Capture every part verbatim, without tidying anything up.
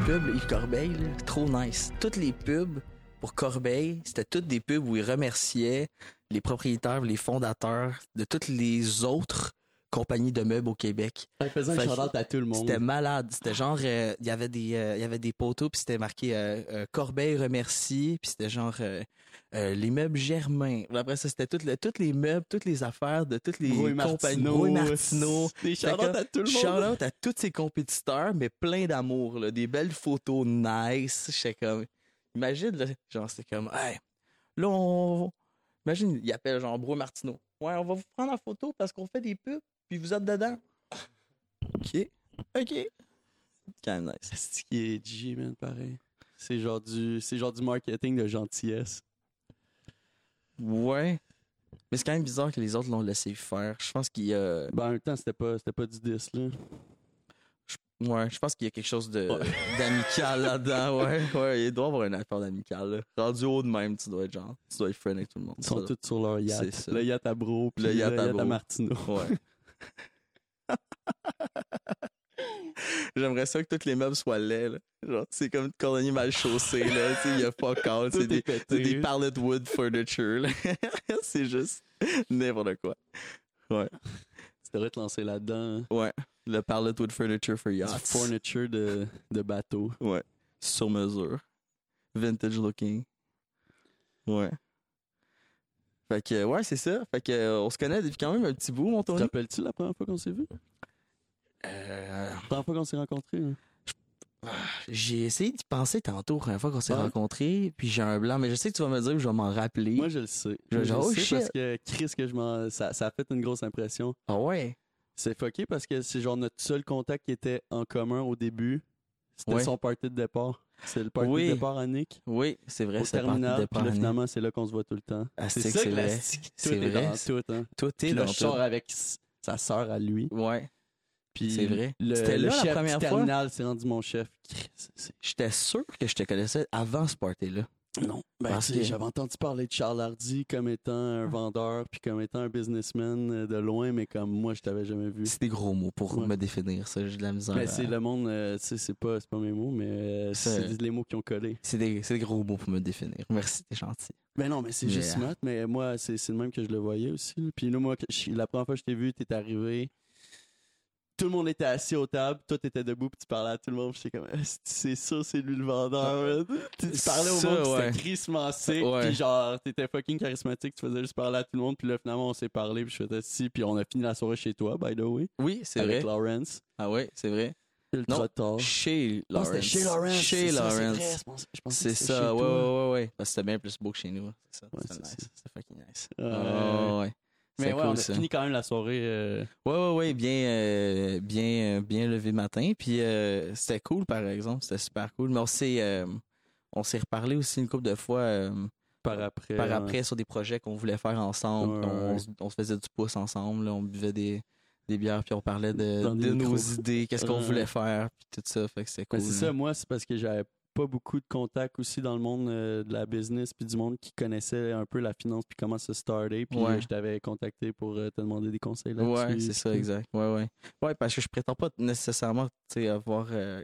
pubs, là, Yves Corbeil, là, trop nice. Toutes les pubs pour Corbeil, c'était toutes des pubs où il remerciait les propriétaires, les fondateurs de toutes les autres compagnies de meubles au Québec. Il faisait un Fait shout-out à tout le monde. C'était malade. C'était genre, euh, il y avait des, euh, il y avait des poteaux puis c'était marqué euh, euh, Corbeil remercie puis c'était genre euh, euh, les meubles Germain. Puis après ça, c'était toutes les, toutes les meubles, toutes les affaires de toutes les Rouy compagnies. Martineau. Rouy Martineau. Des shout-out à tout le monde. Shout-out à tous ses compétiteurs, mais plein d'amour, là, des belles photos nice. J'étais comme, imagine, là, genre c'était comme, hey, là on, imagine, il appelle genre Rouy Martineau. Ouais, on va vous prendre en photo parce qu'on fait des pubs. Puis vous êtes dedans. OK. OK. Quand même nice. C'est ce qui est G, man, pareil. C'est genre du, c'est genre du marketing de gentillesse. Ouais. Mais c'est quand même bizarre que les autres l'ont laissé faire. Je pense qu'il y a... Ben, en même temps, c'était pas, c'était pas du dix, là. Je... Ouais, je pense qu'il y a quelque chose de Ouais. d'amical là-dedans. Ouais, ouais. Il doit y avoir une affaire d'amical, là. Rendu haut de même, tu dois être genre... Tu dois être friend avec tout le monde. Ils sont Ça, tous sur leur yacht. C'est ça. Le yacht à Bro, puis Le le yacht yacht à à, Bro. Martineau. Ouais. J'aimerais ça que tous les meubles soient laids, là. Genre, c'est comme une cordonnier mal chaussé, là. Tu sais, il y a fuck out. Tout C'est est des, pété. c'est des pallet wood furniture, là. C'est juste n'importe quoi. Ouais. Tu devrais te lancer là-dedans. Hein. Ouais. Le pallet wood furniture for Du yachts. furniture de, de bateau. Ouais. Sur mesure. Vintage looking. Ouais. Fait que, ouais, c'est ça. Fait que, euh, on se connaît depuis quand même un petit bout, mon Te Tony. rappelles-tu la première fois qu'on s'est vu? Euh, La première fois qu'on s'est rencontrés? Hein? j'ai essayé d'y penser tantôt, la première fois qu'on s'est Ouais. rencontrés, puis j'ai un blanc, mais je sais que tu vas me dire que je vais m'en rappeler. Moi, je le sais. Je- Moi, je oh, le sais shit. parce que Chris, que je m'en, ça, ça a fait une grosse impression. Ah ouais? C'est fucké parce que c'est genre notre seul contact qui était en commun au début. C'était Ouais. son party de départ. C'est le party Oui. de départ à Nick. Oui, c'est vrai, Au c'est terminal. de Puis là, finalement, c'est là qu'on se voit tout le temps. Ah, c'est c'est ça que que c'est la vrai. sti- tout C'est est vrai. dans tout. Hein. Tout Puis est là, dans je sors tout. avec s- sa sœur à lui. Ouais, Puis c'est vrai. Le, C'était le là la chef première du fois? terminal s'est rendu mon chef. Chris, c'est- J'étais sûr que je te connaissais avant ce party-là. Non. Ben, Parce tu sais, que- j'avais entendu parler de Charles Hardy comme étant un vendeur puis comme étant un businessman euh, de loin, mais comme moi, je t'avais jamais vu. C'est des gros mots pour Ouais. me définir, ça. J'ai de la misère. Mais à- c'est le monde, euh, tu sais, c'est pas, c'est pas mes mots, mais euh, C'est- c'est les mots qui ont collé. C'est des, c'est des gros mots pour me définir. Merci, t'es gentil. Ben non, mais c'est Mais, juste euh, smart, mais moi, c'est, c'est le même que je le voyais aussi. là. Puis là, moi, que je- la première fois que je t'ai vu, t'es arrivé. Tout le monde était assis aux tables, toi t'étais debout puis tu parlais à tout le monde, puis j'étais comme Esti, c'est ça, c'est lui le vendeur. man. tu, tu parlais au Ça, monde, puis ouais. c'était crissement sick, Ouais. puis genre t'étais fucking charismatique, tu faisais juste parler à tout le monde, puis là finalement on s'est parlé, puis je faisais si, puis on a fini la soirée chez toi, by the way, Oui, c'est avec vrai. Lawrence, Ah ouais, c'est vrai. ultra Non, tard. Chez Non, Lawrence. c'était chez Lawrence. Chez c'est ça, c'est Lawrence. vrai, je pensais- je pensais C'est que c'était ça, chez ouais, toi. ouais, ouais, ouais. Parce que c'était bien plus beau que chez nous. hein. C'est ça. Ouais, c'est c'est nice. ça. C'est fucking nice. Euh, Oh, ouais. Mais C'est ouais, cool, on a ça. fini quand même la soirée. euh, Ouais, ouais, ouais, bien, euh, bien, euh, bien levé matin. Puis euh, c'était cool, par exemple. C'était super cool. Mais on s'est, euh, on s'est reparlé aussi une couple de fois euh, par après. par ouais. après sur des projets qu'on voulait faire ensemble. Ouais, on, ouais. se- on se faisait du pouce ensemble. là. On buvait des, des bières, puis on parlait de, Dans des de nos micros. idées, qu'est-ce qu'on Ouais. voulait faire, puis tout ça. Fait que c'était cool. Ben, c'est ça, moi, c'est parce que j'avais pas beaucoup de contacts aussi dans le monde euh, de la business puis du monde qui connaissait un peu la finance puis comment se starter. Puis Ouais. euh, je t'avais contacté pour euh, te demander des conseils là-dessus. Ouais, c'est ça, Puis- exact. Ouais, ouais. Ouais, parce que je prétends pas nécessairement, tu sais, avoir, euh,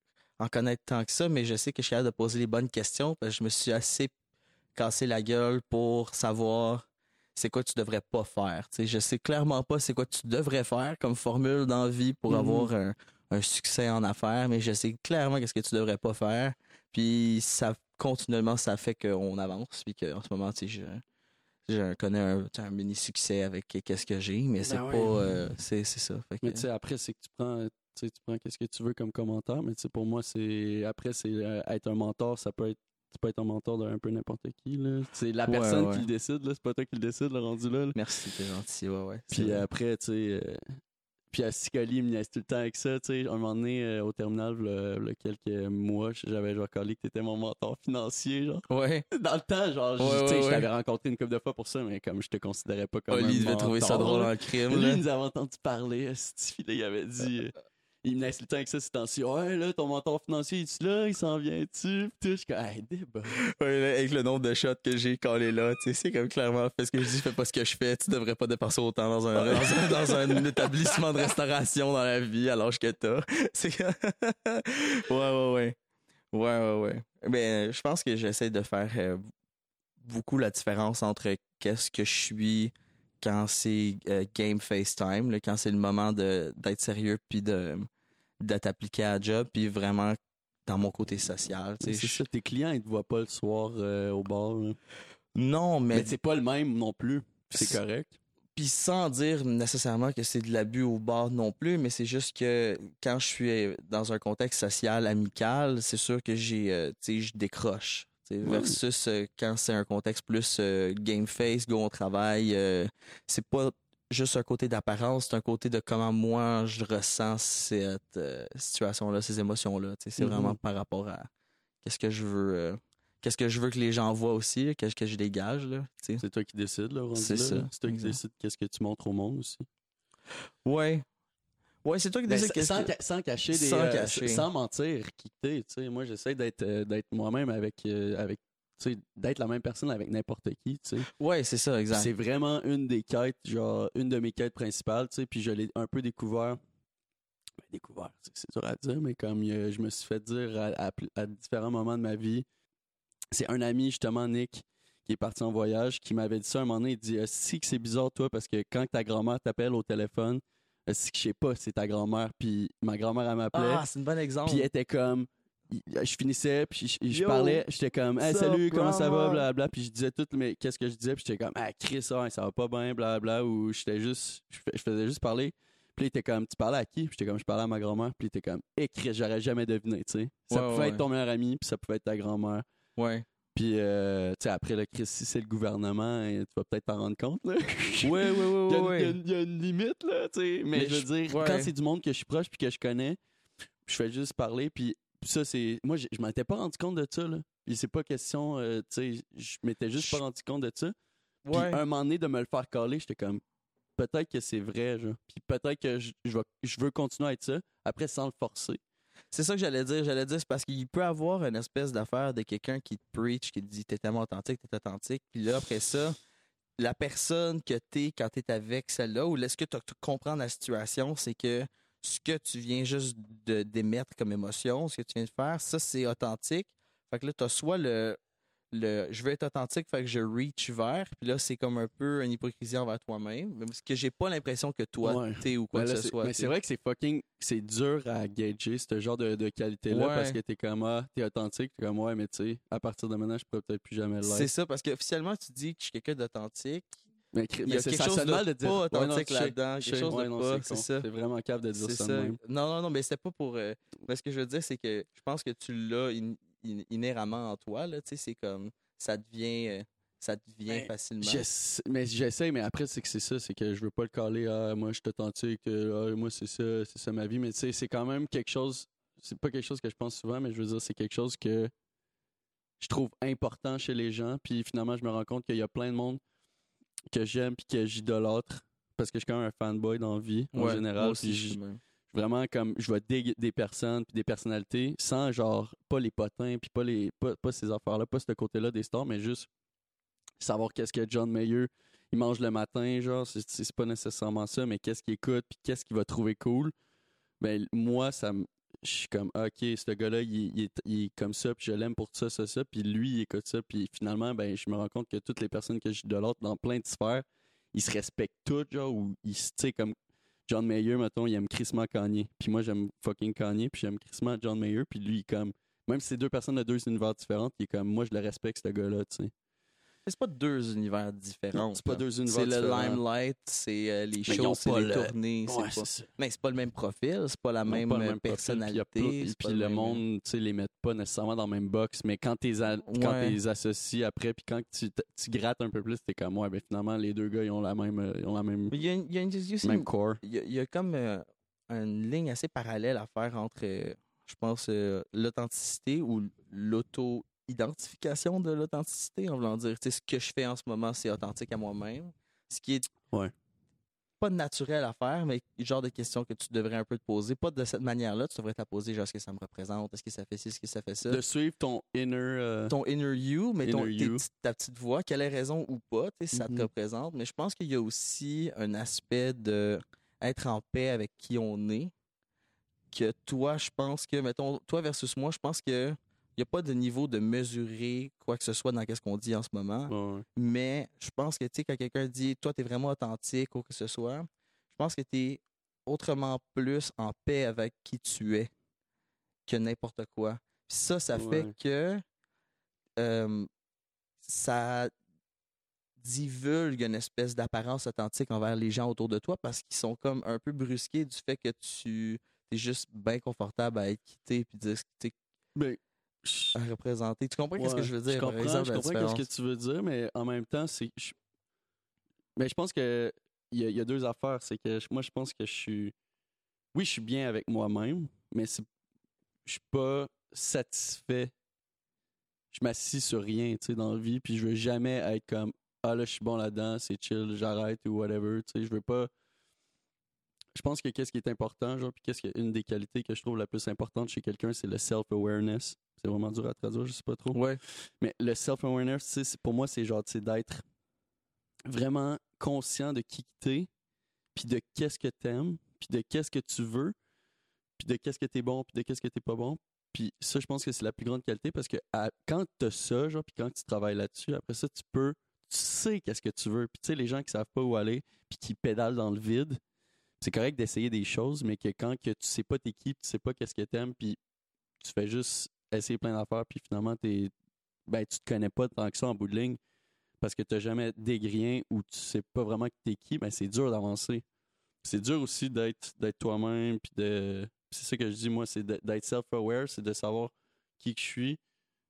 en connaître tant que ça, mais je sais que je suis capable de poser les bonnes questions parce que je me suis assez cassé la gueule pour savoir c'est quoi tu devrais pas faire. Tu sais, je sais clairement pas c'est quoi tu devrais faire comme formule dans la vie pour Mhm. avoir un, un succès en affaires, mais je sais clairement qu'est-ce que tu devrais pas faire. Puis ça, continuellement, ça fait qu'on avance. Puis qu'en ce moment, tu sais, je, je connais un, tu sais, un mini succès avec qu'est-ce que j'ai, mais c'est Ben pas, ouais. euh, c'est, c'est ça. Fait que- Mais tu sais, après, c'est que tu prends, tu sais, tu prends qu'est-ce que tu veux comme commentaire. Mais tu sais, pour moi, c'est après, c'est euh, être un mentor, ça peut être. Tu peux être un mentor d'un peu n'importe qui. Là. C'est la Ouais, personne ouais. qui le décide. Là. C'est pas toi qui le décide, le rendu là. là. Merci, t'es gentil, ouais, ouais. Puis C'est- après, tu sais, euh, puis à Sicoli, il me niaise tout le temps avec ça, tu sais. Un moment donné, euh, au terminal, v'là- v'là quelques mois, j'avais genre collé que t'étais mon mentor financier, genre. ouais. Dans le temps, genre, je- Ouais, tu sais, ouais, je ouais. t'avais rencontré une couple de fois pour ça, mais comme je te considérais pas comme un Oli devait mentor, trouver ça drôle là. en crime, Lui, là. il nous avait entendu parler, esti, là, il avait dit... euh, il me niaise tout le temps avec ça, c'est temps-ci. Ouais, là, ton mentor financier, est-tu là? Il s'en vient-tu? Puis tout, je suis comme, hey, débat. Ouais, là, avec le nombre de shots que j'ai collé là, tu sais, c'est comme clairement, fais ce que je dis, fais pas ce que je fais, tu devrais pas dépenser autant dans un, dans un, dans un établissement de restauration dans la vie à l'âge que t'as. C'est que- ouais, ouais, ouais. Ouais, ouais, ouais. Ben, je pense que j'essaie de faire euh, beaucoup la différence entre qu'est-ce que je suis quand c'est euh, game FaceTime, là, quand c'est le moment de d'être sérieux puis de d'être appliqué à la job, puis vraiment dans mon côté social. C'est Je... ça, tes clients, ils te voient pas le soir euh, au bar. Là. Non, mais... Mais c'est pas le même non plus. C'est correct. Puis sans dire nécessairement que c'est de l'abus au bar non plus, mais c'est juste que quand je suis dans un contexte social, amical, c'est sûr que j'ai, euh, tu sais, je décroche. Ouais. Versus euh, quand c'est un contexte plus euh, game face, go on travaille, euh, c'est pas juste un côté d'apparence, c'est un côté de comment moi je ressens cette euh, situation-là, ces émotions-là. C'est mm-hmm. vraiment par rapport à qu'est-ce que je veux... Euh, Qu'est-ce que je veux que les gens voient aussi, qu'est-ce que je dégage. Là, c'est toi qui décides, là, c'est là, ça. Là. C'est toi exact. Qui décides qu'est-ce que tu montres au monde aussi. Ouais. Ouais, c'est toi qui décides. Sans, que... sans cacher des. Sans, euh, cacher. sans mentir qui t'es. Moi, j'essaie d'être, euh, d'être moi-même avec. Euh, avec d'être la même personne avec n'importe qui. T'sais. Ouais, c'est ça, exact. C'est vraiment une des quêtes, genre, une de mes quêtes principales, puis je l'ai un peu découvert. Ben, découvert, c'est dur à dire, mais comme euh, je me suis fait dire à, à, à différents moments de ma vie. C'est un ami, justement, Nick, qui est parti en voyage, qui m'avait dit ça un moment donné. Il dit « Si que c'est bizarre, toi, parce que quand ta grand-mère t'appelle au téléphone, si que je sais pas, c'est ta grand-mère. » Puis ma grand-mère, elle m'appelait. Ah, c'est un bon exemple. Puis elle était comme... Je finissais, puis je, je parlais, j'étais comme « Hey, salut, comment ça va? » Blablabla. Puis je disais tout, mais qu'est-ce que je disais? Puis j'étais comme « Ah, Chris, ça, ça va pas bien, blablabla. » Ou j'étais juste... Je faisais juste parler. Puis il était comme « Tu parlais à qui? » Puis j'étais comme « Je parlais à ma grand-mère. » Puis il était comme « Eh, Chris, j'aurais jamais deviné, tu sais. Ça ouais, pouvait ouais. être ton meilleur ami, puis ça pouvait être ta grand-mère. » Ouais. Puis, euh, tu sais, après le Chris, si c'est le gouvernement, tu vas peut-être t'en rendre compte, là. Oui, oui, oui, oui. Il y, y a une limite, là, tu sais. Mais, mais je veux dire, ouais. Quand c'est du monde que je suis proche puis que je connais, je fais juste parler, puis ça, c'est... Moi, je m'en étais pas rendu compte de ça, là. Puis c'est pas question, euh, tu sais, je m'étais juste pas rendu compte de ça. Puis ouais. Un moment donné, de me le faire caler, j'étais comme, peut-être que c'est vrai, genre. Puis peut-être que je, je, je veux continuer à être ça, après, sans le forcer. C'est ça que j'allais dire. J'allais dire, c'est parce qu'il peut avoir une espèce d'affaire de quelqu'un qui te preach, qui te dit t'es tellement authentique, t'es authentique. Puis là, après ça, la personne que t'es quand t'es avec celle-là, ou est-ce que tu comprends la situation, c'est que ce que tu viens juste de d'émettre comme émotion, ce que tu viens de faire, ça, c'est authentique. Fait que là, t'as soit le, le je veux être authentique, fait que je reach vers, puis là, c'est comme un peu une hypocrisie envers toi-même. Parce que j'ai pas l'impression que toi, ouais. t'es ou quoi ben là, que ce soit. Mais c'est vrai que c'est fucking, c'est dur à gager, ce genre de, de qualité-là, ouais. Parce que t'es comme, ah, t'es authentique, t'es comme, ouais, mais tu sais, à partir de maintenant, je pourrais peut-être plus jamais l'être. C'est ça, parce qu'officiellement, tu dis que je suis quelqu'un d'authentique. Mais, il y a mais quelque ça, chose ça de mal de dire pas authentique ouais, non, là-dedans, quelque chose ouais, de non, pas, c'est, c'est ça. C'est vraiment capable de dire c'est ça, ça. Même. Non, non, non, mais c'était pas pour... Euh... Mais ce que je veux dire, c'est que je pense que tu l'as in... in... inhéremment en toi, là, tu sais, c'est comme... Ça devient... Euh... Ça devient mais facilement. J'essa... Mais j'essaie, mais après, c'est que c'est ça, c'est que je veux pas le caler, ah, moi, je suis authentique, ah, moi, c'est ça, c'est ça ma vie, mais tu sais, c'est quand même quelque chose... C'est pas quelque chose que je pense souvent, mais je veux dire, c'est quelque chose que je trouve important chez les gens, puis finalement, je me rends compte qu'il y a plein de monde que j'aime puis que j'idolâtre parce que je suis quand même un fanboy dans la vie en ouais, général aussi, puis je, vraiment comme je vais dig des personnes puis des personnalités sans genre pas les potins puis pas les pas, pas ces affaires là, pas ce côté là des stars, mais juste savoir qu'est-ce que John Mayer il mange le matin, genre c'est, c'est pas nécessairement ça, mais qu'est-ce qu'il écoute puis qu'est-ce qu'il va trouver cool. Ben moi ça me je suis comme ok, ce gars-là il, il, est, il est comme ça puis je l'aime pour ça ça ça puis lui il écoute ça puis finalement ben je me rends compte que toutes les personnes que j'idolâtre dans plein de sphères ils se respectent toutes genre ou ils tu sais comme John Mayer mettons il aime crissement Kanye puis moi j'aime fucking Kanye puis j'aime crissement John Mayer puis lui il comme même si c'est deux personnes de deux univers différents il est comme moi je le respecte ce gars-là tu sais. C'est pas deux univers différents. Non, c'est pas deux univers c'est différents. C'est le limelight, c'est euh, les shows, c'est les le... tournées. C'est ouais, pas... c'est mais c'est pas le même profil, c'est pas la non, même, pas même personnalité. Puis, puis le, le monde, tu sais, les met pas nécessairement dans la même box, mais quand t'es a... ouais. quand t'es associes après, puis quand tu, tu grattes un peu plus, t'es comme ouais, ben finalement les deux gars ils ont la même, ils ont la même, il y a, il y a une, il y a même une, core. Il y a, il y a comme euh, une ligne assez parallèle à faire entre, euh, je pense, euh, l'authenticité ou l'auto identification de l'authenticité, en voulant dire, tu sais, ce que je fais en ce moment, c'est authentique à moi-même. Ce qui est ouais. pas naturel à faire, mais le genre de questions que tu devrais un peu te poser. Pas de cette manière-là, tu devrais te poser, genre, est-ce que ça me représente? Est-ce que ça fait ci? Est-ce que ça fait ça? De suivre ton inner... Euh... Ton inner you, mais ton, inner you. Tes, ta petite voix, qu'elle ait raison ou pas, tu sais, mm-hmm. ça te représente. Mais je pense qu'il y a aussi un aspect de être en paix avec qui on est, que toi, je pense que, mettons, toi versus moi, je pense que n'y a pas de niveau de mesurer quoi que ce soit dans ce qu'on dit en ce moment. Ouais, ouais. Mais je pense que, tu sais, quand quelqu'un dit « toi, tu es vraiment authentique » ou que ce soit, je pense que tu es autrement plus en paix avec qui tu es que n'importe quoi. Puis ça, ça fait Ouais. que euh, ça divulgue une espèce d'apparence authentique envers les gens autour de toi parce qu'ils sont comme un peu brusqués du fait que tu es juste bien confortable à être quitté puis dire ce que tu Ben, à représenter. Tu comprends ouais, ce que je veux dire? Je par comprends, exemple, je la comprends ce que différence? tu veux dire, mais en même temps, c'est. Je, mais je pense que il y, a- il y a deux affaires. C'est que je- moi, je pense que je suis. Oui, je suis bien avec moi-même, mais c'est, je suis pas satisfait. Je m'assis sur rien, tu sais, dans la vie, puis je veux jamais être comme ah là, je suis bon là-dedans, c'est chill, j'arrête ou whatever. Tu sais, je veux pas. Je pense que qu'est-ce qui est important, genre, puis qu'est-ce qui est une des qualités que je trouve la plus importante chez quelqu'un, c'est le self-awareness. C'est vraiment dur à traduire, je sais pas trop. Ouais. Mais le self-awareness, tu sais, c'est- pour moi, c'est genre, tu sais, d'être vraiment conscient de qui t'es, puis de qu'est-ce que t'aimes, puis de qu'est-ce que tu veux, puis de qu'est-ce que t'es bon, puis de qu'est-ce que t'es pas bon. Puis ça, je pense que c'est la plus grande qualité parce que à- quand t'as ça, genre, puis quand tu travailles là-dessus, après ça, tu peux, tu sais qu'est-ce que tu veux. Puis tu sais, les gens qui savent pas où aller, puis qui pédalent dans le vide, c'est correct d'essayer des choses, mais que quand que tu sais pas t'es qui, puis tu sais pas qu'est-ce que t'aimes, puis tu fais juste essayer plein d'affaires, puis finalement, t'es, ben, tu te connais pas tant que ça en bout de ligne, parce que t'as jamais d'égrien ou tu sais pas vraiment que t'es qui, ben c'est dur d'avancer. C'est dur aussi d'être d'être toi-même, puis de... C'est ça que je dis, moi, c'est de- d'être self-aware, c'est de savoir qui que je suis.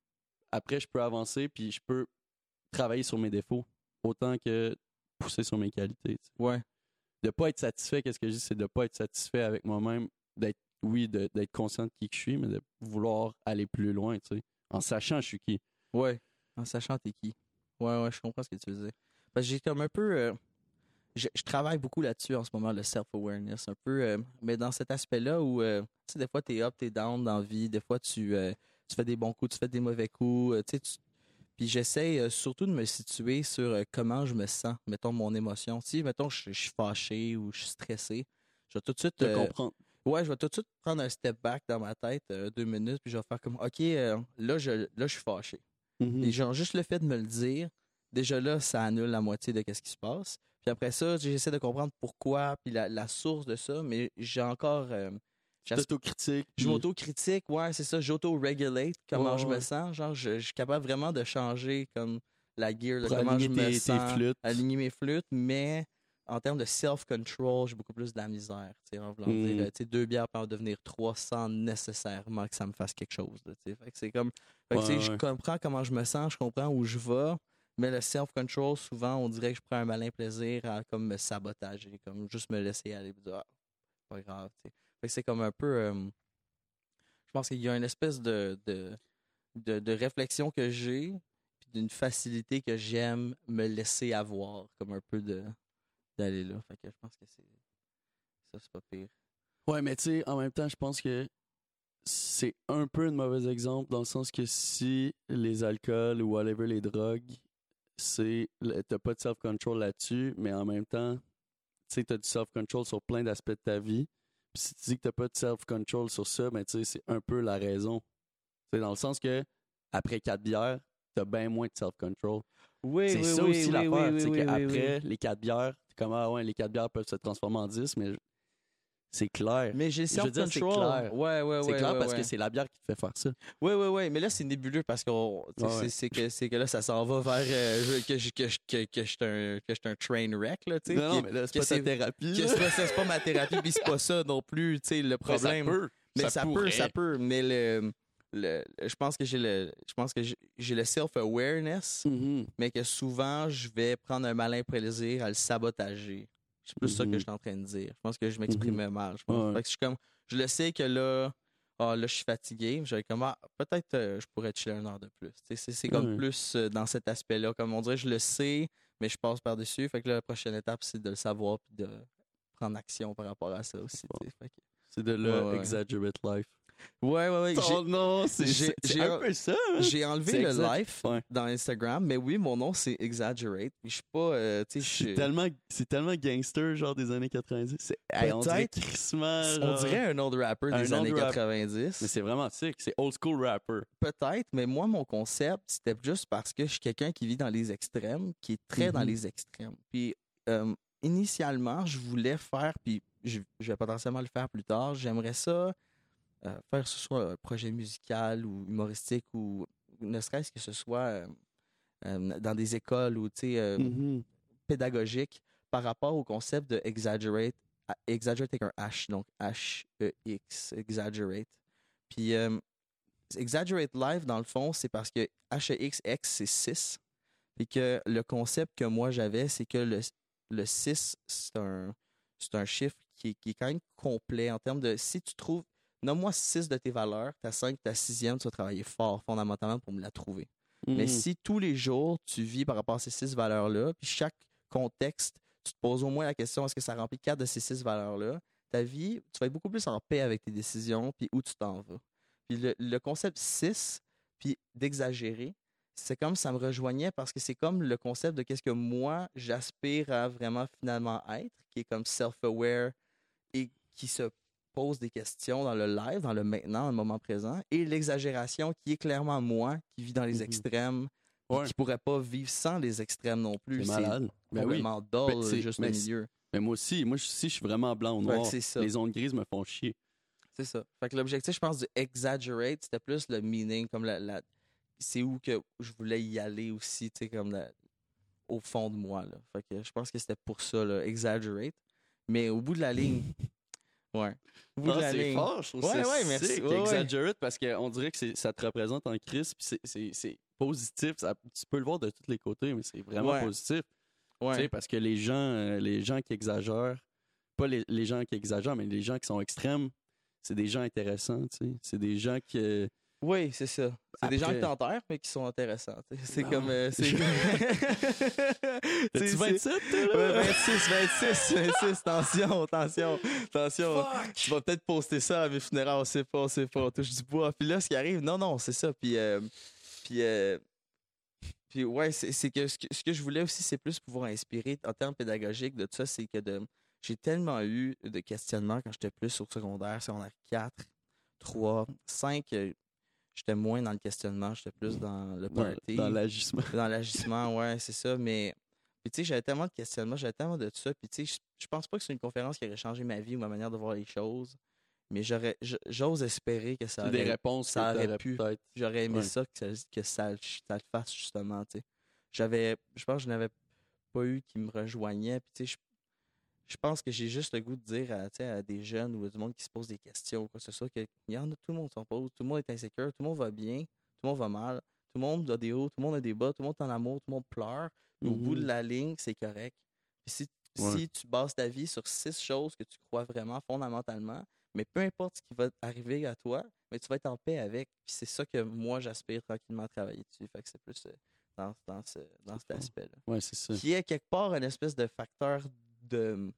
Après, je peux avancer, puis je peux travailler sur mes défauts, autant que pousser sur mes qualités. Tu sais. Ouais. De pas être satisfait, qu'est-ce que je dis, c'est de pas être satisfait avec moi-même, d'être, oui, de- d'être conscient de qui que je suis, mais de vouloir aller plus loin, tu sais, en sachant je suis qui. Ouais. En sachant t'es qui. Ouais, ouais, je comprends ce que tu veux dire. Parce que j'ai comme un peu. euh, je, je travaille beaucoup là-dessus en ce moment, le self-awareness. Un peu. euh, mais dans cet aspect-là où, euh, tu sais, des fois, t'es up, t'es down dans la vie. Des fois, tu, euh, tu fais des bons coups, tu fais des mauvais coups. euh, tu sais, tu- Puis j'essaie euh, surtout de me situer sur euh, comment je me sens, mettons, mon émotion. Si, mettons, je, je suis fâché ou je suis stressé, je vais tout de suite. Te euh, comprendre. Ouais, je vais tout de suite prendre un step back dans ma tête, euh, deux minutes, puis je vais faire comme, OK, euh, là, je, là, je suis fâché. Et Mhm. genre, juste le fait de me le dire, déjà là, ça annule la moitié de ce qui se passe. Puis après ça, j'essaie de comprendre pourquoi, puis la, la source de ça, mais j'ai encore... euh, Tu j'as- t'autocritiques. je puis- m'auto-critique, ouais, c'est ça, j'auto-régulate comment Ouais, je ouais. me sens. Genre, je, je suis capable vraiment de changer comme la gear de Pour comment je aligner me tes- tes sens, flûtes. aligner mes flûtes, mais en termes de self-control, j'ai beaucoup plus de la misère. Tu sais, en voulant Mm. dire, euh, tu sais, deux bières peuvent devenir trois sans nécessairement que ça me fasse quelque chose. Là, tu sais. Fait que c'est comme, fait que, tu sais, Ouais, je ouais. comprends comment je me sens, je comprends où je vais, mais le self-control, souvent, on dirait que je prends un malin plaisir à comme me sabotager, comme juste me laisser aller, puis dire, ah, pas grave. Tu sais. Fait que c'est comme un peu. euh, je pense qu'il y a une espèce de, de, de, de réflexion que j'ai, puis d'une facilité que j'aime me laisser avoir, comme un peu de d'aller là. Fait que je pense que c'est ça, c'est pas pire. Ouais, mais tu sais, en même temps, je pense que c'est un peu un mauvais exemple dans le sens que si les alcools ou whatever, les drogues, c'est le- t'as pas de self-control là-dessus, mais en même temps, tu sais, t'as du self-control sur plein d'aspects de ta vie. Puis si tu dis que t'as pas de self-control sur ça, ben tu sais, c'est un peu la raison. C'est dans le sens que après quatre bières, t'as bien moins de self-control. Oui, C'est oui, ça oui, aussi oui, l'affaire, oui, tu sais, oui, oui, qu'après oui. les quatre bières, t'es comme ah ouais, les quatre bières peuvent se transformer en dix, mais c'est clair. Mais j'ai le Je veux dire, c'est self-control. clair. Ouais, ouais, C'est ouais. clair ouais, parce ouais. que c'est la bière qui te fait faire ça. Oui, oui, oui. Mais là, c'est nébuleux parce que Ouais, ouais. c'est c'est que, c'est que là, ça s'en va vers euh, que, je- que, je- que, que je suis un, que je suis un train wreck. Là, tu sais, Non, qui- non, mais là, c'est que pas ta thérapie. que là. c'est pas, ça, c'est pas ma thérapie, puis c'est pas ça non plus, tu sais, le Ben, problème. ça peut. Mais ça, peut, pourrait. ça peut. Mais le, le, je pense que j'ai le, je pense que j'ai j'ai le self-awareness, Mhm. mais que souvent, je vais prendre un malin plaisir à le sabotager. C'est plus ça que Mhm. je suis en train de dire. Je pense que je m'exprimais mal. Je pense. Ouais. Fait que je suis comme, je le sais que là, ah, là, je suis fatigué. J'avais comme, ah, peut-être euh, je pourrais chiller une heure de plus. Tu sais, C'est c'est comme Ouais. plus euh, dans cet aspect-là. Comme on dirait, je le sais, mais je passe par-dessus. Fait que là, la prochaine étape, c'est de le savoir puis de prendre action par rapport à ça aussi. tu sais. Fait que- C'est de Ouais, là ouais, ouais. exaggerate life. Ouais, ouais, ouais. Ton j'ai- nom, c'est j'ai- c'est- c'est j'ai un un- peu ça. hein? J'ai enlevé C'est le exact. life Ouais. dans Instagram, mais oui, mon nom c'est Exaggerate. Puis je suis pas, euh, tu sais, je C'est suis- tellement, c'est tellement gangster, genre des années quatre-vingt-dix. C'est, hey, on dirait Peut-être. crissement, on genre. dirait un autre rapper Un des autre années rap- quatre-vingt-dix. Mais c'est vraiment sick. C'est old school rapper. Peut-être, mais moi, mon concept, c'était juste parce que je suis quelqu'un qui vit dans les extrêmes, qui est très dans Mhm. les extrêmes. Puis, euh, initialement, je voulais faire, puis je, je vais potentiellement le faire plus tard, j'aimerais ça euh, faire que ce soit un projet musical ou humoristique ou ne serait-ce que ce soit euh, euh, dans des écoles ou, tu sais, euh, Mhm. pédagogique par rapport au concept de exaggerate, à- exaggerate avec un H, donc H E X, exaggerate. Puis, euh, exaggerate live, dans le fond, c'est parce que H E X, X, c'est six. Puis que le concept que moi j'avais, c'est que le, le six, c'est un, c'est un chiffre qui, est- qui est quand même complet en termes de si tu trouves, nomme-moi six de tes valeurs, ta cinq, ta sixième, tu vas travailler fort, fondamentalement, pour me la trouver. Mais Mhm. si tous les jours, tu vis par rapport à ces six valeurs-là, puis chaque contexte, tu te poses au moins la question, est-ce que ça remplit quatre de ces six valeurs-là, ta vie, tu vas être beaucoup plus en paix avec tes décisions, puis où tu t'en vas. Puis le, le concept six, puis d'exagérer, c'est comme ça me rejoignait parce que c'est comme le concept de qu'est-ce que moi, j'aspire à vraiment finalement être, qui est comme self-aware et qui se pose des questions dans le live, dans le maintenant, dans le moment présent, et l'exagération qui est clairement moi, qui vit dans les Mhm. extrêmes, puis Ouais. qui pourrait pas vivre sans les extrêmes non plus. C'est malade. Ben oui. complètement dull, Ben, c'est- juste mais le c'est- milieu. Mais moi aussi, moi aussi, je suis vraiment blanc ou Fait que noir. c'est ça. Les ondes grises me font chier. C'est ça. Fait que l'objectif, je pense, du exaggerate, c'était plus le meaning, comme la, la- c'est où que je voulais y aller aussi, tu sais, comme la- au fond de moi, là. Fait que je pense que c'était pour ça, là, exaggerate. Mais au bout de la ligne, ouais. Au bout de Ah, la c'est ligne. fort, je trouve Ouais, ça ouais, merci. sick, Ouais, ouais. exaggerate, parce qu'on dirait que c'est- ça te représente en crise, puis c'est- c'est c'est positif. Ça- tu peux le voir de tous les côtés, mais c'est vraiment Ouais. positif. Tu Ouais. sais, parce que les gens, euh, les gens qui exagèrent, pas les, les gens qui exagèrent, mais les gens qui sont extrêmes, c'est des gens intéressants, tu sais. C'est des gens qui... euh, Oui, c'est ça. C'est des gens Après- qui t'enterrent, mais qui sont intéressants. tu sais. C'est Non. comme. euh, c'est... T'as-tu C'est- vingt-sept, toi, là? Ouais, vingt-six, vingt-six, vingt-six, attention, attention, attention. Tu vas peut-être poster ça à mes funérailles, on sait pas, on sait pas, on touche du bois. Puis là, ce qui arrive, non, non, c'est ça. Puis, euh, puis, euh, puis ouais, c'est, c'est que ce, que ce que je voulais aussi, c'est plus pouvoir inspirer en termes pédagogiques de tout ça, c'est que de, j'ai tellement eu de questionnements quand j'étais plus au secondaire, secondaire quatre, trois, cinq, euh, j'étais moins dans le questionnement, j'étais plus dans le Dans, party. dans l'agissement. Dans l'agissement, ouais, c'est ça. Mais, puis tu sais, j'avais tellement de questionnements, j'avais tellement de ça. Puis tu sais, je, je pense pas que c'est une conférence qui aurait changé ma vie ou ma manière de voir les choses. Mais j'aurais, j- j'ose espérer que ça C'est des aurait, réponses ça que aurait t'aurais pu. peut-être. J'aurais aimé Ouais. ça, que ça, que ça, le- ça le fasse justement, tu sais. J'avais, je pense que je n'avais pas eu qui me rejoignait. Puis tu sais, je, je pense que j'ai juste le goût de dire à, tu sais, à des jeunes ou à du monde qui se pose des questions ou quoi que ce soit, qu'il y en a, tout le monde s'en pose, tout le monde est insécure, tout le monde va bien, tout le monde va mal, tout le monde a des hauts, tout le monde a des bas, tout le monde est en amour, tout le monde pleure. Puis au bout de Mhm. la ligne, c'est correct. Puis si, Ouais. si tu bases ta vie sur six choses que tu crois vraiment fondamentalement, mais peu importe ce qui va arriver à toi, mais tu vas être en paix avec. Puis c'est ça que moi, j'aspire tranquillement à travailler dessus. Fait que c'est plus euh, dans, dans, ce, dans cet fort. aspect-là. Ouais, c'est ça. Qui est quelque part une espèce de facteur de,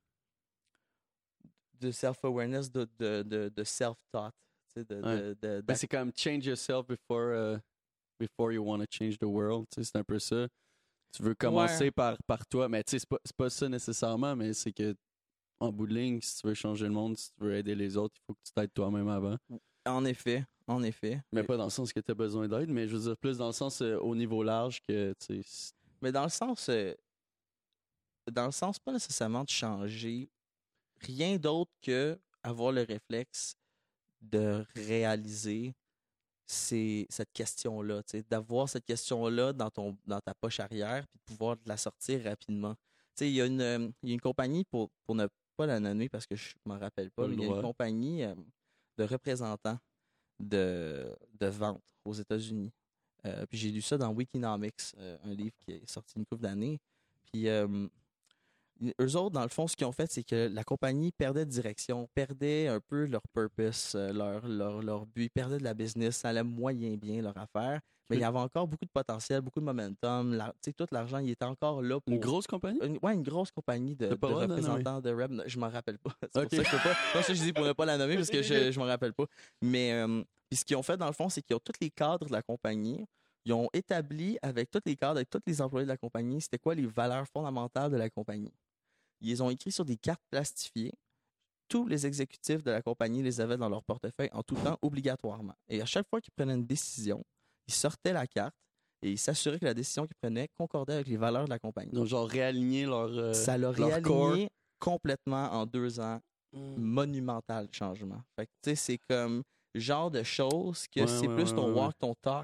de self-awareness, de, de, de, de self-thought. Tu sais, de, Ouais. de, de- Ben, c'est comme change yourself before, uh, before you want to change the world. Tu sais, c'est un peu ça. Tu veux commencer Ouais. par, par toi, mais tu sais, c'est pas, c'est pas ça nécessairement, mais c'est que en bout de ligne, si tu veux changer le monde, si tu veux aider les autres, il faut que tu t'aides toi-même avant. En effet, en effet. Mais pas dans le sens que tu as besoin d'aide, mais je veux dire plus dans le sens euh, au niveau large que tu sais. Mais dans le sens, euh, dans le sens pas nécessairement de changer, rien d'autre que avoir le réflexe de réaliser ces- cette question-là, tu sais, d'avoir cette question-là dans ton dans ta poche arrière puis de pouvoir la sortir rapidement. Tu sais, il y a une euh, il y a une compagnie pour pour ne pas la nommer parce que je m'en rappelle pas, Pas le mais il y a une droit. compagnie euh, de représentants de de vente aux États-Unis. Euh, puis j'ai lu ça dans Wikinomics, euh, un livre qui est sorti une couple d'années. Puis euh, eux autres, dans le fond, ce qu'ils ont fait, c'est que la compagnie perdait de direction, perdait un peu leur purpose, euh, leur, leur, leur but, ils perdaient de la business, ça allait moyen bien leur affaire. Mais il y avait encore beaucoup de potentiel, beaucoup de momentum. La, tout l'argent, il était encore là pour... Une grosse compagnie? Une, ouais, une grosse compagnie de, de représentants de rep. Je m'en rappelle pas. C'est okay. pour ça que je peux pas... Non, ça, je dis pour ne pas la nommer parce que je, je m'en rappelle pas. Mais euh, puis ce qu'ils ont fait, dans le fond, c'est qu'ils ont tous les cadres de la compagnie. Ils ont établi avec tous les cadres, avec tous les employés de la compagnie, c'était quoi les valeurs fondamentales de la compagnie. Ils les ont écrits sur des cartes plastifiées. Tous les exécutifs de la compagnie les avaient dans leur portefeuille en tout temps, obligatoirement. Et à chaque fois qu'ils prenaient une décision, ils sortaient la carte et ils s'assuraient que la décision qu'ils prenaient concordait avec les valeurs de la compagnie. Donc, genre, réaligner leur euh, Ça l'a réaligné corps. Complètement en deux ans. Mm. Monumental changement. Fait que, tu sais, c'est comme genre de choses que ouais, c'est ouais, plus ouais, ton ouais. walk, ton talk,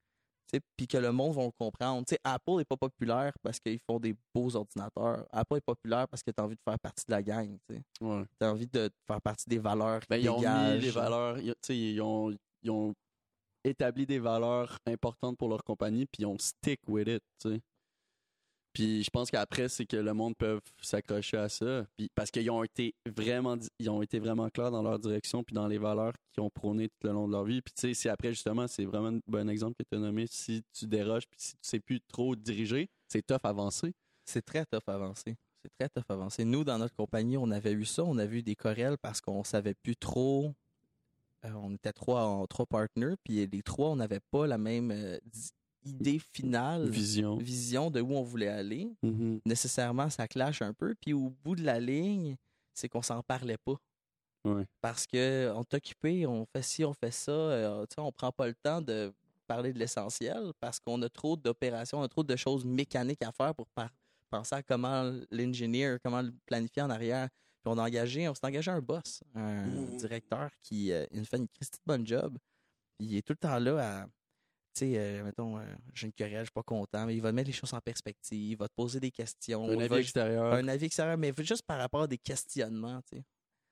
puis que le monde va le comprendre. Tu sais, Apple n'est pas populaire parce qu'ils font des beaux ordinateurs. Apple est populaire parce que tu as envie de faire partie de la gang. Tu ouais. as envie de faire partie des valeurs. Ben, ils ont mis les valeurs, ils, ils, ont, ils ont établi des valeurs importantes pour leur compagnie, puis ils ont stick with it. T'sais. Puis je pense qu'après, c'est que le monde peut s'accrocher à ça. Puis parce qu'ils ont été vraiment ils ont été vraiment clairs dans leur direction puis dans les valeurs qu'ils ont prônées tout le long de leur vie. Puis tu sais, si après, justement, c'est vraiment un bon exemple que tu as nommé, si tu déroges puis si tu sais plus trop diriger, c'est tough avancer. C'est très tough avancer. C'est très tough avancer. Nous, dans notre compagnie, on avait eu ça. On avait eu des querelles parce qu'on savait plus trop. Euh, on était trois, en, trois partners, puis les trois, on n'avait pas la même euh, idée finale, vision. vision de où on voulait aller. Mm-hmm. Nécessairement, ça clash un peu. Puis au bout de la ligne, c'est qu'on s'en parlait pas. Ouais. Parce que on est occupé, on fait ci, on fait ça. Euh, on prend pas le temps de parler de l'essentiel parce qu'on a trop d'opérations, on a trop de choses mécaniques à faire pour par- penser à comment l'ingénieur, comment le planifier en arrière. Puis on a engagé, on s'est engagé un boss, un mmh. directeur qui euh, il fait une Christie de bonne job. Puis il est tout le temps là à, tu sais, euh, mettons, euh, j'ai une querelle, je suis pas content, mais il va mettre les choses en perspective, il va te poser des questions. Un avis va, extérieur. Un avis extérieur, mais juste par rapport à des questionnements, tu sais.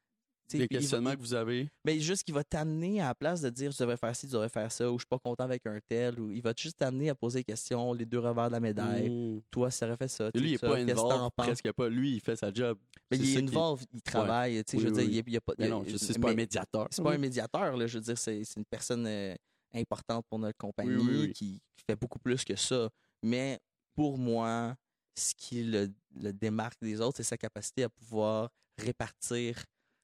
Des questionnements va, que vous avez. Mais juste qu'il va t'amener à la place de dire tu devrais faire ci, tu devrais faire ça, ou je suis pas content avec un tel, ou il va juste t'amener à poser des questions, les deux revers de la médaille. Mmh. Toi, ça aurait fait ça. Et lui, il n'est pas involved, presque pas. Lui, il fait sa job. Mais il est involved, il travaille. Ouais. Oui, je veux oui, dire, oui. il, il a pas. Mais non, c'est pas un médiateur. C'est pas un médiateur, là. Je veux dire, c'est, c'est une personne euh, importante pour notre compagnie oui, oui, oui. Qui, qui fait beaucoup plus que ça. Mais pour moi, ce qui le, le démarque des autres, c'est sa capacité à pouvoir répartir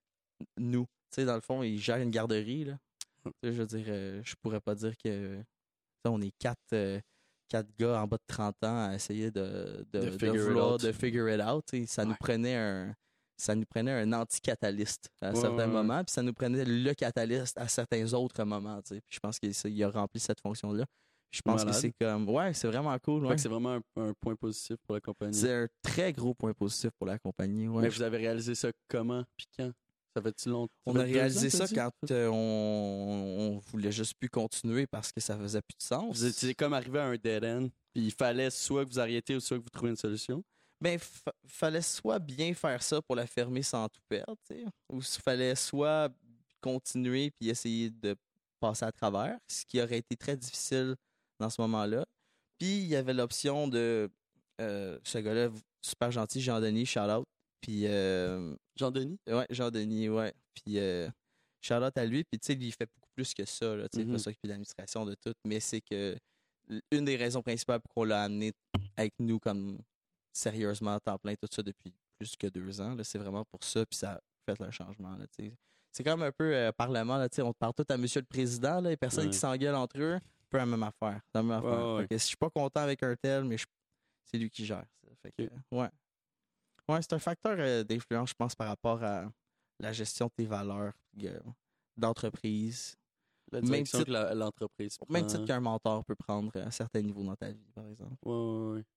nous. Tu sais, dans le fond, il gère une garderie, là. Je veux dire, euh, je pourrais pas dire que on est quatre, euh, quatre gars en bas de trente ans à essayer de, de, de, de, figure, vouloir, it de figure it out. Ça ouais. nous prenait un ça nous prenait un anti-catalyste à ouais, certains ouais, moments, puis ça nous prenait le catalyste à certains autres moments. Puis je pense qu'il a rempli cette fonction-là. Je pense Malade. que c'est comme... Ouais, c'est vraiment cool. Ouais. C'est vraiment un, un point positif pour la compagnie. C'est un très gros point positif pour la compagnie. Ouais. Mais vous avez réalisé ça comment puis quand? Ça fait-tu longtemps? On a réalisé ça quand euh, on, on voulait juste plus continuer parce que ça faisait plus de sens. Vous étiez comme arrivé à un dead end, puis il fallait soit que vous arrêtiez ou soit que vous trouviez une solution? Ben, fa- fallait soit bien faire ça pour la fermer sans tout perdre, t'sais, ou il fallait soit continuer puis essayer de passer à travers, ce qui aurait été très difficile dans ce moment-là. Puis il y avait l'option de euh, ce gars-là, super gentil, Jean-Denis, shout-out. Puis euh, Jean-Denis? Ouais, Jean-Denis, ouais. Puis euh, shout-out à lui. Puis tu sais, lui, il fait beaucoup plus que ça. Là, mm-hmm. Il va s'occuper de l'administration de tout. Mais c'est que une des raisons principales pour qu'on l'a amené avec nous comme sérieusement à temps plein, tout ça depuis plus que deux ans, là, c'est vraiment pour ça. Puis ça a fait un changement. Là, c'est comme un peu euh, parlement. Là, on parle tout à Monsieur le Président. Là, les personnes ouais. qui s'engueulent entre eux, un peu la même affaire. La même affaire. Ouais, ouais. Que si je suis pas content avec un tel, mais je... c'est lui qui gère. Ça. Fait que, okay. ouais. Ouais, c'est un facteur euh, d'influence, je pense, par rapport à la gestion de tes valeurs euh, d'entreprise. La direction même titre, que la, l'entreprise prend. Même titre qu'un mentor peut prendre à certains niveaux dans ta vie, par exemple. Oui, oui, oui.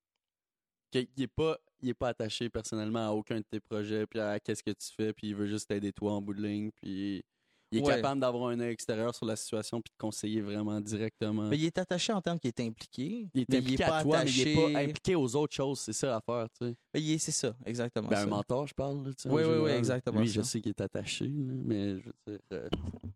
Il n'est pas, il est pas attaché personnellement à aucun de tes projets, puis à qu'est-ce que tu fais, puis il veut juste t'aider toi en bout de ligne, puis... Il est ouais. capable d'avoir un œil extérieur sur la situation puis de conseiller vraiment directement. Mais il est attaché en termes qu'il est impliqué. Il est impliqué il est à toi, attaché... mais il n'est pas impliqué aux autres choses. C'est ça l'affaire, tu sais. Mais il est, c'est ça, exactement ben, ça. Un mentor, je parle. Là, oui, oui, oui, exactement Lui, ça. je sais qu'il est attaché, là, mais je veux dire... Euh...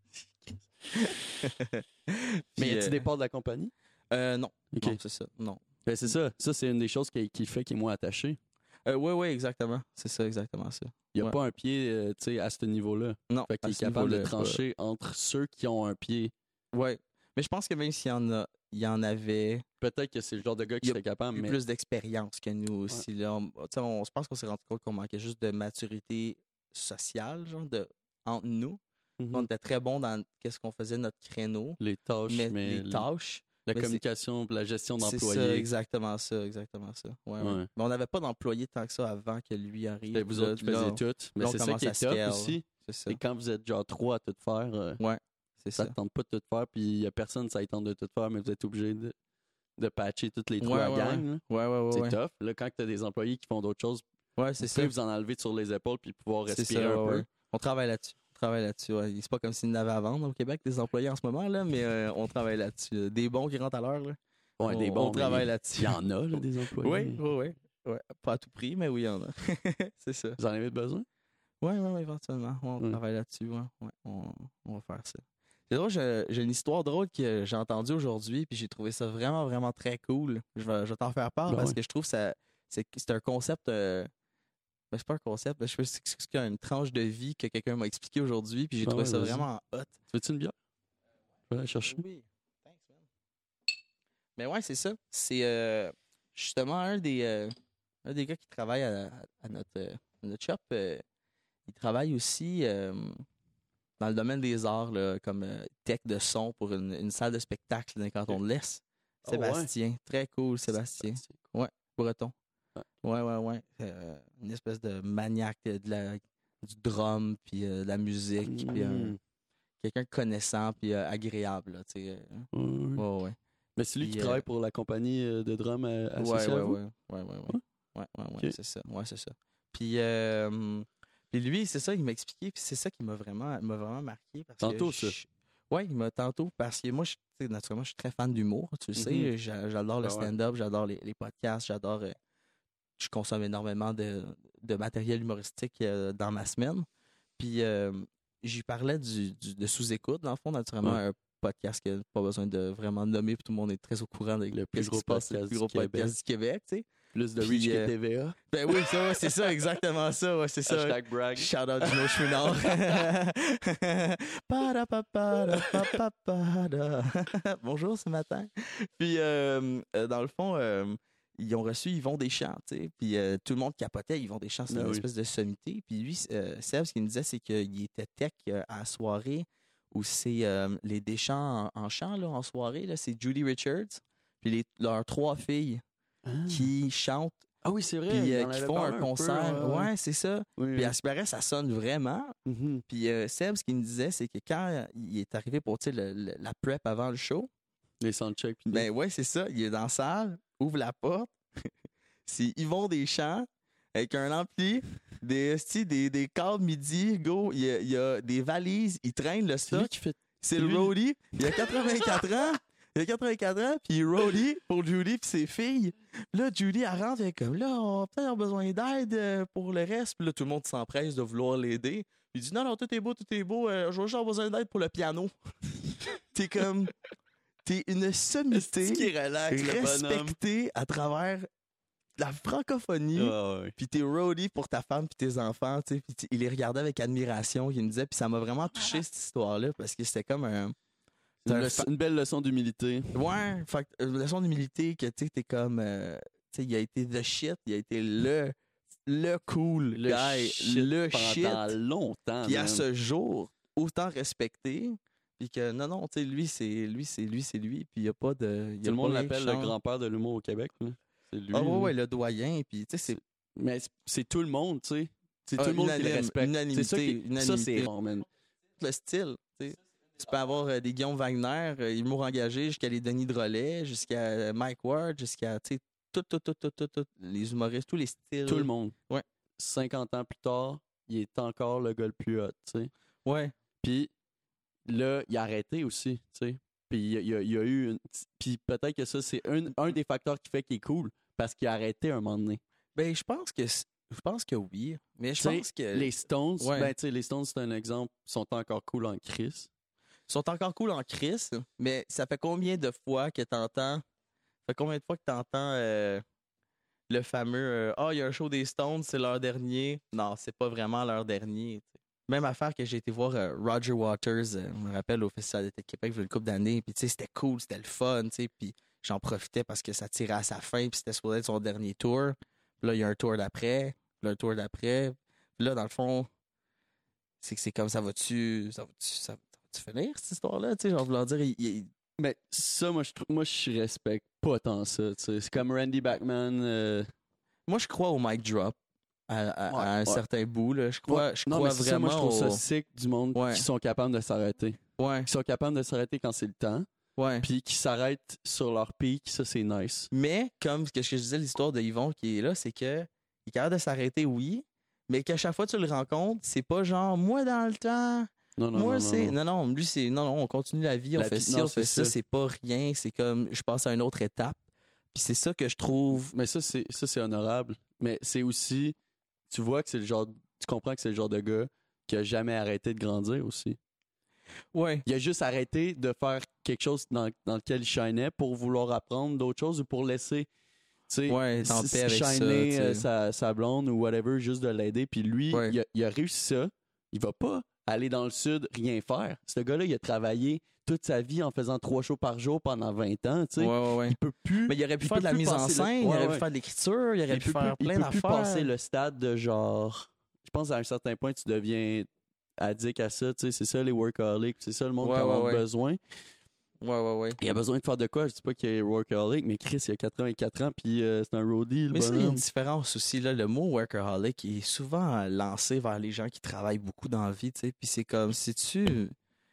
mais y a-t-il euh... des parts de la compagnie? Euh, non. Okay. Non, c'est ça. Non. Ben, c'est ça. Ça, c'est une des choses qui, qui fait qu'il est moins attaché. Euh, ouais, ouais, exactement. C'est ça, exactement ça. Il n'y a Ouais. pas un pied euh, tu sais, à ce niveau-là. Non. Fait qu'il à est ce capable de niveau-là, trancher entre ceux qui ont un pied. pas- Ouais. Mais je pense que même s'il y en a, il y en avait Peut-être que c'est le genre de gars qui Il y a serait capable, eu mais plus d'expérience que nous aussi. Là. On, tu sais, on, je pense qu'on s'est rendu compte qu'on manquait juste de maturité sociale, genre, de, entre nous. Mhm. On était très bons dans qu'est-ce qu'on faisait, notre créneau, les tâches, mais, mais, les l- tâches. la mais c'est- communication, la gestion C'est ça, d'employés. exactement ça, exactement ça. Ouais, ouais. Ouais. Mais on n'avait pas d'employés tant que ça avant que lui arrive. C'était vous Là, autres qui là, faisiez tout. Mais là, on c'est ça commence qui à est top scale. aussi. C'est ça. C'est quand vous êtes genre trois à tout faire, euh, Ouais, c'est ça ça. ne tente pas de tout faire, puis il n'y a personne, ça ne tente de tout faire, mais vous êtes obligé de, de patcher toutes les Ouais, trois à ouais, gang. là. Ouais, ouais, ouais. C'est ouais. tough. Là, quand tu as des employés qui font d'autres choses, Ouais, c'est vous ça. pouvez vous en enlever sur les épaules puis pouvoir C'est respirer ça, un ouais, peu. ouais. On travaille là-dessus. On travaille là-dessus. Ouais. C'est pas comme s'il y en avait à vendre au Québec, des employés en ce moment, là, mais euh, on travaille là-dessus. là. Des bons qui rentrent à l'heure. Là. Ouais, on, des bons, on travaille mais là-dessus. Il y en a, là, des employés. Oui, oui, oui. Ouais. Pas à tout prix, mais oui, il y en a. C'est ça. Vous en avez besoin? Oui, oui, oui, éventuellement. Ouais, on Ouais. travaille là-dessus. Ouais. Ouais, on, on va faire ça. C'est drôle, j'ai, j'ai une histoire drôle que j'ai entendue aujourd'hui, puis j'ai trouvé ça vraiment, vraiment très cool. Je vais, je vais t'en faire part Ben parce ouais. que je trouve que ça, c'est, c'est un concept. euh, ben, c'est pas un concept, mais je sais que c'est une tranche de vie que quelqu'un m'a expliqué aujourd'hui, puis j'ai Ben trouvé ouais, ça vas-y. vraiment hot. Tu veux-tu une bière? Je vais la chercher. Oui. Thanks, man. Mais ouais, c'est ça. C'est euh, justement un des, euh, un des gars qui travaille à, à notre, euh, à notre shop. euh, il travaille aussi euh, dans le domaine des arts, là, comme euh, tech de son pour une, une salle de spectacle dans les cantons de l'Est. Oh, ouais. Sébastien. Très cool, Sébastien. C'est cool. Breton. Ouais. Ouais, ouais, ouais. Euh, une espèce de maniaque de, de la, du drum, puis euh, de la musique, puis un- Mm. quelqu'un de connaissant, puis euh, agréable, là, tu sais. euh. Ouais, ouais. Ouais, ouais. Mais c'est lui Puis, qui euh, travaille pour la compagnie euh, de drum euh, Ouais, associée ouais, à vous? ouais, ouais, ouais, ouais. Ouais, ouais, ouais, Ok. c'est ça. Ouais, c'est ça. Puis, euh, puis lui, c'est ça, il m'a expliqué, puis c'est ça qui m'a vraiment, m'a vraiment marqué. Parce Tantôt, que ça. je- Ouais, il m'a tantôt, parce que moi, je, tu sais, naturellement, je suis très fan d'humour, tu le sais. Mhm. J'a- J'adore le Ben ouais. stand-up, j'adore les, les podcasts, j'adore. euh, je consomme énormément de, de matériel humoristique euh, dans ma semaine. Puis, euh, j'y parlais du, du- de sous-écoute, dans le fond, naturellement, Ouais. un podcast qui n'a pas besoin de vraiment nommer, puis tout le monde est très au courant de Le plus qu'est-ce qui gros se passe, le podcast plus gros du Québec. podcast du Québec, tu sais. Plus de Puis, reach que euh, T V A. Ben oui, ça, ouais, c'est ça, exactement ça, ouais, c'est ça. Hashtag brag. Shout out Gino Chouinard. Para-pa-para-pa-pa-para. Bonjour ce matin. Puis, euh, euh, dans le fond, euh, ils ont reçu Yvon Deschamps, tu sais. Puis, euh, tout le monde capotait Yvon Deschamps, c'était Ben une oui. espèce de sommité. Puis, lui, euh, Seb, ce qu'il me disait, c'est qu'il était tech euh, à la soirée où c'est euh, les Deschamps en, en chant, là, en soirée, là, c'est Judy Richards. Puis, les, leurs trois filles Ah. qui chantent, Ah oui, c'est vrai. puis il euh, en qui avait font parlé un peu, concert. ouais. Ouais, c'est ça. Oui, Puis oui. à ce qui paraît, ça sonne vraiment. Mhm. Puis euh, Seb, ce qu'il me disait, c'est que quand il est arrivé pour tu sais, le- le- la prep avant le show, Les soundchecks. puis ben ouais, c'est ça. Il est dans la salle, ouvre la porte. C'est Yvon Deschamps avec un ampli, des, esti, des, des câbles midi, go. Il y, a, il y a des valises, il traîne le c'est lui stock. qui fait. C'est c'est le lui. roadie. Il a quatre-vingt-quatre ans. Il a quatre-vingt-quatre ans, puis il est roadie pour Judy puis ses filles. Là, Judy, elle rentre, elle est comme, là, on va peut-être avoir besoin d'aide euh, pour le reste. Puis là, tout le monde s'empresse de vouloir l'aider. Il dit, non, non, tout est beau, tout est beau. euh, je vais juste avoir besoin d'aide pour le piano. T'es comme, t'es une sommité C'est qui relax, le bonhomme. respectée à travers la francophonie. Ah ouais. Puis t'es roadie pour ta femme puis tes enfants, tu sais. Puis tu- il les regardait avec admiration, il me disait. Puis ça m'a vraiment touché, cette histoire-là, parce que c'était comme un... Une, un leçon- une belle leçon d'humilité. Ouais, fait que, une leçon d'humilité que tu sais, t'es comme. euh, tu sais, il a été the shit, il a été le, le cool Le guy, shit le shit. pendant longtemps. Puis à man. ce jour, autant respecté. Puis que non, non, tu sais, lui, c'est lui, c'est lui, c'est lui. Puis il n'y a pas de. y a Tout le pas monde rien qui l'appelle le change. grand-père de l'humour au Québec. là. C'est lui. Ah ouais, là. ouais, le doyen. Puis tu sais, c'est. Mais c'est- c'est tout le monde, tu sais. C'est Ah, tout le monde qui le unanime, respecte. unanimité, C'est ça, qui, ça c'est unanimité. bon, man. Le style, tu sais. Tu peux avoir euh, des Guillaume Wagner, euh, humour engagé, jusqu'à les Denis Drolet, jusqu'à euh, Mike Ward, jusqu'à, tu sais, tout, tout, tout, tout, tout, tout, les humoristes, tous les styles. Tout le monde. Ouais. cinquante ans plus tard, il est encore le gars le plus hot, tu sais. Ouais. Puis là, il a arrêté aussi, tu sais. Puis il y a, il y a- il y a eu une... Puis peut-être que ça, c'est un, un des facteurs qui fait qu'il est cool, parce qu'il a arrêté un moment donné. Ben, je pense que c- je pense que oui. Mais je Tu sais, pense que Les Stones, Ouais. ben tu sais, les Stones, c'est un exemple, sont encore cool en crise. ils sont encore cool en crise, mais ça fait combien de fois que t'entends. Ça fait combien de fois que t'entends euh, le fameux ah, euh, oh, il y a un show des Stones, c'est leur dernier. Non, c'est pas vraiment leur dernier. T'sais. Même affaire que j'ai été voir euh, Roger Waters, euh, je me rappelle, au Festival d'été de Québec, il y a une couple d'années. Puis, tu sais, c'était cool, c'était le fun, tu sais. Puis, j'en profitais parce que ça tirait à sa fin, puis c'était supposé être son dernier tour. Puis là, il y a un tour d'après, puis là, un tour d'après. Puis là, dans le fond, c'est que c'est comme ça va-tu. Ça va-tu, ça va-tu finir, cette histoire-là? Tu sais, genre, vouloir dire, il, il... Mais ça, moi, je trouve, moi, je respecte pas tant ça, tu sais. C'est comme Randy Bachman. Euh... Moi, je crois au mic drop. À, à, ouais, à un ouais. certain bout, là. Je crois, ouais. je non, crois mais vraiment. Ça, moi, je trouve au... ça sick du monde ouais. qui sont capables de s'arrêter. Ouais. Qui sont capables de s'arrêter quand c'est le temps. Ouais. Puis qui s'arrêtent sur leur pic, ça, c'est nice. Mais, comme ce que je disais, l'histoire de Yvon qui est là, c'est que il est capable de s'arrêter, oui, mais qu'à chaque fois que tu le rencontres, c'est pas genre, moi, dans le temps. Non, non, moi, non, c'est. Non, non, non, lui, c'est. Non, non, on continue la vie, on la fait vie, ci, non, on fait ça, ça, c'est pas rien. C'est comme, je passe à une autre étape. Puis c'est ça que je trouve. Mais ça, c'est, ça, c'est honorable. Mais c'est aussi. Tu vois que c'est le genre. Tu comprends que c'est le genre de gars qui a jamais arrêté de grandir aussi. Ouais. Il a juste arrêté de faire quelque chose dans, dans lequel il shinait pour vouloir apprendre d'autres choses ou pour laisser. Tu sais, ouais, s- shiner euh, sa, sa blonde ou whatever, juste de l'aider. Puis lui, ouais. il, a, il a réussi ça. Il va pas aller dans le sud, rien faire. Ce gars-là, il a travaillé toute sa vie en faisant trois shows par jour pendant vingt ans, tu sais. Ouais, ouais, ouais. Il peut plus. Mais il aurait pu faire de la mise en scène, le... ouais, il aurait ouais. pu faire de l'écriture, il aurait il pu faire plus, plein d'affaires. Il peut plus passer le stade de genre. Je pense à un certain point, tu deviens addict à ça, tu sais. C'est ça les workaholics, c'est ça le monde ouais, qui ouais, a ouais. besoin. Ouais, ouais, ouais. Il a besoin de faire de quoi? Je dis pas qu'il est workaholic, mais Chris, il a quatre-vingt-quatre ans, puis euh, c'est un roadie. Mais ça, il y a une différence aussi. Là. Le mot workaholic est souvent lancé vers les gens qui travaillent beaucoup dans la vie, tu sais. Puis c'est comme, si tu...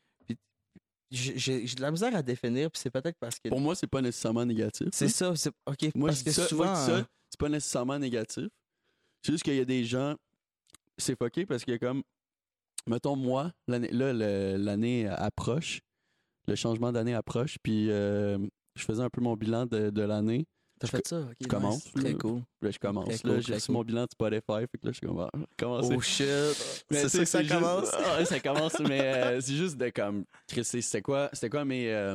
J'ai, j'ai de la misère à définir, puis c'est peut-être parce que... Pour moi, c'est pas nécessairement négatif. C'est hein? ça, c'est... OK, moi, parce je que ça, souvent... moi, ça, c'est pas nécessairement négatif. C'est juste qu'il y a des gens... C'est fucké parce que comme... Mettons, moi, l'année, là, le, l'année approche. Le changement d'année approche, puis euh, je faisais un peu mon bilan de, de l'année. T'as fait ça? OK, je commence. Nice. Très cool. Là, je commence. Très là, cool, j'ai reçu cool. mon bilan de Spotify, fait que là, je suis comme... Ah, commencer. Oh shit! Mais c'est ça que ça juste... commence? Ah, ça commence, mais euh, c'est juste de comme... C'était quoi, c'était quoi mes, euh,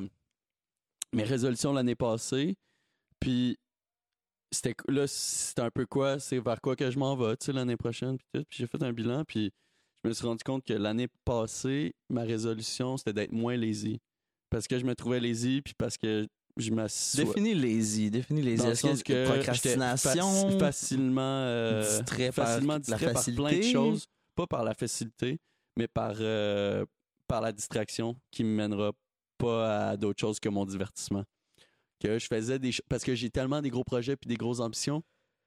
mes résolutions l'année passée? Puis c'était là, c'était un peu quoi? C'est vers quoi que je m'en vais, tu sais, l'année prochaine, puis tout. Puis j'ai fait un bilan, puis je me suis rendu compte que l'année passée, ma résolution, c'était d'être moins lazy. Parce que je me trouvais lazy, puis parce que je m'assois. Définis lazy. Définis lazy. Dans le sens que procrastination. Faci- facilement euh, distrait facilement par distrait la par facilité. plein de choses. Pas par la facilité, mais par, euh, par la distraction qui me mènera pas à d'autres choses que mon divertissement. Que je faisais des parce que j'ai tellement des gros projets puis des grosses ambitions,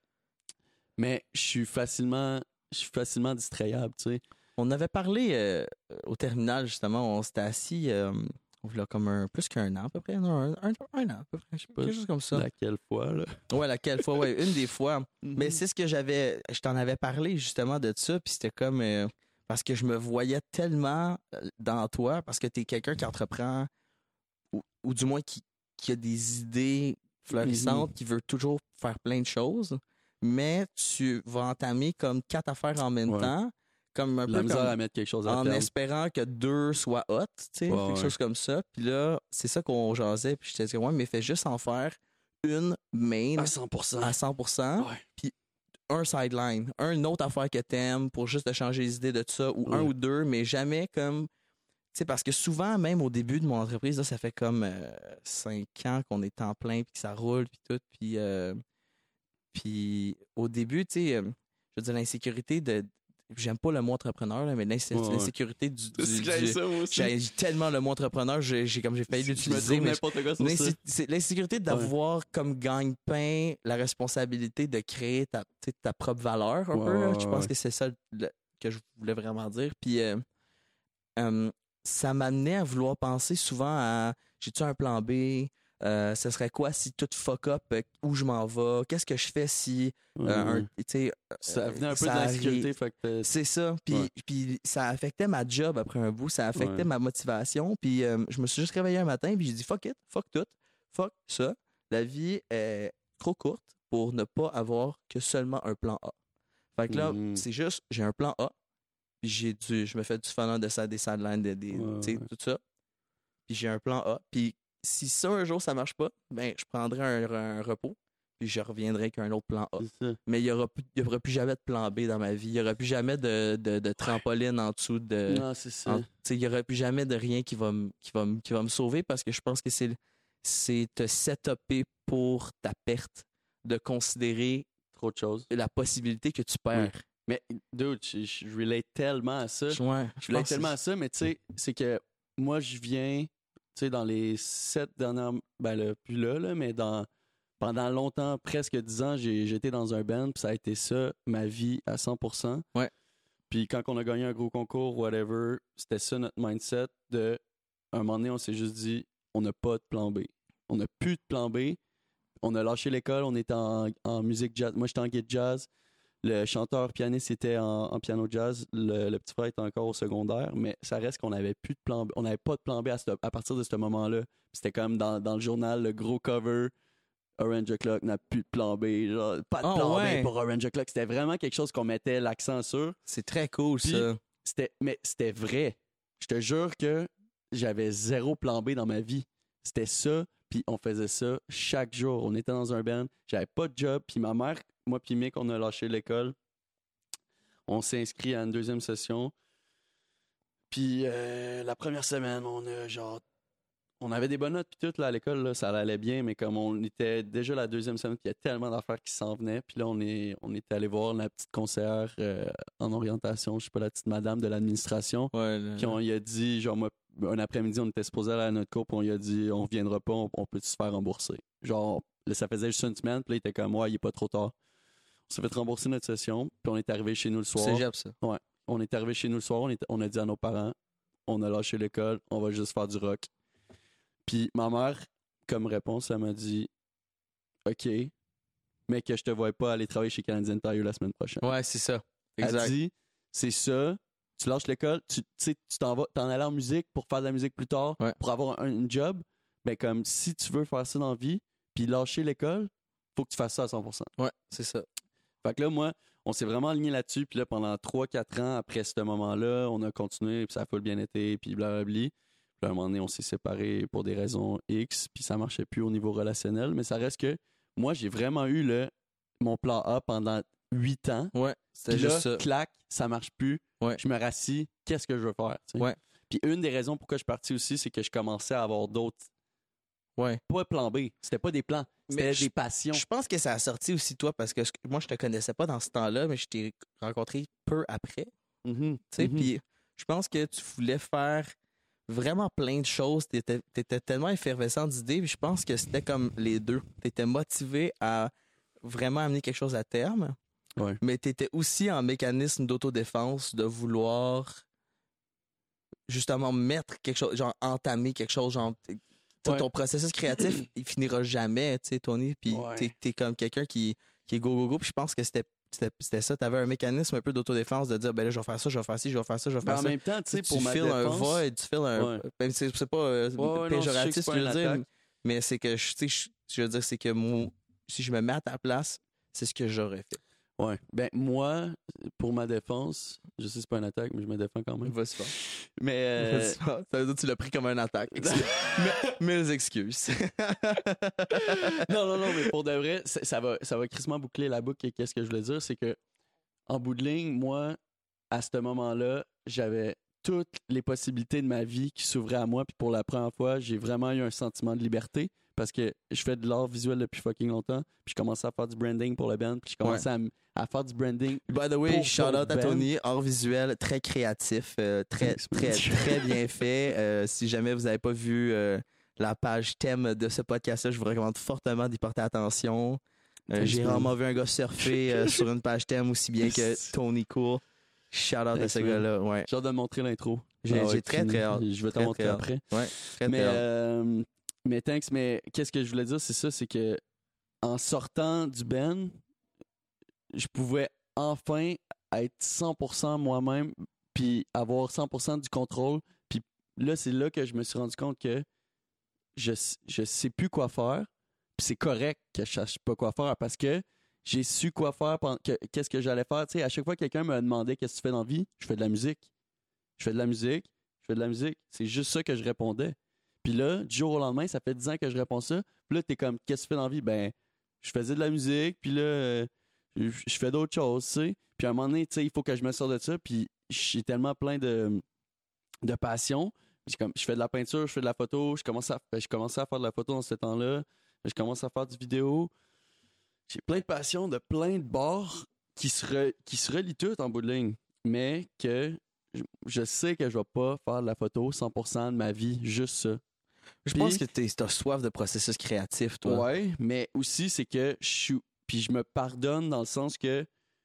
mais je suis facilement, je suis facilement distrayable, tu sais. On avait parlé euh, au terminal, justement, on s'était assis euh, là, comme un, plus qu'un an à peu près, non, un, un, un an à peu près, je sais pas, quelque chose comme ça. Laquelle fois, là? Ouais, laquelle fois, ouais, une des fois. Mm-hmm. Mais c'est ce que j'avais, je t'en avais parlé justement de ça, puis c'était comme, euh, parce que je me voyais tellement dans toi, parce que t'es quelqu'un qui entreprend, ou, ou du moins qui, qui a des idées florissantes, mm-hmm. qui veut toujours faire plein de choses, mais tu vas entamer comme quatre affaires en même ouais. temps, comme un la peu misère comme à mettre quelque chose à en terme. espérant que deux soient hot, tu sais, ouais, quelque ouais. chose comme ça. Puis là, c'est ça qu'on jasait, puis je te disais, ouais, mais fais juste en faire une main à cent pour cent. À cent pour cent ouais. Puis un sideline, un autre affaire que t'aimes pour juste te changer les idées de ça, ou ouais. un ou deux, mais jamais comme... Tu sais, parce que souvent, même au début de mon entreprise, là, ça fait comme euh, cinq ans qu'on est en plein, puis que ça roule, puis tout, puis... Euh, puis au début, tu sais, euh, je veux dire, l'insécurité de... J'aime pas le mot entrepreneur, là, mais l'insé- ouais, ouais. l'insécurité du... du, c'est du ça, moi aussi. J'ai tellement le mot entrepreneur, j'ai, j'ai, comme j'ai failli je l'utiliser. me n'importe quoi sur mais ça. c'est, c'est l'insécurité d'avoir ouais. comme gagne-pain la responsabilité de créer ta, ta propre valeur un ouais, peu. Là. Ouais, je pense ouais. que c'est ça le, que je voulais vraiment dire. Puis euh, euh, ça m'amenait à vouloir penser souvent à j'ai-tu un plan B? Euh, ce serait quoi si tout fuck up, euh, où je m'en vais, qu'est-ce que je fais si euh, ouais, un, ouais. tu sais, ça venait un peu de l'insécurité, fait que c'est ça, puis ouais. puis ça affectait ma job après un bout, ça affectait ouais. ma motivation, puis euh, je me suis juste réveillé un matin puis j'ai dit fuck it, fuck tout, fuck ça, la vie est trop courte pour ne pas avoir que seulement un plan A. Fait que là, mm-hmm. c'est juste j'ai un plan A, puis j'ai du je me fais du funnel de ça, des sidelines, des, des ouais, tu sais ouais. tout ça, puis j'ai un plan A, puis si ça un jour ça marche pas, ben je prendrai un, un repos, puis je reviendrai avec un autre plan A. C'est ça. Mais il n'y aura, plus- il y aura plus jamais de plan B dans ma vie. Il n'y aura plus jamais de, de, de trampoline en dessous de. Non, c'est ça. en- tu sais, il n'y aura plus jamais de rien qui va, me- qui va, me- qui va me sauver parce que je pense que c'est, c'est te setuper pour ta perte, de considérer Trop de choses. la possibilité que tu perds. Mais, dude, je, je relate tellement à ça. Je- ouais, Je relate tellement à ça, mais tu sais, c'est que moi, je viens, tu sais, dans les sept dernières. Ben, là, plus là, là, mais dans. Pendant longtemps, presque dix ans, j'ai, j'étais dans un band, puis ça a été ça, ma vie à cent pour cent. Ouais. Puis quand on a gagné un gros concours, whatever, c'était ça notre mindset de. Un moment donné, on s'est juste dit, on n'a pas de plan B. On n'a plus de plan B. On a lâché l'école, on était en, en musique jazz. Moi, j'étais en guide jazz. Le chanteur pianiste était en, en piano jazz. Le, le petit frère était encore au secondaire. Mais ça reste qu'on n'avait plus de plan B. On n'avait pas de plan B à, ce- à partir de ce moment-là. Puis c'était comme dans, dans le journal, le gros cover. Orange O'Clock n'a plus de plan B. Genre, pas de Oh, plan ouais. B pour Orange O'Clock. C'était vraiment quelque chose qu'on mettait l'accent sur. C'est très cool, Puis- ça. C'était, mais c'était vrai. Je te jure que j'avais zéro plan B dans ma vie. C'était ça, puis on faisait ça chaque jour. On était dans un band, j'avais pas de job, puis ma mère, moi puis Mick, on a lâché l'école. On s'est inscrit à une deuxième session. Puis euh, la première semaine, on a genre... On avait des bonnes notes puis tout là, à l'école, là, ça allait bien, mais comme on était déjà la deuxième semaine, puis il y a tellement d'affaires qui s'en venaient. Puis là, on est, on était allé voir la petite conseillère euh, en orientation, je sais pas, la petite madame de l'administration. Ouais, là, Puis on lui a dit, genre, moi, un après-midi, on était supposé aller à notre cours, puis on lui a dit, on viendra pas, on, on peut se faire rembourser. Genre, là, ça faisait juste une semaine, puis là, il était comme, ouais, il est pas trop tard. On s'est fait rembourser notre session, puis on est arrivé chez nous le soir. Cégep, ça. On est arrivé chez nous le soir, on, est- on a dit à nos parents, on a lâché l'école, on va juste faire du rock. Puis ma mère, comme réponse, elle m'a dit, OK, mais que je te vois pas aller travailler chez Canadian Tire la semaine prochaine. Ouais, c'est ça. Elle Exact. dit, c'est ça, tu lâches l'école, tu tu sais, tu t'en vas, t'en allais en musique pour faire de la musique plus tard, Ouais. pour avoir un, un job. Ben comme si tu veux faire ça dans la vie, puis lâcher l'école, faut que tu fasses ça à cent pour cent. Ouais, c'est ça. Fait que là, moi, on s'est vraiment aligné là-dessus, puis là, pendant trois quatre ans après ce moment-là, on a continué, puis ça a full bien été, puis blablabla. Puis à un moment donné, on s'est séparés pour des raisons X, puis ça marchait plus au niveau relationnel, mais ça reste que moi, j'ai vraiment eu le mon plan A pendant huit ans. Ouais, c'était Puis là, juste ça. clac, ça marche plus. Ouais. Je me rassis, qu'est-ce que je veux faire? tu sais? Ouais. Puis une des raisons pourquoi je suis parti aussi, c'est que je commençais à avoir d'autres. Ouais. Pas plan B, c'était pas des plans, c'était Mais des je- passions. Je pense que ça a sorti aussi toi parce que ce- moi, je te connaissais pas dans ce temps-là, mais je t'ai rencontré peu après. Mhm, Tu sais, mhm. puis je pense que tu voulais faire vraiment plein de choses. Tu étais tellement effervescent d'idées, puis je pense que c'était comme les deux. Tu étais motivé à vraiment amener quelque chose à terme, Ouais. mais tu étais aussi en mécanisme d'autodéfense de vouloir justement mettre quelque chose, genre entamer quelque chose, genre t- t- Ouais. ton processus créatif, il finira jamais, tu sais, Tony, puis Ouais. t'es t'es comme quelqu'un qui, qui est go go go, puis je pense que c'était c'était c'était ça, t'avais un mécanisme un peu d'autodéfense de dire ben là je vais faire ça, je vais faire ci, je vais faire ça, je vais Mais faire en ça. même temps, tu sais, tu pour ma files un défense, void, tu files un Ouais. même si c'est c'est pas euh, Ouais, ouais, non, je sais péjoratif que c'est ce que pas je veux une dire, attaque. mais c'est que je tu sais je- je veux dire c'est que moi si je me mets à ta place, c'est ce que j'aurais fait. Ouais. Ben moi, pour ma défense, je sais que c'est pas une attaque, mais je me défends quand même. Vas-y fort. Mais euh, Vas-y fort. Ça veut dire que tu l'as pris comme une attaque. Excuse- Mais- Mille excuses. non, non, non, mais pour de vrai, ça, ça va, ça va crissement boucler la boucle. Et qu'est-ce que je voulais dire, c'est que en bout de ligne, moi, à ce moment-là, j'avais toutes les possibilités de ma vie qui s'ouvraient à moi. Puis pour la première fois, j'ai vraiment eu un sentiment de liberté parce que je fais de l'art visuel depuis fucking longtemps. Puis je commençais à faire du branding pour le band. Puis je commençais à, m- à faire du branding. By the way, Pour shout out à d'autres Tony, hors visuel, très créatif, euh, très, Thanks, man. très, très bien fait. Euh, si jamais vous n'avez pas vu euh, la page thème de ce podcast-là, je vous recommande fortement d'y porter attention. Euh, Thanks, J'ai man. rarement vu un gars surfer euh, sur une page thème aussi bien que Tony Cool. Shout out à Thanks, ce man. gars-là. Ouais. J'ai hâte de montrer l'intro. J'ai- Ah ouais, j'ai très, puis très hâte. Je vais te Très, montrer très hâte. après. Ouais. Très, Mais, très hâte. euh, mais thanks, mais qu'est-ce que je voulais dire, c'est ça, c'est que en sortant du Ben, je pouvais enfin être cent pour cent moi-même, puis avoir cent pour cent du contrôle. Puis là, c'est là que je me suis rendu compte que je, je sais plus quoi faire, puis c'est correct que je sache pas quoi faire parce que j'ai su quoi faire, pen- que- qu'est-ce que j'allais faire. Tu sais, à chaque fois que quelqu'un me demandait qu'est-ce que tu fais dans la vie, je fais de la musique. Je fais de la musique, je fais de la musique. C'est juste ça que je répondais. Puis là, du jour au lendemain, ça fait dix ans que je réponds ça. Puis là, t'es comme, qu'est-ce que tu fais dans la vie? Ben, je faisais de la musique, puis là, euh, je, je fais d'autres choses, tu sais. Puis à un moment donné, tu sais, il faut que je me sorte de ça, puis je suis tellement plein de, de passion. Puis comme, je fais de la peinture, je fais de la photo, je commence à, je commençais à faire de la photo dans ce temps-là, je commence à faire du vidéo. J'ai plein de passion de plein de bords qui se, re, qui se relient toutes en bout de ligne, mais que je, je sais que je vais pas faire de la photo cent pour cent de ma vie, juste ça. Je Puis- pense que t'es- t'as soif de processus créatif, toi. Ouais, mais aussi, c'est que je suis. Puis je me pardonne dans le sens que,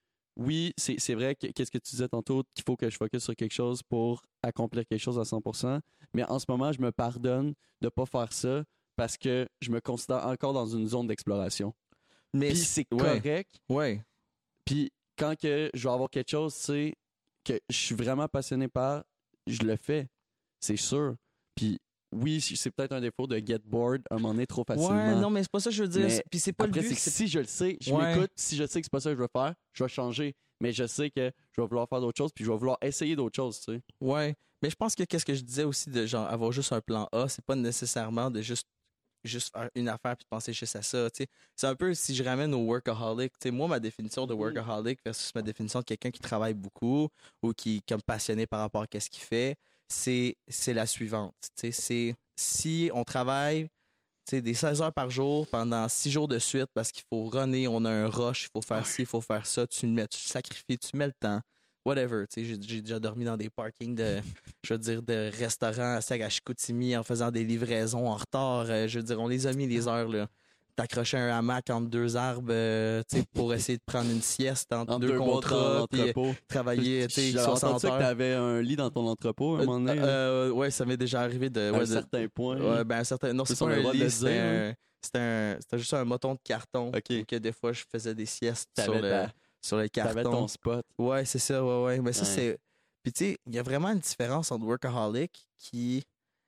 oui, c'est, c'est vrai que, qu'est-ce que tu disais tantôt, qu'il faut que je focus sur quelque chose pour accomplir quelque chose à cent pour cent. Mais en ce moment, je me pardonne de pas faire ça parce que je me considère encore dans une zone d'exploration. Mais Puis c'est ouais, correct. ouais. Puis quand que je vais avoir quelque chose, tu sais, que je suis vraiment passionné par, je le fais. C'est sûr. Puis oui, c'est peut-être un défaut de get bored à un moment donné trop facilement. Ouais, non, mais c'est pas ça que je veux dire. Mais Puis c'est pas Après, le but. c'est que c'est- si je le sais, je Ouais. m'écoute. Si je sais que c'est pas ça que je veux faire, je vais changer. Mais je sais que je vais vouloir faire d'autres choses, puis je vais vouloir essayer d'autres choses, tu sais. Ouais. Mais je pense que qu'est-ce que je disais aussi de genre avoir juste un plan A, c'est pas nécessairement de juste juste faire une affaire puis de penser juste à ça, tu sais. C'est un peu si je ramène au workaholic, tu sais, moi ma définition de workaholic versus ma définition de quelqu'un qui travaille beaucoup ou qui est comme passionné par rapport à ce qu'il fait, c'est c'est la suivante, tu sais, c'est si on travaille tu sais, des seize heures par jour pendant six jours de suite parce qu'il faut runner, on a un rush, il faut faire ci, il faut faire ça, tu le mets, tu sacrifies, tu mets le temps. Whatever, tu sais, j'ai, j'ai déjà dormi dans des parkings de, je veux dire, de restaurants à Chicoutimi en faisant des livraisons en retard. Euh, je veux dire, on les a mis les heures, là. T'accrochais un hamac entre deux arbres, euh, tu sais, pour essayer de prendre une sieste entre, Entre deux, deux boîtes dans contrats, puis l'entrepôt. travailler, tu sais, J'avais entendu soixante ça que heures. t'avais un lit dans ton entrepôt à un moment donné. là. Euh, euh, ouais, ça m'est déjà arrivé de, à ouais, un de- certain point. Ouais, ben un certain. Non, c'est Ça, on pas a le un droit de le lit, c'était dire, un, c'était un. C'était juste un moton de carton. Ok. Et que des fois, je faisais des siestes sur T'avais, le, ta- sur les t'avais ton cartons. spot. Ouais, c'est ça, ouais, ouais. Mais ça, Ouais. c'est. Puis tu sais, il y a vraiment une différence entre workaholic qui.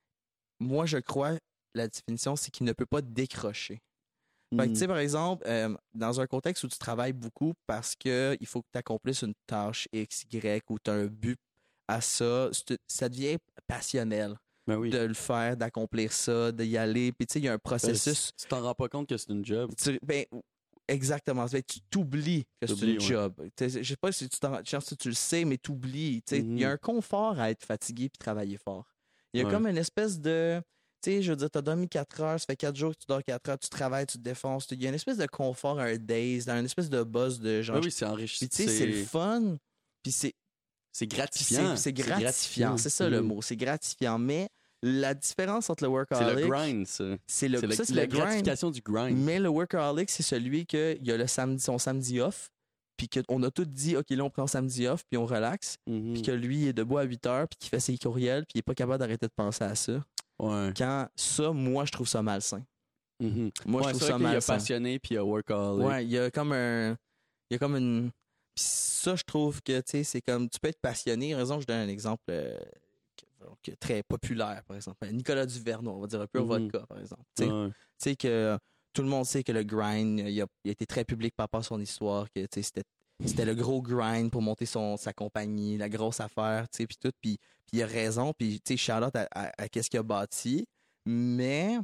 Moi, je crois, la définition, c'est qu'il ne peut pas décrocher. Fait que, tu sais, par exemple, euh, dans un contexte où tu travailles beaucoup parce que il faut que tu accomplisses une tâche X, Y ou tu as un but à ça, c'est- ça devient passionnel Ben oui. de le faire, d'accomplir ça, d'y aller. Puis, tu sais, il y a un Ben, processus. tu t'en rends pas compte que c'est une job. Tu- ben, exactement. Fait que tu t'oublies que c'est T'oublies, une ouais. job. Tu sais, je sais pas si tu, t'en, genre, si tu le sais, mais t'oublies. Tu sais, il y a Mhm. un confort à être fatigué puis travailler fort. Il y a Ouais. comme une espèce de. Tu sais, je veux dire, t'as dormi quatre heures, ça fait quatre jours que tu dors quatre heures, tu travailles, tu te défonces. Il y a une espèce de confort, un days, une espèce de buzz de genre. Ben oui, c'est enrichissant. Puis tu sais, c'est le fun. Puis c'est C'est puis gratifiant. c'est- c'est gratifiant. C'est ça le Mhm. mot. C'est gratifiant. Mais la différence entre le C'est workaholic. le grind, ça. C'est le, C'est le- ça, c'est la le grind. gratification du grind. Mais le workaholic, c'est celui que il y a le samedi, son samedi off, puis qu'on a tout dit, OK, là, on prend samedi off, puis on relaxe, Mhm. puis que lui, il est debout à huit heures, puis qu'il fait ses courriels, puis il est pas capable d'arrêter de penser à ça. Ouais. Quand ça, moi, je trouve ça malsain. Mhm. Moi, Ouais, je trouve c'est ça vrai qu'il y a malsain. passionné puis il y a workaholic. Ouais, il y a comme un. Il y a comme une. Puis ça, je trouve que, tu sais, c'est comme. Tu peux être passionné. Par exemple, je donne un exemple euh, que- que très populaire, par exemple. Nicolas Duvernois, on va dire un peu au Mhm. vodka, par exemple. Tu sais, Ouais. tu sais que tout le monde sait que le grind, il a, il a été très public par rapport à son histoire, que tu sais, c'était c'était le gros grind pour monter son sa compagnie, la grosse affaire, tu sais, puis tout, puis puis il a raison, puis tu sais, Charlotte à, à, à qu'est-ce qu'il a bâti, mais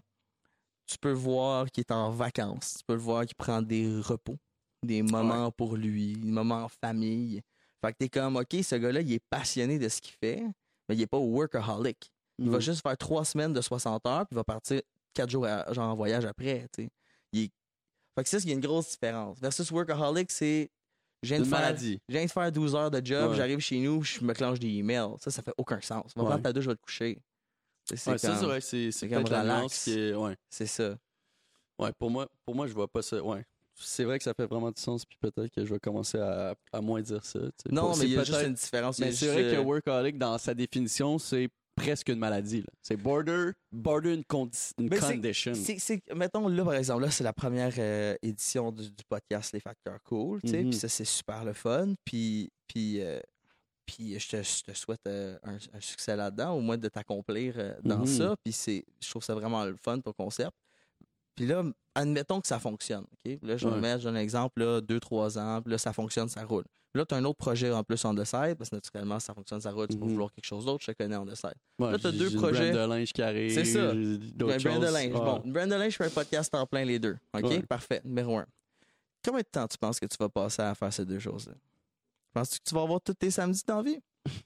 tu peux voir qu'il est en vacances, tu peux le voir qu'il prend des repos, des moments pour lui, des moments en famille. Fait que t'es comme, OK, ce gars-là, il est passionné de ce qu'il fait, mais il est pas workaholic. Il va Mhm. juste faire trois semaines de soixante heures, puis il va partir quatre jours à- genre en voyage après. Tu sais. Il est... Fait que ça, il y a une grosse différence. Versus workaholic, c'est. Je viens, de Une faire, maladie. je viens de faire douze heures de job, Ouais. j'arrive chez nous, je me clenche des emails. Ça, ça fait aucun sens. Va Ouais. prendre ta douche, je vais te coucher. Tu sais, C'est Ouais, ça, comme- c'est vrai, c'est, c'est c'est comme peut-être la relax. nuance qui est. Ouais. c'est ça. Ouais, pour moi, pour moi, je vois pas ça. Ouais. C'est vrai que ça fait vraiment du sens, puis peut-être que je vais commencer à, à moins dire ça. tu sais. Non, Pour- mais il y a c'est juste peut-être- une différence. il y a Mais c'est juste, vrai que euh, workaholic, dans sa définition, c'est presque une maladie. là. C'est border, border une, condi- une Mais c'est- condition. C'est, c'est, mettons, là, par exemple, là, c'est la première euh, édition du, du podcast Les Facteurs Cool, tu sais, Mhm. puis ça, c'est super le fun, puis, puis, euh, puis je, te, je te souhaite euh, un, un succès là-dedans, au moins de t'accomplir euh, dans Mhm. ça, puis c'est, je trouve ça vraiment le fun, ton concept. Puis là, admettons que ça fonctionne, OK? Là, je, Ouais. remets, je donne un exemple, là, deux, trois ans, puis là, ça fonctionne, ça roule. Là, tu as un autre projet en plus on the side, parce que naturellement, ça fonctionne, ça roule, tu vas Mhm. vouloir quelque chose d'autre, je te connais on the side. Ouais, Là, t'as j'ai- deux j'ai une projets. brand de linge qui arrive. C'est ça. j'ai d'autres Un brand de choses. linge. Ouais. Bon, une brand de linge, je fais un podcast en plein les deux. OK? Ouais. Parfait. Numéro un. Combien de temps tu penses que tu vas passer à faire ces deux choses-là? Penses-tu que tu vas avoir tous tes samedis dans la vie?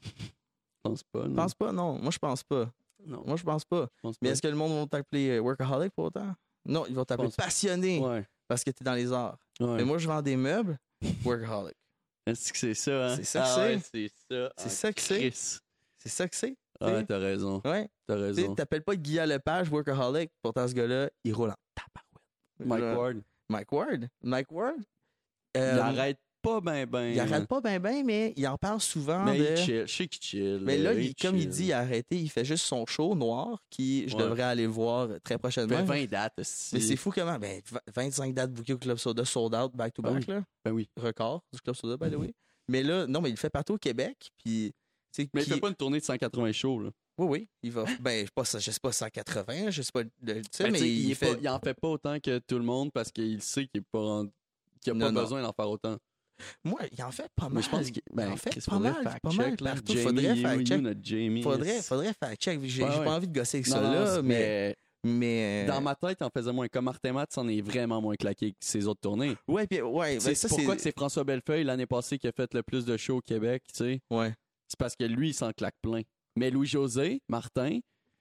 Je pense pas. Je Non. pense pas, non. Moi, je pense pas. Non, Moi, je pense pas. je pense Mais pas. est-ce que le monde va t'appeler euh, workaholic pour autant? Non, ils vont t'appeler pense- passionné Ouais. parce que t'es dans les arts. ouais. Mais moi, je vends des meubles, workaholic. Est-ce que c'est ça, hein? C'est ça que Ah c'est. ouais, c'est ça. C'est Ah, ça que c'est. Chris. C'est ça que c'est. Ouais, t'sais. t'as raison. Ouais. T'as Tu sais, raison. t'appelles pas Guy Lepage workaholic, pourtant ce gars-là, il roule en tabarouette. Mike Genre, Ward. Mike Ward. Mike Ward. Il euh, arrête pas ben ben. Il arrête pas ben ben, mais il en parle souvent Mais de... il chill. Je sais qu'il chill. Mais là, il- comme il chill. dit, il a arrêté, il fait juste son show noir, qui je Ouais. devrais aller voir très Il prochainement. fait vingt dates. aussi. Mais c'est fou comment. Ben, v- vingt-cinq dates bookées au Club Soda, sold out, back to Ben back, oui. là. Ben oui. Record du Club Soda, by the way. Mais là, non, mais il le fait partout au Québec, puis... tu sais, Mais il puis- fait pas une tournée de cent quatre-vingts shows, là. Oui, oui, il va... Ben, je sais pas, je sais pas cent quatre-vingts, je sais pas... le- Tu sais, Ben, mais tu sais, il, il, est fait... pas- il en fait pas autant que tout le monde parce qu'il sait qu'il est pas rendu- qu'il a Non, pas non. besoin d'en faire autant. Moi, il en fait pas mal. Mais je pense qu'il il ben, en fait Chris, pas faudrait mal, fact pas mal check, là. partout. Jamie, Faudrait you, fact you, check. notre Jamie. Faudrait, yes. faudrait fact check. J'ai Ouais, j'ai ouais. pas envie de gosser avec Non, ça non, là, c'est- mais... mais... Dans ma tête, en faisait moins. Comme Martin Matt, c'en est vraiment moins claqué que ses autres tournées. Ouais, puis, ouais, C'est ben, ça, pourquoi c'est... que c'est François Bellefeuille l'année passée qui a fait le plus de shows au Québec, tu sais. Ouais. C'est parce que lui, il s'en claque plein. Mais Louis-José, Martin,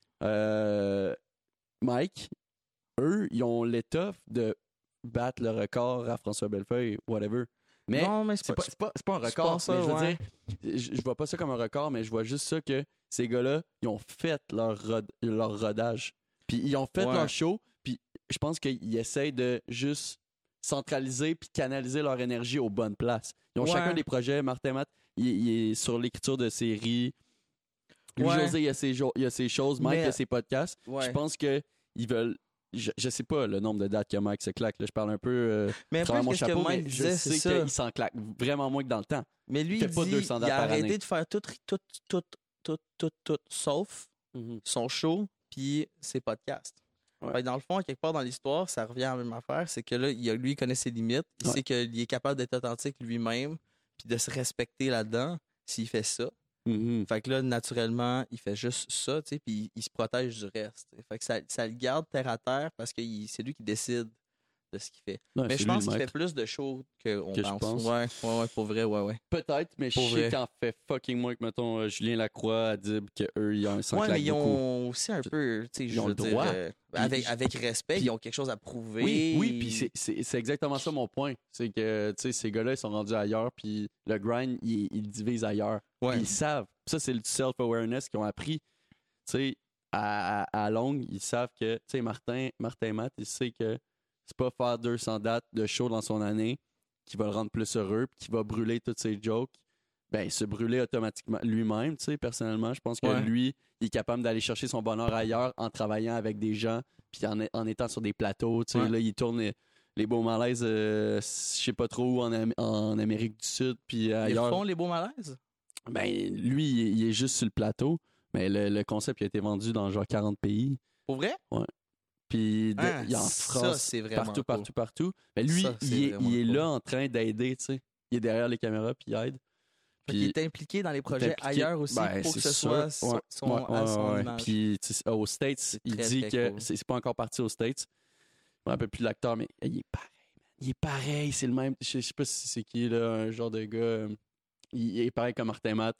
euh, Mike, eux, ils ont l'étoffe de battre le record à François Bellefeuille, whatever. Mais non, mais c'est pas, c'est pas, c'est pas un c'est pas record, ça, mais je veux ouais. dire, je, je vois pas ça comme un record, mais je vois juste ça que ces gars-là, ils ont fait leur, rod- leur rodage. Puis ils ont fait Ouais. leur show, puis je pense qu'ils essayent de juste centraliser puis canaliser leur énergie aux bonnes places. Ils ont Ouais. chacun des projets. Martin Matt, il, il est sur l'écriture de séries. Louis-José, il, a ses jo- il a ses choses. Mike, Mais- il a ses podcasts. Ouais. Je pense qu'ils veulent... Je, je sais pas le nombre de dates que Mike se claque. Là. Je parle un peu euh, Mais à après, travers mon qu'est-ce que chapeau, Mike mais disait, je c'est sais ça. qu'il s'en claque vraiment moins que dans le temps. Mais lui, il il, fait pas dit, deux cents il dates a par arrêté année. de faire tout, tout, tout, tout, tout, tout, sauf son show puis ses podcasts. Ouais. Fait que dans le fond, quelque part dans l'histoire, ça revient à la même affaire, c'est que là, il a, lui, il connaît ses limites, il Ouais. sait qu'il est capable d'être authentique lui-même puis de se respecter là-dedans s'il fait ça. Mhm. Fait que là, naturellement, il fait juste ça, tu sais, puis il, il se protège du reste. Fait que ça, ça le garde terre à terre parce que il- c'est lui qui décide de ce qu'il fait. Ouais, Mais c'est je lui pense le qu'il fait maître. plus de shows qu'on Que je pense. pense. Ouais, ouais, ouais, pour vrai, ouais, ouais. Peut-être, mais je Pour sais vrai. qu'en fait fucking moins que, mettons, euh, Julien Lacroix, Adib, qu'eux, ils en s'en Ouais, mais claquent ils beaucoup. ont aussi un peu, tu sais, je Ils ont veux le dire, droit. euh, Puis- avec, avec respect, puis- ils ont quelque chose à prouver. Oui, oui, puis c'est- c'est c'est exactement ça mon point. C'est que, tu sais, ces gars-là, ils sont rendus ailleurs, puis le grind, ils, ils le divisent ailleurs. Ouais. Puis ils savent. Ça, c'est le self-awareness qu'ils ont appris. Tu sais, à, à, à longue, ils savent que, tu sais, Martin, Martin Matt, il sait que c'est pas faire deux cents dates de show dans son année qui va le rendre plus heureux, puis qui va brûler toutes ses jokes. Ben, se brûler automatiquement lui-même, tu sais, personnellement. Je pense que Ouais. lui, il est capable d'aller chercher son bonheur ailleurs en travaillant avec des gens, puis en, en étant sur des plateaux, tu sais. Ouais. Là, il tourne les, les beaux malaises, euh, je sais pas trop où, en, Am- en Amérique du Sud, puis Ils ailleurs. font les beaux malaises. Ben, lui, il est, il est juste sur le plateau, mais le, le concept il a été vendu dans genre quarante pays. Pour vrai? Puis de- Ah, il y a en ça, France, c'est vraiment partout, cool. partout, partout. Mais lui, Ça, c'est il est, vraiment il est cool. là en train d'aider, tu sais. Il est derrière les caméras, puis il aide. Fait qu'il est impliqué dans les projets impliqué. ailleurs aussi Ben, pour que c'est ce sûr. soit son, Ouais, son- ouais, à ouais, son ouais. image. Puis tu sais, aux States, C'est il très, dit très que cool. c'est c'est pas encore parti aux States. Je me rappelle plus de l'acteur, mais il est pareil, man. Il est pareil, c'est le même. Je sais- je sais pas si c'est qui, là, un genre de gars. euh, Il, il est pareil comme Martin Matt.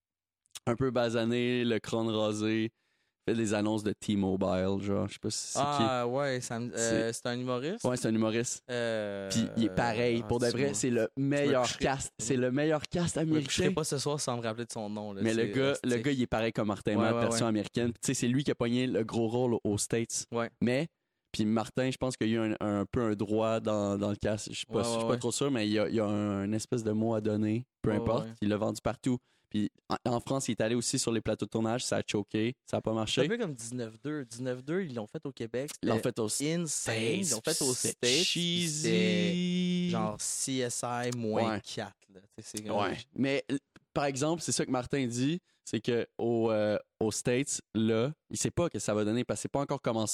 Un peu basané, le crâne rasé. Fait des annonces de T-Mobile, genre. Je sais pas si c'est Ah ouais, ça me- euh, c'est un humoriste. qui. Ouais, c'est un humoriste. Euh, Puis il est pareil. ah, Pour de tu vrai, vois. c'est le meilleur coucherais. cast. C'est le meilleur cast Je me coucherai américain. pas ce soir sans me rappeler de son nom. Là, Mais le c'est- gars, c'est- le gars, il est pareil comme Martin Ouais, Matt, ouais, version ouais. américaine. Puis, tu sais, c'est lui qui a pogné le gros rôle aux States. Ouais. Mais, puis Martin, je pense qu'il y a eu un, un peu un droit dans, dans le cast. Je suis pas, Ouais, je suis ouais, pas ouais. trop sûr, mais il y a, il y a un, une espèce de mot à donner. Peu Ouais, importe. ouais. Il l'a vendu partout. Puis en, en France, il est allé aussi sur les plateaux de tournage. Ça a choqué. Ça a pas C'est un marché. peu comme dix-neuf deux. dix-neuf deux, ils l'ont fait au Québec. Ils l'ont C'était fait aux insane. Ils l'ont fait aux C'était States. puis C'était cheesy. genre C S I moins Ouais. quatre. Là. Tu sais, c'est comme- Ouais. Mais euh, par exemple, c'est ça que Martin dit, c'est que au, euh, aux States, là, il sait pas que ça va donner parce que c'est pas encore commencé.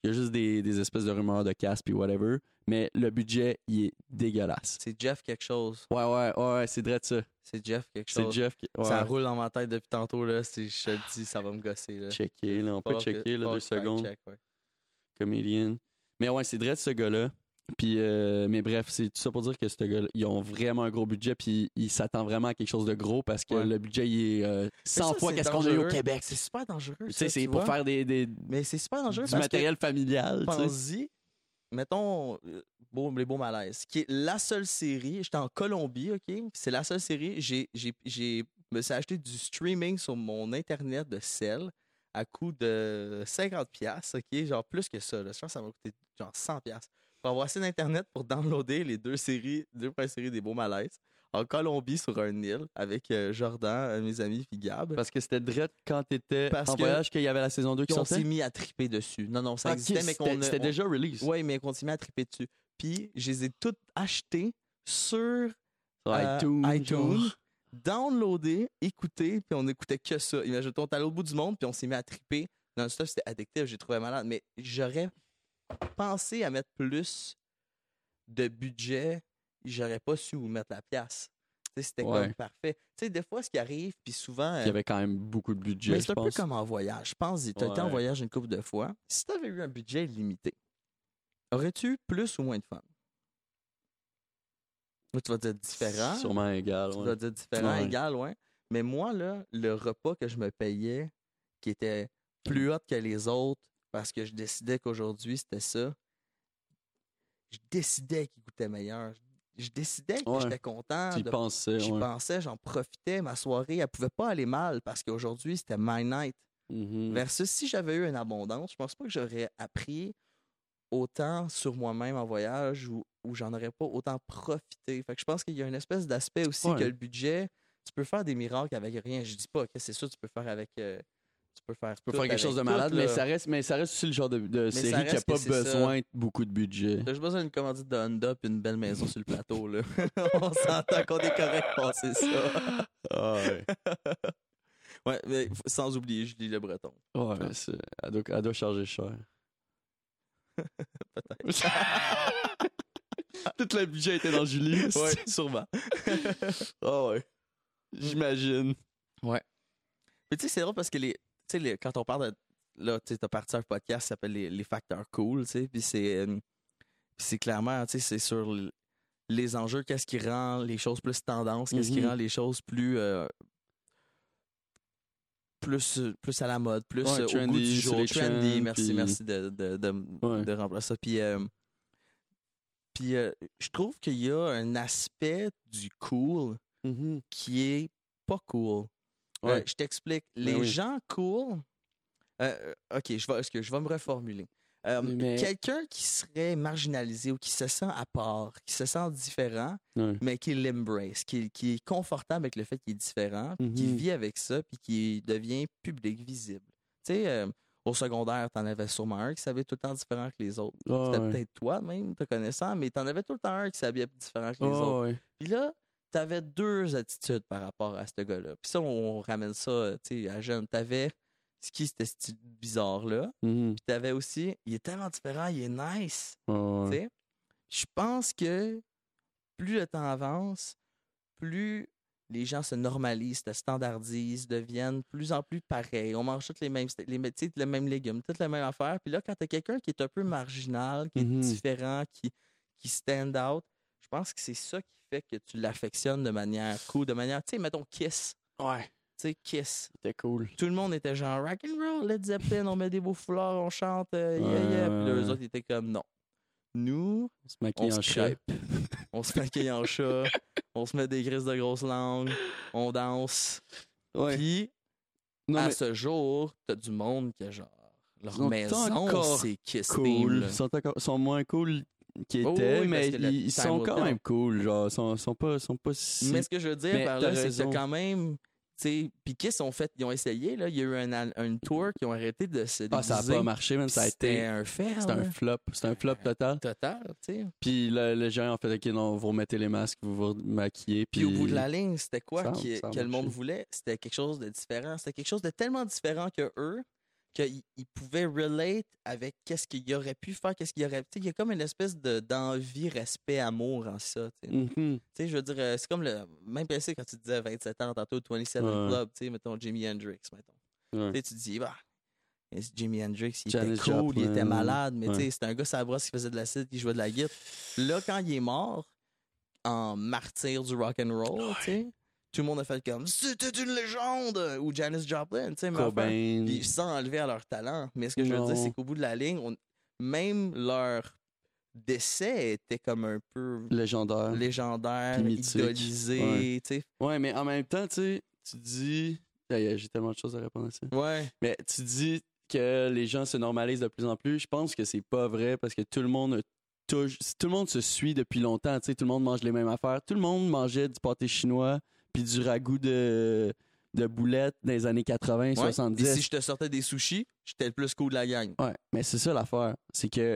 Il y a juste des, des espèces de rumeurs de casse puis whatever. Mais le budget, il est dégueulasse. C'est Jeff quelque chose. Ouais, ouais, ouais, ouais c'est vrai de ça. C'est Jeff quelque C'est chose. Jeff qui. Ouais. Ça roule dans ma tête depuis tantôt, là. Si je te le dis, ça va me gosser, là. Checker, là. On peut Fuck checker, it. là, deux Fuck, fact secondes. check, ouais. Comedian. Mais ouais, c'est vrai de ce gars-là. Puis, euh, mais bref, c'est tout ça pour dire que ce gars-là, ils ont vraiment un gros budget, puis ils s'attendent vraiment à quelque chose de gros parce que Ouais. le budget, il est euh, cent ça, fois c'est qu'est-ce qu'on a eu au dangereux. Québec. C'est super dangereux. Tu ça, sais, c'est tu pour vois. faire des, des, Mais c'est super dangereux du parce matériel familial. que, tu sais. pense-y, mettons, euh, beau, les beaux malaises, qui est la seule série, j'étais en Colombie, OK? C'est la seule série, j'ai, j'ai, j'ai, me suis acheté du streaming sur mon Internet de sel à coût de cinquante piastres, OK? Genre plus que ça, là. Je pense que ça m'a coûté genre cent piastres. Pour avoir assez d'Internet pour downloader les deux séries, deux premières séries des beaux malaises en Colombie sur un île avec euh, Jordan, un de mes amis, puis Gab. Parce que c'était direct quand t'étais Parce en que- voyage qu'il y avait la saison deux qui Puis on sortait. s'est mis à triper dessus. Non, non, ça Ok, existait, mais qu'on c'était a- c'était on- déjà release. Oui, mais qu'on s'est mis à triper dessus. Puis, je les ai toutes achetées sur Sur euh, iTunes. iTunes, genre. downloadées, écoutées, puis on écoutait que ça. Imagine, on était à l'autre bout du monde, puis on s'est mis à triper. Non, ça, c'était addictif, j'ai trouvé malade. Mais j'aurais pensé à mettre plus de budget, j'aurais pas su où mettre la pièce. Tu sais, c'était Ouais. comme parfait. Tu sais, des fois, ce qui arrive, puis souvent... Il y avait quand même beaucoup de budget, mais je c'est un peu pense. comme en voyage. Pense-y, tu as été en Ouais. voyage une couple de fois. Si tu avais eu un budget limité, aurais-tu eu plus ou moins de fun? Là, tu vas dire différent. Sûrement égal. Tu ouais. vas dire différent, Ouais. égal, ouais. Mais moi, là, le repas que je me payais, qui était plus haut que les autres, parce que je décidais qu'aujourd'hui, c'était ça, je décidais qu'il goûtait meilleur. Je décidais que Ouais. j'étais content. Tu y de- pensais, J'y ouais. pensais, j'en profitais. Ma soirée, elle pouvait pas aller mal parce qu'aujourd'hui, c'était my night. Mhm. Versus si j'avais eu une abondance, je pense pas que j'aurais appris autant sur moi-même en voyage ou, ou j'en aurais pas autant profité. Fait que je pense qu'il y a une espèce d'aspect aussi Ouais. que le budget, tu peux faire des miracles avec rien. Je dis pas que c'est ça, tu peux faire avec. euh, tu peux faire, Tu peux faire quelque chose de malade, mais ça reste, mais ça reste aussi le genre de, de ça série qui a reste pas que c'est besoin de beaucoup de budget. T'as juste besoin d'une commandite de Honda puis une belle maison sur le plateau. Là. On s'entend qu'on est correct pour passer ça. Ah ouais. Ouais, mais f- sans oublier Julie Le Breton. Ouais, mais c'est- elle doit, elle doit charger cher. Peut-être. Tout le budget était dans Julie. Ouais, sûrement. Ah ouais. J'imagine. Ouais. Mais tu sais, c'est drôle parce que les, tu sais, les- quand on parle de. Là, tu sais, t'as parti un podcast qui s'appelle les, les facteurs cool, tu sais, puis c'est. euh, puis c'est clairement, tu sais, c'est sur l- les enjeux, qu'est-ce qui rend les choses plus tendances, qu'est-ce qui Mhm. rend les choses plus. euh, plus, euh, plus à la mode, plus Ouais, euh, au trendy, goût du sur jour, les trendy, trends, merci, puis- merci de, de, de, Ouais. de remplacer ça. Puis, euh, puis euh, je trouve qu'il y a un aspect du cool Mhm. qui est pas cool. Ouais. Euh, je t'explique. Les oui. gens cool. euh, ok, je vais, excuse, je vais me reformuler. Euh, Mais- Quelqu'un qui serait marginalisé ou qui se sent à part, qui se sent différent, Ouais. mais qui l'embrace, qui, qui est confortable avec le fait qu'il est différent, puis qui Mhm. vit avec ça, puis qui devient public, visible. Tu sais, euh, au secondaire, t'en avais sûrement un qui s'habillait tout le temps différent que les autres. Ah C'était ouais. peut-être toi même, te connaissant, mais t'en avais tout le temps un qui s'habillait différent que les Ah autres. ouais. Puis là, t'avais deux attitudes par rapport à ce gars-là. Puis ça, on ramène ça, euh, tu sais, à jeune. T'avais ce qui c'était ce bizarre-là. Mhm. Puis t'avais aussi, il est tellement différent, il est nice. Ah Tu ouais. sais. Je pense que plus le temps avance, plus les gens se normalisent, se standardisent, deviennent de plus en plus pareils. On mange tous les mêmes, les, mêmes- tu sais, les mêmes légumes, toutes les mêmes affaires. Puis là, quand t'as quelqu'un qui est un peu marginal, qui Mhm. est différent, qui, qui stand out, je pense que c'est ça qui fait que tu l'affectionnes de manière cool, de manière, tu sais, mettons Kiss. Ouais. Tu sais, Kiss. C'était cool. Tout le monde était genre rock and roll, Led Zeppelin, on met des beaux foulards, on chante, euh, yeah, Ouais, yeah. Puis là, ouais, eux ouais. autres, ils étaient comme non. Nous, On se maquille on en se chat. crêpe. On se maquille en chat. On se met des grises de grosses langues. On danse. Ouais. Puis, Non, à mais ce jour, t'as du monde que genre, leur Ils sont maison, encore c'est Kiss cool. Theme, Ils là. sont, encore- sont moins cool qu'ils Oh, étaient, oui, mais parce que le ils, ils time sont will quand come. même cool. Genre, ils sont, sont pas, sont pas si. Mais ce que je veux dire Mais par t'as là, c'est que raison. quand même, tu sais, puis Kiss ont fait, ils ont essayé, là, il y a eu un, an- un tour qui ont arrêté de se Ah, ça a déguiser. pas marché, même. Ça a C'était été. un fer, C'était un là. flop. C'était un flop total. Total, tu sais. Puis le, le gérant a fait, OK, non, vous remettez les masques, vous vous maquillez. Puis au bout de la ligne, c'était quoi ça a- qui- ça a que le monde marché. voulait? C'était quelque chose de différent. C'était quelque chose de tellement différent que eux qu'il il pouvait relate avec qu'est-ce qu'il aurait pu faire, qu'est-ce qu'il aurait... Tu sais, il y a comme une espèce de, d'envie, respect, amour en ça, tu sais. Mhm. Tu sais, je veux dire, euh, c'est comme le même principe quand tu disais vingt-sept ans, tantôt, vingt-sept Ouais. Club, tu sais, mettons Jimi Hendrix, mettons. Ouais. Tu sais, tu te dis, bah, Jimi Hendrix, il Janis était cool, il Joplin. était malade, mais Ouais. tu sais, c'était un gars sur la brosse qui faisait de l'acide, qui jouait de la guitare. Là, quand il est mort, en martyr du rock and roll, tu sais, tout le monde a fait comme c'était une légende ou Janis Joplin, tu sais, mais enfin, Cobain. puis sans enlever à leur talent. Mais ce que je veux Non. dire, c'est qu'au bout de la ligne, on- même leur décès était comme un peu Légendaire. légendaire, Puis mythique. idolisé, tu sais. Ouais, mais en même temps, tu sais, tu dis. Aïe, j'ai tellement de choses à répondre à ça. Ouais. Mais tu dis que les gens se normalisent de plus en plus. Je pense que c'est pas vrai parce que tout le monde a touche- tout le monde se suit depuis longtemps. Tu sais, tout le monde mange les mêmes affaires. Tout le monde mangeait du pâté chinois puis du ragoût de, de boulettes dans les années quatre-vingts, Ouais. soixante-dix. Et si je te sortais des sushis, j'étais le plus cool de la gang. Ouais, mais c'est ça l'affaire. C'est que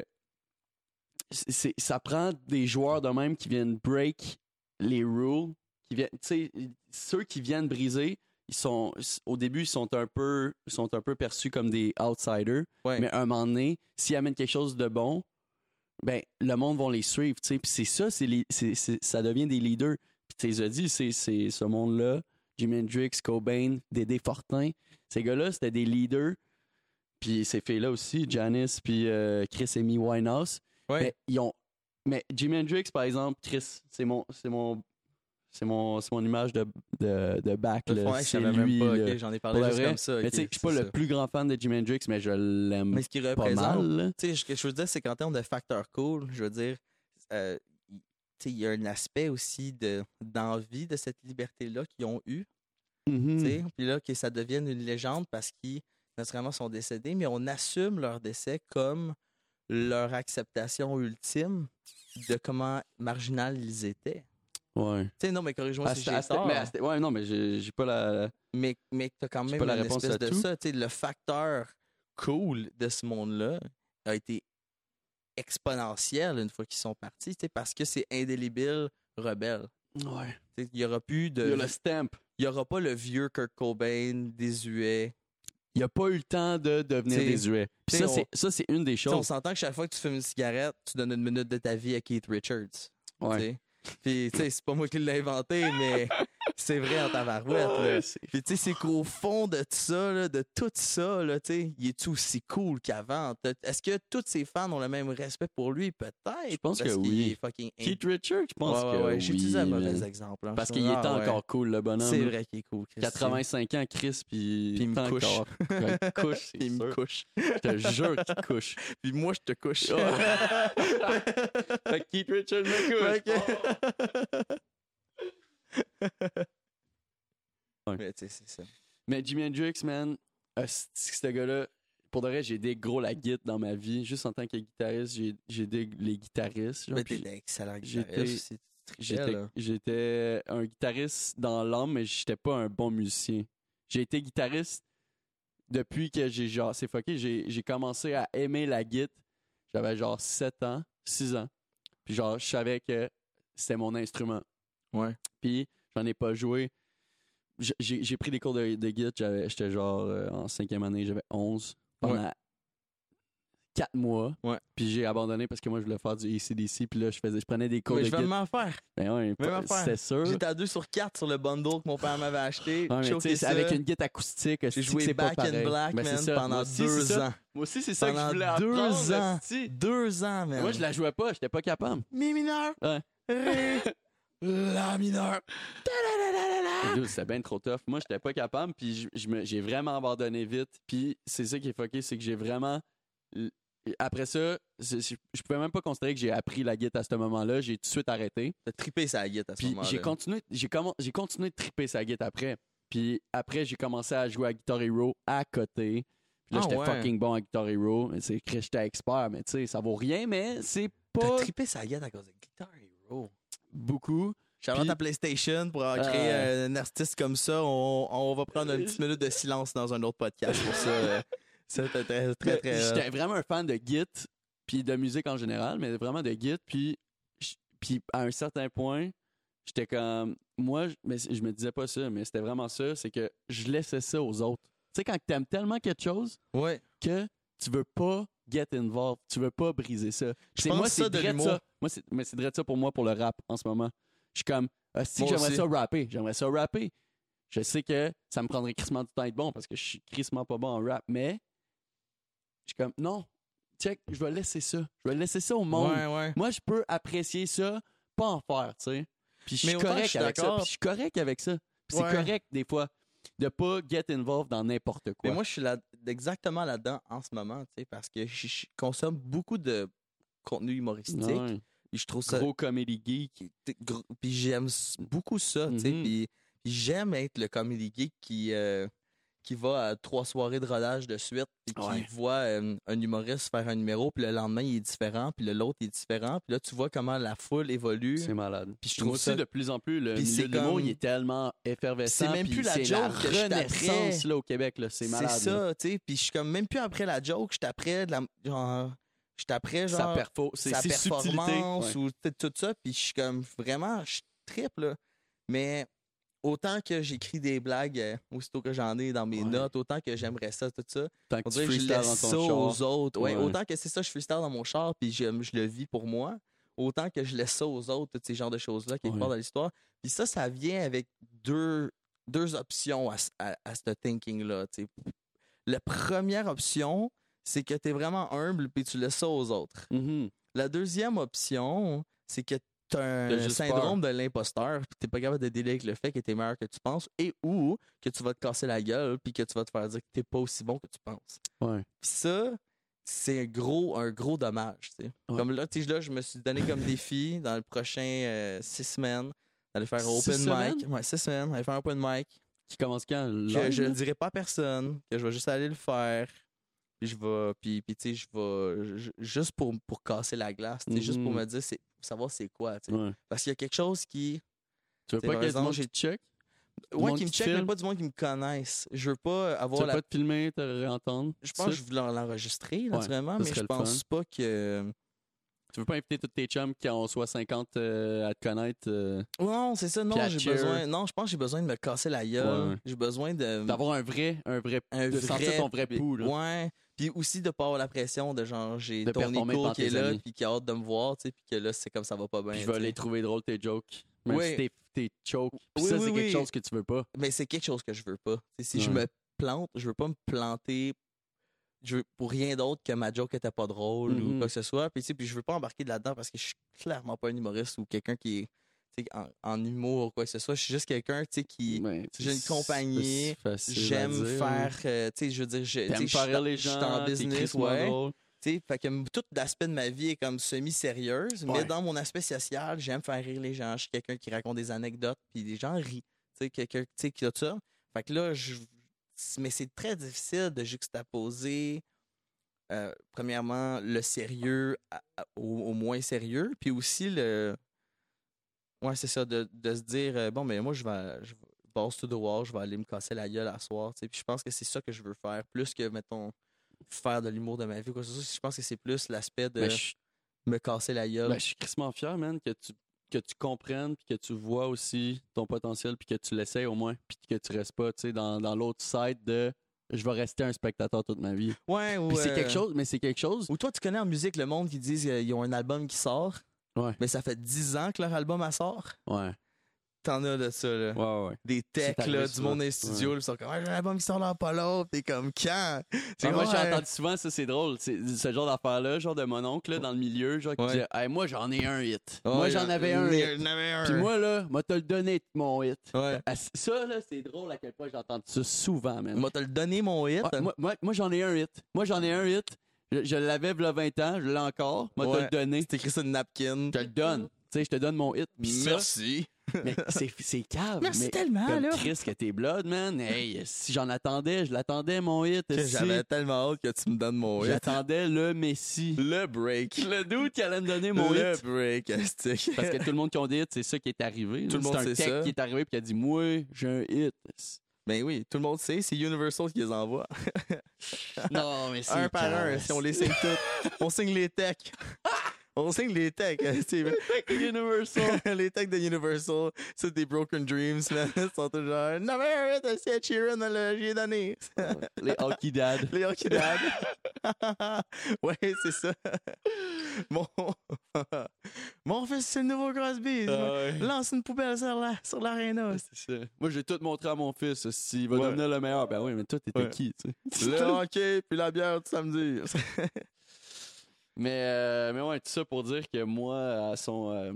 c'est, c'est- ça prend des joueurs de même qui viennent break les rules. Qui viennent, tu sais, ceux qui viennent briser, ils sont, au début, ils sont un peu, ils sont un peu perçus comme des outsiders. Ouais. Mais à un moment donné, s'ils amènent quelque chose de bon, ben, le monde va les suivre, tu sais. Puis c'est ça, c'est les, c'est, c'est- ça devient des leaders. Puis tu les as dit, c'est, c'est ce monde-là, Jimi Hendrix, Cobain, Dédé Fortin, ces gars-là, c'était des leaders. Puis ces filles-là aussi, Janice, puis euh, Chris et Amy Winehouse. Ouais. Mais ils ont. Mais Jimi Hendrix, par exemple, Chris, c'est mon, c'est mon, c'est mon, c'est mon image de, de, de back. Le Là. fond, je C'est savais lui. même pas, là. ok, j'en ai parlé Pour le juste vrai, comme ça. Mais ok, tu sais, je suis c'est pas ça. le plus grand fan de Jimi Hendrix, mais je l'aime Mais ce qui pas représente, mal. là. tu sais, ce que je veux dire, c'est qu'en termes de facteur cool, je veux dire, euh, il- tu sais, il y a un aspect aussi de, d'envie de cette liberté-là qu'ils ont eue, Mhm. tu sais, puis là, que ça devienne une légende parce qu'ils, naturellement, sont décédés, mais on assume leur décès comme leur acceptation ultime de comment marginal ils étaient. Ouais. Tu sais, non, mais corrige-moi À si cette- j'ai à cette- tort, mais à cette- ouais, non, mais j'ai j'ai pas la. mais, mais t'as quand J'ai même pas la une réponse espèce à de tout. ça, tu sais, le facteur cool de ce monde-là a été exponentiel une fois qu'ils sont partis, tu sais, parce que c'est indélébile, rebelle. Ouais. Tu sais, il y aura plus de, Il y a le stamp. il y aura pas le vieux Kurt Cobain désuet. Il a pas eu le temps de devenir T'sais, désuet. Puis t'sais, ça, on- c'est, ça, c'est une des Tu sais, on choses. s'entend que chaque fois que tu fumes une cigarette, tu donnes une minute de ta vie à Keith Richards. tu Ouais. sais. Puis, tu sais, c'est pas moi qui l'ai inventé, mais c'est vrai en tabarouette. là. Ouais, c'est- Puis, tu sais, c'est qu'au fond de ça, là, de tout ça, là, tu sais, il est-tu aussi cool qu'avant? T'as- Est-ce que tous ses fans ont le même respect pour lui? Peut-être. Je pense parce que qu'il oui. est fucking... Keith Richards, je pense ouais, ouais, que ouais. oui. J'ai utilisé un mauvais man. exemple. hein. Parce Je- qu'il ah, était ouais. encore cool, le bonhomme. C'est vrai qu'il est cool. Christy. quatre-vingt-cinq ans, Chris, puis Puis il me tant couche. encore. Ouais, il couche, c'est Il me sûr. couche. Je te jure qu'il couche. Puis moi, je te couche. Fait que Keith Richards me couche. Fait Ouais. Mais tu sais, c'est ça. Mais Jimi Hendrix, man, euh, c- ce gars-là, pour de vrai, j'ai des gros la guitare dans ma vie. Juste en tant que guitariste, j'ai, j'ai des les guitaristes. genre, Mais puis t'es excellent j'étais- guitariste. c'est- tu tripais, J'étais, là. j'étais un guitariste dans l'âme, mais j'étais pas un bon musicien. J'ai été guitariste depuis que j'ai genre, c'est fucké, j'ai, j'ai commencé à aimer la guitare. J'avais genre sept ans, six ans. Puis genre, je savais que c'était mon instrument. Ouais. Puis j'en ai pas joué. J- J'ai, j'ai pris des cours de, de guitare, j'avais, j'étais genre euh, en cinquième année, j'avais onze. Pendant quatre mois. Ouais. Puis j'ai abandonné parce que moi, je voulais faire du A C D C. Puis là, je, faisais, je prenais des cours Mais de je vais guitare. m'en faire. Ben ouais, Même pas- affaire. c'était sûr. J'étais à deux sur quatre sur le bundle que mon père m'avait acheté. Ouais, mais Choqué tu sais, ça. avec une guitare acoustique, J'ai c'est joué c'est pas Back in pareil. Black, Ben, c'est man, ça. pendant Moi aussi, deux c'est ça. ans. Moi aussi, c'est ça que je Pendant voulais deux apprendre. ans. esti. Deux ans, man. Moi, je la jouais pas, j'étais pas capable. Mi mineur. Ouais. Ré. La mineur. Dude, C'était bien trop tough. Moi, j'étais pas capable, puis je- je me- j'ai vraiment abandonné vite. Puis c'est ça qui est fucké, c'est que j'ai vraiment. Après ça, c'est- je je pouvais même pas considérer que j'ai appris la guitare à ce moment-là. J'ai tout de suite arrêté. T'as trippé sa guitare à ce Puis moment-là. j'ai continué, j'ai commen- j'ai continué de triper sa guitare après. Puis après, j'ai commencé à jouer à Guitar Hero à côté. Puis là, Ah j'étais ouais. fucking bon à Guitar Hero. Mais c'est que j'étais expert, mais tu sais, ça vaut rien, mais c'est T'as pas trippé sa guitare à cause de Guitar Hero. beaucoup. Shout-out Puis- à PlayStation pour avoir créé Euh. un artiste comme ça. On, on va prendre une petite minute de silence dans un autre podcast pour ça. euh. Ça, très, très, très, Mais très. J'étais vraiment un fan de Git, puis de musique en général, mais vraiment de Git. Puis, j- puis à un certain point, j'étais comme. Moi, je- mais je me disais pas ça, mais c'était vraiment ça, c'est que je laissais ça aux autres. sais, quand t'aimes tellement quelque chose Ouais. que tu veux pas get involved, tu veux pas briser ça. Je C'est- pense moi, ça c'est de drette l'humour. ça. Moi, c'est, mais c'est drette ça pour moi pour le rap en ce moment. Je suis comme, ah, si Moi j'aimerais aussi. ça rapper, j'aimerais ça rapper. Je sais que ça me prendrait crissement du temps d'être bon parce que je suis crissement pas bon en rap, mais je suis comme, non, check, je vais laisser ça. Je vais laisser ça au monde. Ouais, ouais. Moi, je peux apprécier ça, pas en faire, tu sais. Puis je suis Mais autant que je correct suis avec ça. d'accord. Puis je suis correct avec ça. Puis Ouais. c'est correct, des fois, de pas get involved dans n'importe quoi. Mais moi, je suis là, exactement là-dedans en ce moment, tu sais, parce que je, je consomme beaucoup de contenu humoristique. Ouais. Puis je trouve ça. Gros comedy geek. t'sais, gros- Puis j'aime s- beaucoup ça, tu sais. Mhm. Puis puis j'aime être le comedy geek qui, euh, qui va à trois soirées de rodage de suite, puis qui Ouais. voit euh, un humoriste faire un numéro, puis le lendemain, il est différent, puis le l'autre est différent. Puis là, tu vois comment la foule évolue. C'est malade. Puis je Moi trouve aussi, ça. de plus en plus, le Puis milieu c'est de l'humour, comme- il est tellement effervescent. C'est même puis plus la c'est joke que je renaissance taperais. là, au Québec. Là. C'est malade. C'est là. ça, tu sais. Puis je suis comme même plus après la joke, je taperais de la. Genre. Je taperais Sa, genre. perfo, c'est, sa c'est subtilité. performance Ouais. ou t- tout ça. Puis je suis comme vraiment. Je triple, là. Mais autant que j'écris des blagues euh, aussitôt que j'en ai dans mes Ouais. notes, autant que j'aimerais ça, tout ça. Tant que On tu dirait que je freestyles laisse dans ça ton char. aux autres. Ouais, Ouais. autant que c'est ça, je freestyle dans mon char, puis je, je le vis pour moi. Autant que je laisse ça aux autres, tous ces genres de choses-là, quelque Ouais. part dans l'histoire. Puis ça, ça vient avec deux, deux options à, ce- à, à ce thinking-là. tu sais. La première option, c'est que tu es vraiment humble, puis tu laisses ça aux autres. Mhm. La deuxième option, c'est que tu as un T'as juste syndrome de l'imposteur, puis tu pas capable de dealer avec le fait que tu es meilleur que tu penses, et ou que tu vas te casser la gueule, puis que tu vas te faire dire que tu pas aussi bon que tu penses. Ouais. Puis ça, c'est un gros, un gros dommage. tu sais. Ouais. Comme là, tu sais, là, je me suis donné comme défi dans le prochain euh, six semaines d'aller faire un Six open semaines? mic. Ouais, six semaines, aller faire un open mic. Qui commence quand? Que Live, je là? ne dirai pas à personne, que je vais juste aller le faire. Puis je vais, puis, puis tu sais, je vais, ju- juste pour, pour casser la glace, tu sais, juste pour Mhm. me dire, c'est, pour savoir c'est quoi. tu sais. Ouais. Parce qu'il y a quelque chose qui. Tu veux C'est pas par qu'il y ait du exemple, monde j'ai- qui te check? Du Ouais, monde qui me qui check, mais filme? pas du monde qui me connaisse. Je veux pas Tu avoir veux la. pas te filmer, te réentendre? Je pense que je voulais l'enregistrer, naturellement, ça mais serait je le pense fun. pas que. Tu veux pas inviter tous tes chums qui ont soit cinquante euh, à te connaître? euh, Non, c'est ça, non, Puis à j'ai cheer. besoin. Non, je pense que j'ai besoin de me casser la gueule. Ouais. J'ai besoin de. D'avoir un vrai, un vrai, un de sentir ton vrai pouls, là. Ouais. Puis aussi de pas avoir la pression de genre, j'ai De Tony performer Cole devant qui est tes là, amis. puis qui a hâte de me voir, tu sais, puis que là, c'est comme ça va pas bien. Puis je vais tu sais. les trouver drôles, tes jokes. Même Oui. si t'es, t'es choke. Puis Oui, ça, oui, c'est quelque oui. chose que tu veux pas. Mais c'est quelque chose que je veux pas. Tu sais, si je Ouais. me plante, je veux pas me planter je veux, pour rien d'autre que ma joke était pas drôle ou Mhm. quoi que ce soit. Puis, tu sais, puis je veux pas embarquer là-dedans parce que je suis clairement pas un humoriste ou quelqu'un qui est tu sais, en, en humour ou quoi que ce soit. Je suis juste quelqu'un tu sais, qui. Ouais, j'ai une c'est- compagnie, c'est facile à J'aime dire. faire. euh, tu sais, je veux dire, je, tu sais, T'aimes je suis faire rire dans- les je suis gens, en t'es business, crissement ouais. drôle. Tu sais, fait que m- tout l'aspect de ma vie est comme semi-sérieuse, Ouais. mais dans mon aspect social, j'aime faire rire les gens. Je suis quelqu'un qui raconte des anecdotes, puis les gens rient. Tu sais, quelqu'un tu sais, qui a ça. Fait que là, je... mais c'est très difficile de juxtaposer, euh, premièrement, le sérieux à- à- au, au moins sérieux, puis aussi le. Ouais, c'est ça, de, de se dire, euh, bon, mais moi, je vais. Je... vais- Balls to the wall, je vais aller me casser la gueule à soir. tu sais. Puis je pense que c'est ça que je veux faire, plus que, mettons, faire de l'humour de ma vie. Quoi. que ce soit. Je pense que c'est plus l'aspect de Ben, je, me casser la gueule. ben, je suis crissement fier, man, que tu, que tu comprennes, puis que tu vois aussi ton potentiel, puis que tu l'essayes au moins, puis que tu restes pas, tu sais, dans, dans l'autre side de je vais rester un spectateur toute ma vie. ouais, ou, Puis c'est euh, quelque chose, mais c'est quelque chose. Ou toi, tu connais en musique le monde qui disent qu'ils ont un album qui sort, Ouais. mais ça fait dix ans que leur album a sort. Ouais. T'en as de ça, là. Ouais, ouais. Des C'est techs, arrivé là, du souvent. monde dans les studios, là, ils sont comme, ah, j'ai un album qui sort là, pas l'autre. T'es comme, quand? Ah, moi, j'ai ouais. entendu souvent, ça, c'est drôle. C'est ce genre d'affaire-là, genre de mon oncle, là, dans le milieu, genre, qui Ouais. disait, hey, moi, j'en ai un hit. Ouais, moi, j'en avais un il y hit. en avait un. Puis moi, là, moi, te le donné, mon hit. Ouais. Ah, c- Ça, là, c'est drôle à quel point j'ai entendu ça souvent, man. Moi, t'as le donné mon hit. Ouais, moi, moi, moi, j'en ai un hit. Moi, j'en ai un hit. Je, je l'avais il y a vingt ans, je l'ai encore. Moi, te Ouais. le donné. C'est écrit ça de napkin. Je te le donne. Tu sais, je te donne mon hit. Puis ça, Merci. mais c'est, c'est cave. Merci mais tellement, comme là. Chris, que t'es blood, man. Hey, si j'en attendais, je l'attendais, mon hit. Que si. J'avais tellement hâte que tu me donnes mon hit. J'attendais le Messi. Le break. Le dude qui allait me donner mon le hit. break, astic. Parce que tout le monde qui ont des hits, c'est ça qui est arrivé. Tout le C'est monde un sait tech ça. qui est arrivé et qui a dit, moi, j'ai un hit. Ben oui, tout le monde sait, c'est Universal qui les envoie. Non, mais c'est Un par un, classe. si on les signe tous. On signe les techs. On signe les techs. hein, tu sais. Universal. les techs de Universal, c'est des Broken Dreams, man. Ils sont toujours non, mais arrête, c'est Sheeran, là, j'ai donné. Les Hockey Dad. Les Hockey Dad. ouais, c'est ça. Mon... Mon fils, c'est le nouveau Crosby. Ah ouais. Lance une poubelle sur la, sur l'aréna. C'est ça. Moi, j'ai tout montré à mon fils. S'il va Ouais. devenir le meilleur, ben oui, mais toi, t'étais Ouais. qui, tu sais? Le hockey, puis la bière du samedi. Mais, euh, mais ouais, tout ça pour dire que moi, à son. euh,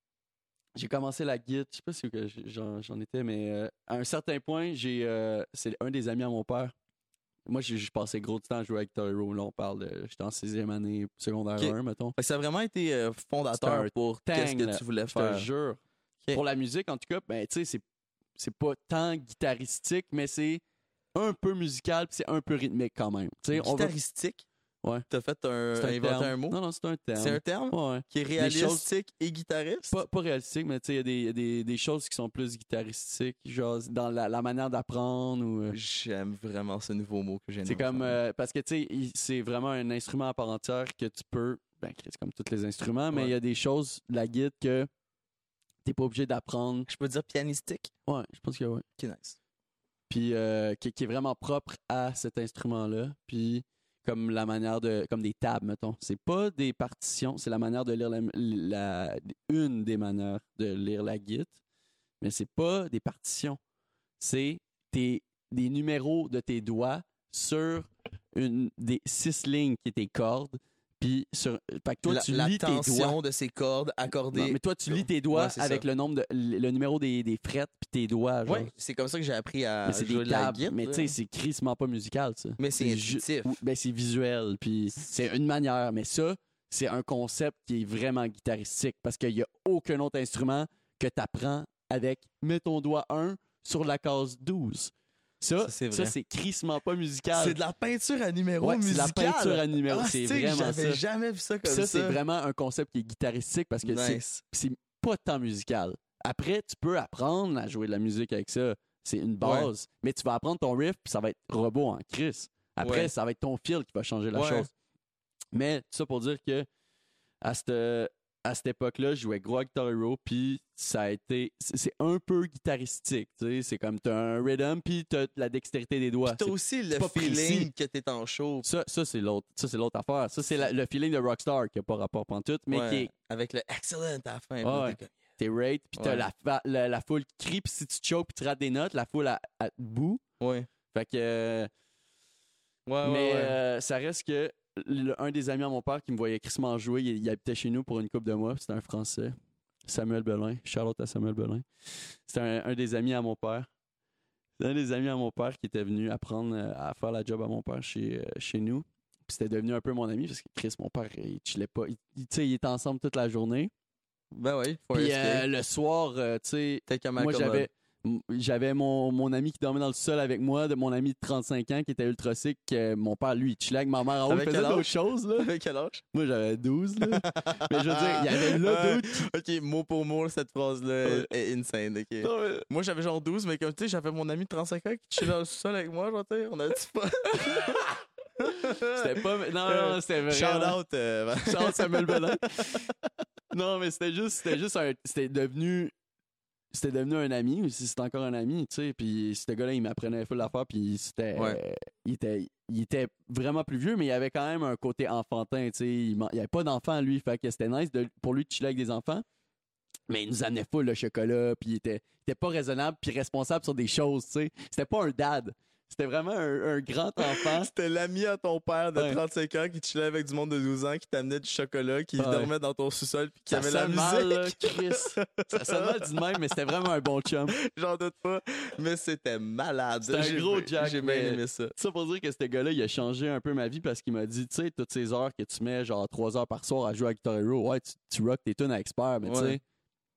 j'ai commencé la guitare, je sais pas si que j'en, j'en étais, mais euh, à un certain point, j'ai euh, c'est un des amis à mon père. Moi, j'ai, j'ai passé gros de temps à jouer avec Guitar Hero. Là, on parle de. J'étais en sixième année, secondaire Ok. un, mettons. Fait que ça a vraiment été euh, fondateur C'était un pour tang, qu'est-ce là. que tu voulais Je te faire. jure. Ok. Pour la musique, en tout cas, ben, tu sais, c'est, c'est pas tant guitaristique, mais c'est un peu musical puis c'est un peu rythmique quand même. Tu sais, on va- Guitaristique. Ouais. T'as fait un, c'est un inventé terme. un mot. Non, non, c'est un terme. C'est un terme Ouais, ouais. qui est réalistique et guitariste. Pas, pas réalistique, mais tu sais, il y a des, il y a des, des choses qui sont plus guitaristiques, genre dans la, la manière d'apprendre ou. euh, J'aime vraiment ce nouveau mot que j'ai c'est comme. euh, parce que tu sais, il- c'est vraiment un instrument à part entière que tu peux. Ben, c'est comme tous les instruments, mais il Ouais. y a des choses, de la guitare, que t'es pas obligé d'apprendre. Je peux dire pianistique. Ouais, je pense que oui. Qui est nice. Puis euh, qui, qui est vraiment propre à cet instrument-là. Puis comme la manière de. Comme des tables, mettons. C'est pas des partitions, c'est la manière de lire la, la- une des manières de lire la guitare, mais c'est pas des partitions. C'est tes, des numéros de tes doigts sur une des six lignes qui est tes cordes. Puis sur. Fait que toi, la, tu la lis tes doigts. tension de ces cordes accordées. Non, mais toi, tu lis tes doigts Ouais, c'est avec ça. le nombre de. le numéro des, des frettes puis tes doigts. Genre. Ouais, c'est comme ça que j'ai appris à Mais c'est jouer des de la tables, guitare. mais tu sais, c'est crissement pas musical, ça. Mais c'est ju- intuitif. ou- Ben, c'est visuel, puis c'est une manière. Mais ça, c'est un concept qui est vraiment guitaristique parce qu'il y a aucun autre instrument que tu apprends avec mets ton doigt un sur la case douze. Ça, Ça, c'est ça, vrai. c'est crissement pas musical. C'est de la peinture à numéro Ouais, c'est de la musicale. peinture à numéro. Ah, c'est c'est que vraiment j'avais ça. jamais vu ça comme ça, ça. c'est vraiment un concept qui est guitaristique parce que c'est nice. c'est pas tant musical. Après, tu peux apprendre à jouer de la musique avec ça. C'est une base. Mais tu vas apprendre ton riff, puis ça va être robot en crise. Après, Ouais. ça va être ton feel qui va changer la Ouais. chose. Mais tout ça pour dire que à cette, à cette époque-là, je jouais gros à Guitar Hero, puis ça a été... C'est c'est un peu guitaristique, tu sais. C'est comme t'as un rhythm, puis t'as la dextérité des doigts. T'as C'est- aussi le pas feeling précis. que t'es en show. Ça, ça c'est l'autre ça, c'est l'autre affaire. Ça, c'est la- le feeling de Rockstar qui n'a pas rapport pantoute, mais Ouais, qui est avec le excellent à la fin. Ouais. Puis t'es t'es rate, puis t'as Ouais. la, fa- la, la foule qui crie, puis si tu choques, puis tu rates des notes, la foule à, à bout. comme- Ouais. Fait que. euh, Ouais, ouais, mais ouais. euh, ça reste que le- un des amis à mon père qui me voyait crissement jouer, il, il habitait chez nous pour une couple de mois, puis c'était un Français, Samuel Belin. Charlotte à Samuel Belin. C'était un, un des amis à mon père. C'est un des amis à mon père qui était venu apprendre euh, à faire la job à mon père chez, euh, chez nous. Puis c'était devenu un peu mon ami parce que Chris, mon père, il chillait pas. Il, il- tu sais, il était ensemble toute la journée. Ben oui, faut Puis respirer. euh, le soir, euh, tu sais, Peut-être comme moi Malcolm j'avais m- j'avais mon, mon ami qui dormait dans le sol avec moi, de mon ami de trente-cinq ans qui était ultra sick. euh, mon père, lui, il chillait avec ma mère en haut, il Avec faisait quel âge? d'autres choses. Là. Avec quel âge? Moi, j'avais douze. Là. Mais je veux dire, il y avait là Ouais. d'autres. Ok, mot pour mot, cette phrase-là Ouais. est insane. Ok. Non, mais- Moi, j'avais genre douze, mais comme tu sais, j'avais mon ami de trente-cinq ans qui chillait dans le sol avec moi, genre, tu sais, on a dit pas. C'était pas. Non, non, c'était vraiment. Shout out. euh, Charles Samuel Belin. Non, mais c'était juste, c'était juste un. C'était devenu. C'était devenu un ami, ou si c'était encore un ami, tu sais. Puis ce gars-là, il m'apprenait full l'affaire, puis c'était. Ouais. il, était, il était vraiment plus vieux, mais il avait quand même un côté enfantin, tu sais. Il n'y avait pas d'enfant, lui. Fait que c'était nice de, pour lui de chiller avec des enfants. Mais il nous amenait full le chocolat, puis il était, il était pas raisonnable, puis responsable sur des choses, tu sais. C'était pas un dad. C'était vraiment un, un grand enfant. C'était l'ami à ton père de Ouais. trente-cinq ans qui chillait avec du monde de douze ans, qui t'amenait du chocolat, qui Ouais. dormait dans ton sous-sol, puis qui Ça avait la sonne mal, là, musique. Chris. Ça sonne mal dit de même, mais c'était vraiment un bon chum. J'en doute pas. Mais c'était malade. C'était un J'ai- gros Jack, J'ai bien mais- aimé ça. Ça pour dire que ce gars-là, il a changé un peu ma vie parce qu'il m'a dit, tu sais, toutes ces heures que tu mets, genre trois heures par soir à jouer à Guitar Hero, ouais, tu, tu rock tes tunes à expert, mais tu Ouais. sais,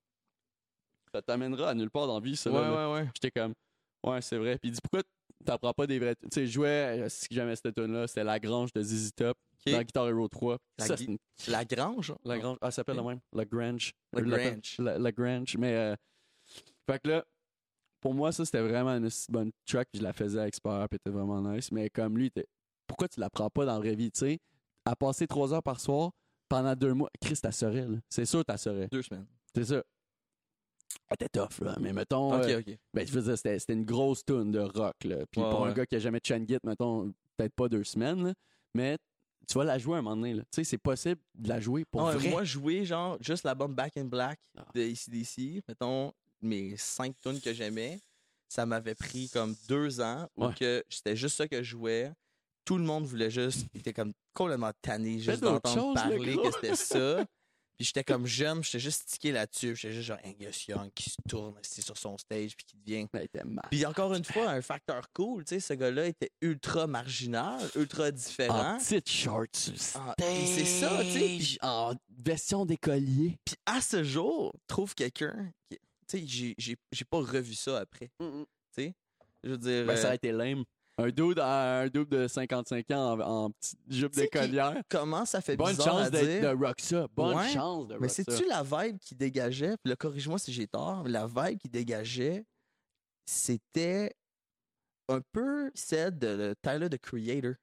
ça t'amènera à nulle part dans la vie, ça. Ouais, là, là. ouais, ouais. J'étais comme, ouais, c'est vrai. Puis il dit, pourquoi t'apprends pas des vrais. Tu sais, je jouais, euh, si jamais cette tune-là, c'était La Grange de Z Z Top Ok. dans Guitar Hero trois. La Ça, gui- c'est une- La Grange? hein? La Grange, ah, ça s'appelle Ok. la même. La Grange. La Je l'appelle- Grange. La, la Grange. Mais, euh, fait que là, pour moi, ça, c'était vraiment une si bonne track, puis je la faisais à expert, puis c'était vraiment nice. Mais comme lui, t'es- pourquoi tu l'apprends pas dans la vraie vie, tu sais? À passer trois heures par soir, pendant deux mois. Chris, t'as serais, là. C'est sûr, t'as serais. Deux semaines. C'est ça. Elle était tough, là. Mais mettons. Ok, euh, ok. Ben, je veux dire, c'était, c'était une grosse tune de rock, là. Puis Ouais, pour un ouais. gars qui a jamais Changit, mettons, peut-être pas deux semaines, là. Mais tu vas la jouer un moment donné, là. Tu sais, c'est possible de la jouer pour Ah ouais, vrai. moi, jouer, genre, juste l'album Back in Black Ah. de A C D C, mettons, mes cinq tunes que j'aimais, ça m'avait pris comme deux ans où Ouais. que c'était juste ça que je jouais. Tout le monde voulait juste, il était comme complètement tanné juste d'autres d'entendre choses, parler le gros. que c'était ça. Puis j'étais comme jeune, j'étais juste stické là-dessus. J'étais juste genre Angus Young qui se tourne assis sur son stage puis qui devient. Elle était mal. Puis encore une fois, un facteur cool, tu sais, ce gars-là était ultra marginal, ultra différent. En petite short sur le stage. Ah, puis c'est ça, tu sais, puis- En vestion d'écolier. Puis à ce jour, trouve quelqu'un qui. Tu sais, j'ai- j'ai j'ai pas revu ça après. Tu sais, je veux dire. Ben, ça euh, a été lame. Un dude, un dude de cinquante-cinq ans en, en petite jupe Tu sais d'écolière. comment ça fait Bonne bizarre à chance d'être dire. de rock ça. Bonne Ouais, chance de rock Mais ça. sais-tu la vibe qui dégageait? Puis là, corrige-moi si j'ai tort. La vibe qui dégageait, c'était un peu celle de le Tyler, the Creator.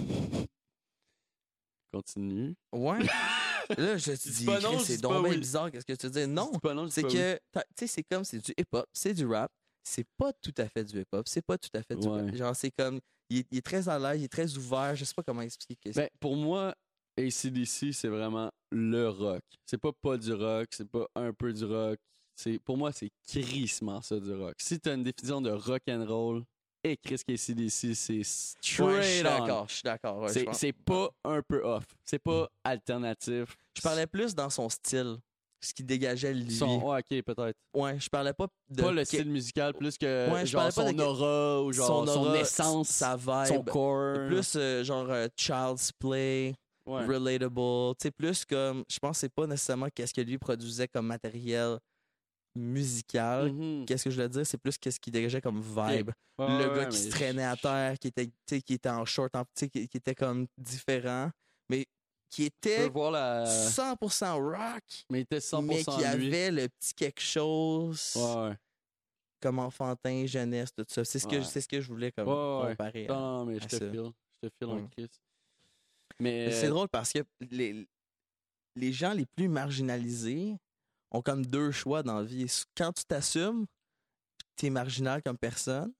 Continue. Ouais. Là, je te Dis dis, pas non, Chris, dis c'est pas donc bien oui. bizarre. Qu'est-ce que tu veux dire? Non. Dis pas non, dis C'est pas que, t'as- tu sais, c'est comme, c'est du hip-hop, c'est du rap. C'est pas tout à fait du hip-hop. C'est pas tout à fait du Ouais. rap. Genre, c'est comme, il est, il est très à l'aise, il est très ouvert. Je sais pas comment expliquer. Ben, pour moi, A C D C, c'est vraiment le rock. C'est pas pas du rock, c'est pas un peu du rock. C'est, pour moi, c'est crissement ça du rock. Si t'as une définition de rock and roll, et Chris A C D C, c'est straight Ouais, je suis on. d'accord, je suis d'accord. ouais, je c'est, pense. c'est pas un peu off. C'est pas alternatif. Je parlais plus dans son style, ce qui dégageait lui. Son, ouais, ok, peut-être. Ouais, je parlais pas de Pas le que- style musical, plus que Ouais, je genre parlais pas son de- aura ou genre son, aura, essence, sa vibe, son corps. plus euh, genre euh, Child's Play, Ouais. relatable, tu sais plus comme je pense que c'est pas nécessairement qu'est-ce que lui produisait comme matériel musical. Mhm. Qu'est-ce que je veux dire, c'est plus qu'est-ce qu'il dégageait comme vibe. Ouais, le ouais, gars qui mais se traînait à terre, qui était tu sais, qui était en short, en, tu sais, qui, qui était comme différent, mais qui Je était peux voir la... cent pour cent rock, Mais il était cent pour mais cent qui lui. avait le petit quelque chose Ouais, ouais. comme enfantin, jeunesse, tout ça. C'est ce que Ouais. c'est ce que je voulais comme Ouais, ouais. comparer. Non, à- non, mais je à te ça. file. Je te file en Ouais. crise. Mais. Mais C'est drôle parce que les, les gens les plus marginalisés ont comme deux choix dans la vie. Quand tu t'assumes, tu es marginal comme personne,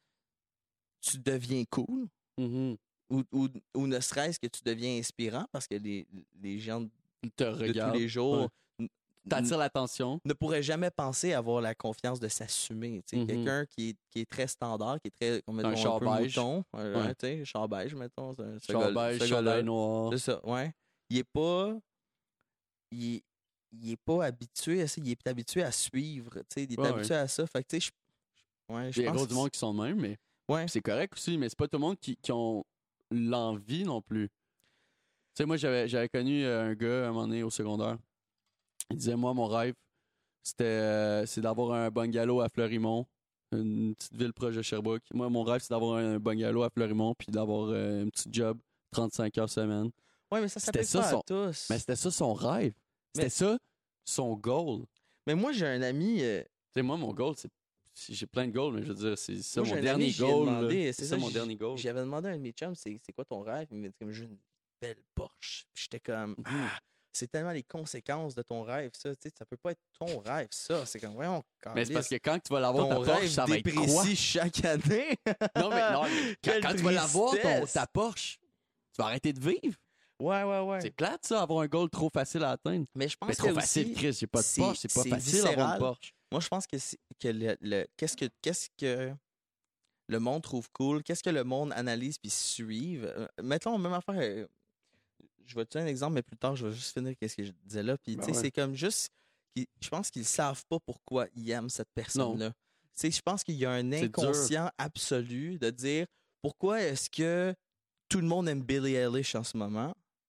tu deviens cool, Mhm. ou, ou, ou ne serait-ce que tu deviens inspirant parce que les, les gens de Te tous regarde. les jours Ouais. n- T'attires l'attention. ne pourraient jamais penser avoir la confiance de s'assumer. Tu sais, Mhm. Quelqu'un qui est, qui est très standard, qui est très, on mettons, Un un, char peu beige. mouton, euh, Ouais. ouais, tu sais, char beige, mettons. ce- ce Char gars- beige, ce gars-là. chandail noir. C'est ça, ouais. Il est pas. Il est, il est pas habitué à ça. Il est habitué à suivre. Tu sais, il est Ouais, habitué à ça. Fait que, tu sais, je. Ouais, je Il y a pense gros que du monde qui sont de même, mais Ouais. c'est correct aussi. Mais c'est pas tout le monde qui, qui ont l'envie non plus. Tu sais, moi, j'avais, j'avais connu euh, un gars à un moment donné au secondaire. Il disait, moi, mon rêve, c'était euh, c'est d'avoir un bungalow à Fleurimont, une petite ville proche de Sherbrooke. Moi, mon rêve, c'est d'avoir un bungalow à Fleurimont puis d'avoir euh, un petit job, trente-cinq heures semaine. Ouais, mais ça C'était s'applique ça, pas son- à tous. Mais c'était ça son rêve. C'était Mais- ça son goal. Mais moi, j'ai un ami. euh, Tu sais, moi, mon goal, c'est. c'est- J'ai plein de goals, mais je veux dire, c'est ça Moi, j'ai mon un dernier ami, j'y ai goal. demandé, là. c'est C'est ça, ça mon j- dernier goal. J'avais demandé à un de mes chums, c'est c'est quoi ton rêve? Il m'a dit comme j'ai une belle Porsche. Puis j'étais comme Mhm. ah, c'est tellement les conséquences de ton rêve, ça. Tu sais, ça peut pas être ton rêve, ça. C'est comme voyons. Mais c'est parce câlisse, que quand tu vas l'avoir, ta ton Porsche, rêve ça va être quoi? déprécie chaque année. Non, mais, non, mais quand, Quelle quand tu vas l'avoir, ton, tristesse. ta Porsche, tu vas arrêter de vivre. Ouais, ouais, ouais. C'est plate, ça, avoir un goal trop facile à atteindre. Mais je pense Mais que trop facile, aussi, Chris, j'ai pas de c'est- Porsche. C'est pas c'est facile d'avoir viscéral. une Porsche. moi, je pense que, c'est- que le, le- qu'est-ce que qu'est-ce que le monde trouve cool, qu'est-ce que le monde analyse puis suive. Euh, mettons, même affaire. euh, je vais te donner un exemple, mais plus tard, je vais juste finir qu'est-ce que je disais là. Puis, Ben tu sais, ouais. c'est comme juste. qu'ils- Je pense qu'ils savent pas pourquoi ils aiment cette personne-là. Tu sais, je pense qu'il y a un C'est dur. inconscient absolu de dire pourquoi est-ce que tout le monde aime Billie Eilish en ce moment.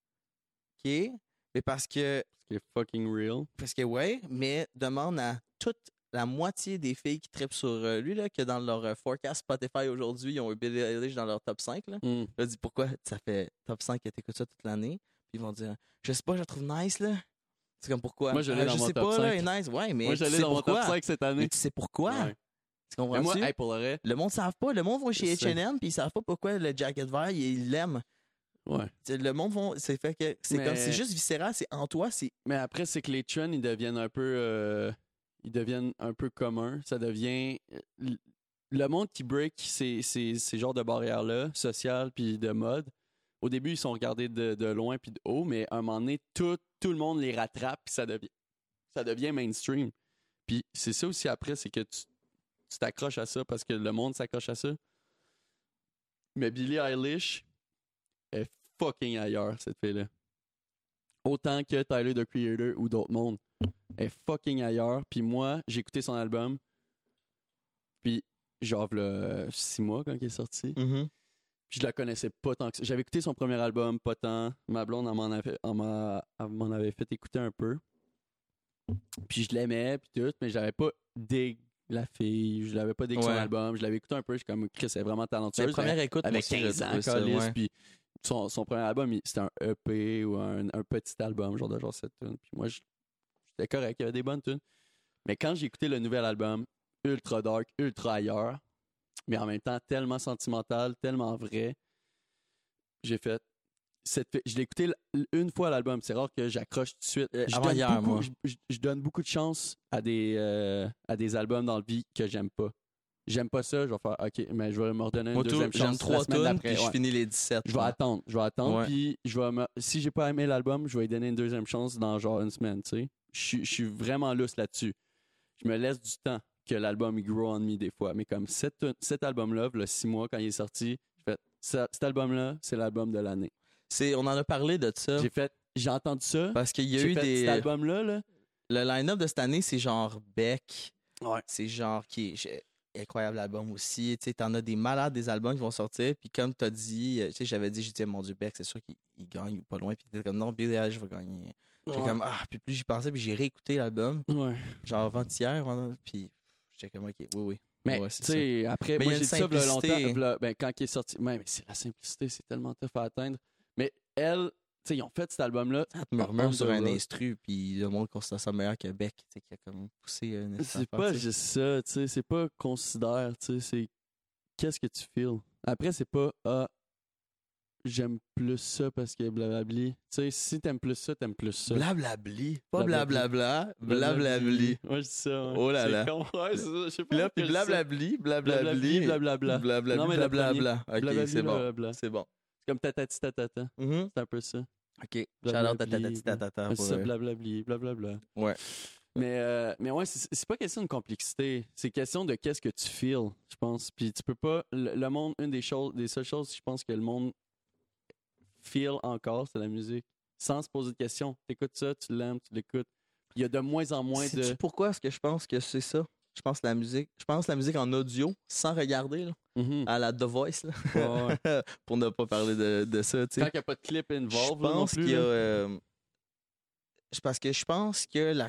OK? Mais parce que C'est fucking real. parce que ouais, mais demande à toute la moitié des filles qui trippent sur euh, lui, là, que dans leur euh, forecast Spotify aujourd'hui, ils ont eu Billie Eilish dans leur top cinq. Là. Mm. Là, dis pourquoi ça fait top cinq que t'écoutes ça toute l'année. Puis ils vont dire, je sais pas, je la trouve nice, là. C'est comme pourquoi? Moi, je l'ai Euh, dans je mon sais top pas, là, cinq. elle est nice. Ouais, mais Moi, tu j'allais sais dans mon top pourquoi. cinq cette Mais année. tu sais pourquoi? Ouais. Tu comprends-tu? Mais moi, hey, pour le vrai, Le monde ne savent pas. Le monde va chez C'est- H and M puis ils savent pas pourquoi le jacket vert, ils l'aiment. Ouais. Le monde vont. C'est fait que. C'est Mais- comme. C'est juste viscéral, c'est en toi, c'est. Mais après, c'est que les trends, ils deviennent un peu. euh, ils deviennent un peu communs. Ça devient. euh, Le monde qui break ces, ces, ces genres de barrières-là, sociales puis de mode, au début, ils sont regardés de, de loin puis de haut, mais à un moment donné, tout, tout le monde les rattrape puis ça devient, ça devient mainstream. Puis c'est ça aussi après, c'est que tu tu t'accroches à ça parce que le monde s'accroche à ça. Mais Billie Eilish est fucking ailleurs, cette fille-là. Autant que Tyler, the Creator ou d'autres mondes. Elle est fucking ailleurs. Puis moi, j'ai écouté son album. Puis, genre, le six mois quand il est sorti. Mm-hmm. Puis je la connaissais pas tant que ça. J'avais écouté son premier album, pas tant. Ma blonde, elle m'en avait, elle m'a- elle m'en avait fait écouter un peu. Puis je l'aimais, puis tout, mais j'avais pas dig la fille, je l'avais pas dig son Ouais. album. Je l'avais écté un peu, je suis comme, Chris, elle est vraiment talentueuse. La première écoute, moi Avec aussi, quinze j'ai ans, trouvé ça, câlisse, ouais. puis son, son premier album, il- c'était un E P ou un, un petit album, genre de genre sept tunes. Puis moi, je- j'étais correct, il y avait des bonnes tunes. Mais quand j'ai écouté le nouvel album, ultra dark, ultra ailleurs, mais en même temps tellement sentimental, tellement vrai, j'ai fait. Cette, je l'ai écouté l- une fois l'album, c'est rare que j'accroche tout de suite. Euh, Je avant donne, hier, beaucoup, moi. je, je- je donne beaucoup de chance à des, euh, à des albums dans le vie que j'aime pas. J'aime pas ça, je vais faire OK, mais je vais me redonner une Moi, tout, deuxième chance. j'aime la trois semaine tunes, d'après, puis je ouais. finis les dix-sept. Je vais attendre, je vais attendre, Ouais. puis je vais me- si j'ai pas aimé l'album, je vais lui donner une deuxième chance dans genre une semaine, tu sais. Je suis- je suis vraiment lousse là-dessus. Je me laisse du temps que l'album il grow on me des fois, mais comme cet, cet album-là, le six mois quand il est sorti, j'ai fait ça- cet album-là, c'est l'album de l'année. C'est, on en a parlé de ça. J'ai fait, j'ai entendu ça. Parce qu'il y a j'ai eu fait des. cet album-là, là. Le line-up de cette année, c'est genre Beck. Ouais. C'est genre qui est j'ai- incroyable album aussi. Tu sais, t'en as des malades des albums qui vont sortir. Puis comme t'as dit, euh, tu sais, j'avais dit, j'ai dit, mon Dieu, Beck, c'est sûr qu'il il gagne pas loin. Puis t'es comme, non, Billie Eilish va gagner. J'étais Ouais. comme, ah, puis plus j'y pensais, puis j'ai réécouté l'album. Ouais. Genre avant-hier, vendredi, puis j'étais comme, ok, oui, oui. Mais Ouais, tu c'est ça. sais, après, Mais moi il y a j'ai une dit ça v'là simplicité. longtemps, v'là- ben, quand il est sorti. Ouais, mais c'est la simplicité, c'est tellement tough à atteindre. Mais elle, tu sais, ils ont fait cet album-là. Ça te murmure sur un Underdog. instru, puis le monde considère ça meilleur que Beck, tu sais, qui a comme poussé un C'est pas juste ça, tu sais, c'est pas considère, tu sais, c'est qu'est-ce que tu feels. Après, c'est pas ah, j'aime plus ça parce que blablabli. Tu sais, si t'aimes plus ça, t'aimes plus ça. Blablabli. Pas Blablabli. blablabla, blablabli. Ouais, je dis ça. Ouais. Oh là C'est là. con. Ouais, c'est ça, je sais pas. Puis là, puis pourquoi je dis ça. blablabli, blablabli. Blablabli, blablabla. Blablabli, Non, mais le blablabla. Ok, Blablabli, c'est bon. blablabla. C'est bon. C'est comme tatati tatata. Mhm. C'est un peu ça. Ok. Shout out Blablabli, à tatati tatata. Ouais, pour, c'est ça, euh, blablabli, blablabla. Ouais. Mais, euh, mais ouais, c'est c'est pas question de complexité. C'est question de qu'est-ce que tu feels, je pense. Puis tu peux pas. Le, le monde, une des choses, des seules choses, je pense que le monde feel encore, c'est la musique. Sans se poser de questions. T'écoutes ça, tu l'aimes, tu l'écoutes. Il y a de moins en moins de. Sais-tu pourquoi est-ce que je pense que c'est ça? Je pense la musique. Je pense la musique en audio, sans regarder, là, Mhm. à la The Voice, là. Ouais, ouais. Pour ne pas parler de, de ça, tu Quand sais. il n'y a pas de clip Je involved, là, non pense plus. qu'il y a. là. euh, c'est parce que je pense que la,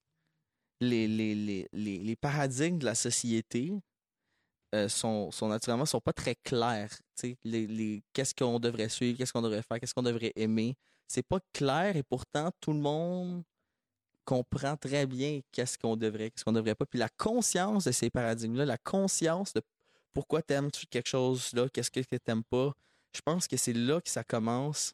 les, les, les, les, les paradigmes de la société euh, sont, sont naturellement sont pas très clairs. tu sais. Les, les, qu'est-ce qu'on devrait suivre, qu'est-ce qu'on devrait faire, qu'est-ce qu'on devrait aimer. C'est pas clair et pourtant tout le monde comprend très bien qu'est-ce qu'on devrait, qu'est-ce qu'on devrait pas. Puis la conscience de ces paradigmes-là, la conscience de pourquoi t'aimes quelque chose là, qu'est-ce que t'aimes pas, je pense que c'est là que ça commence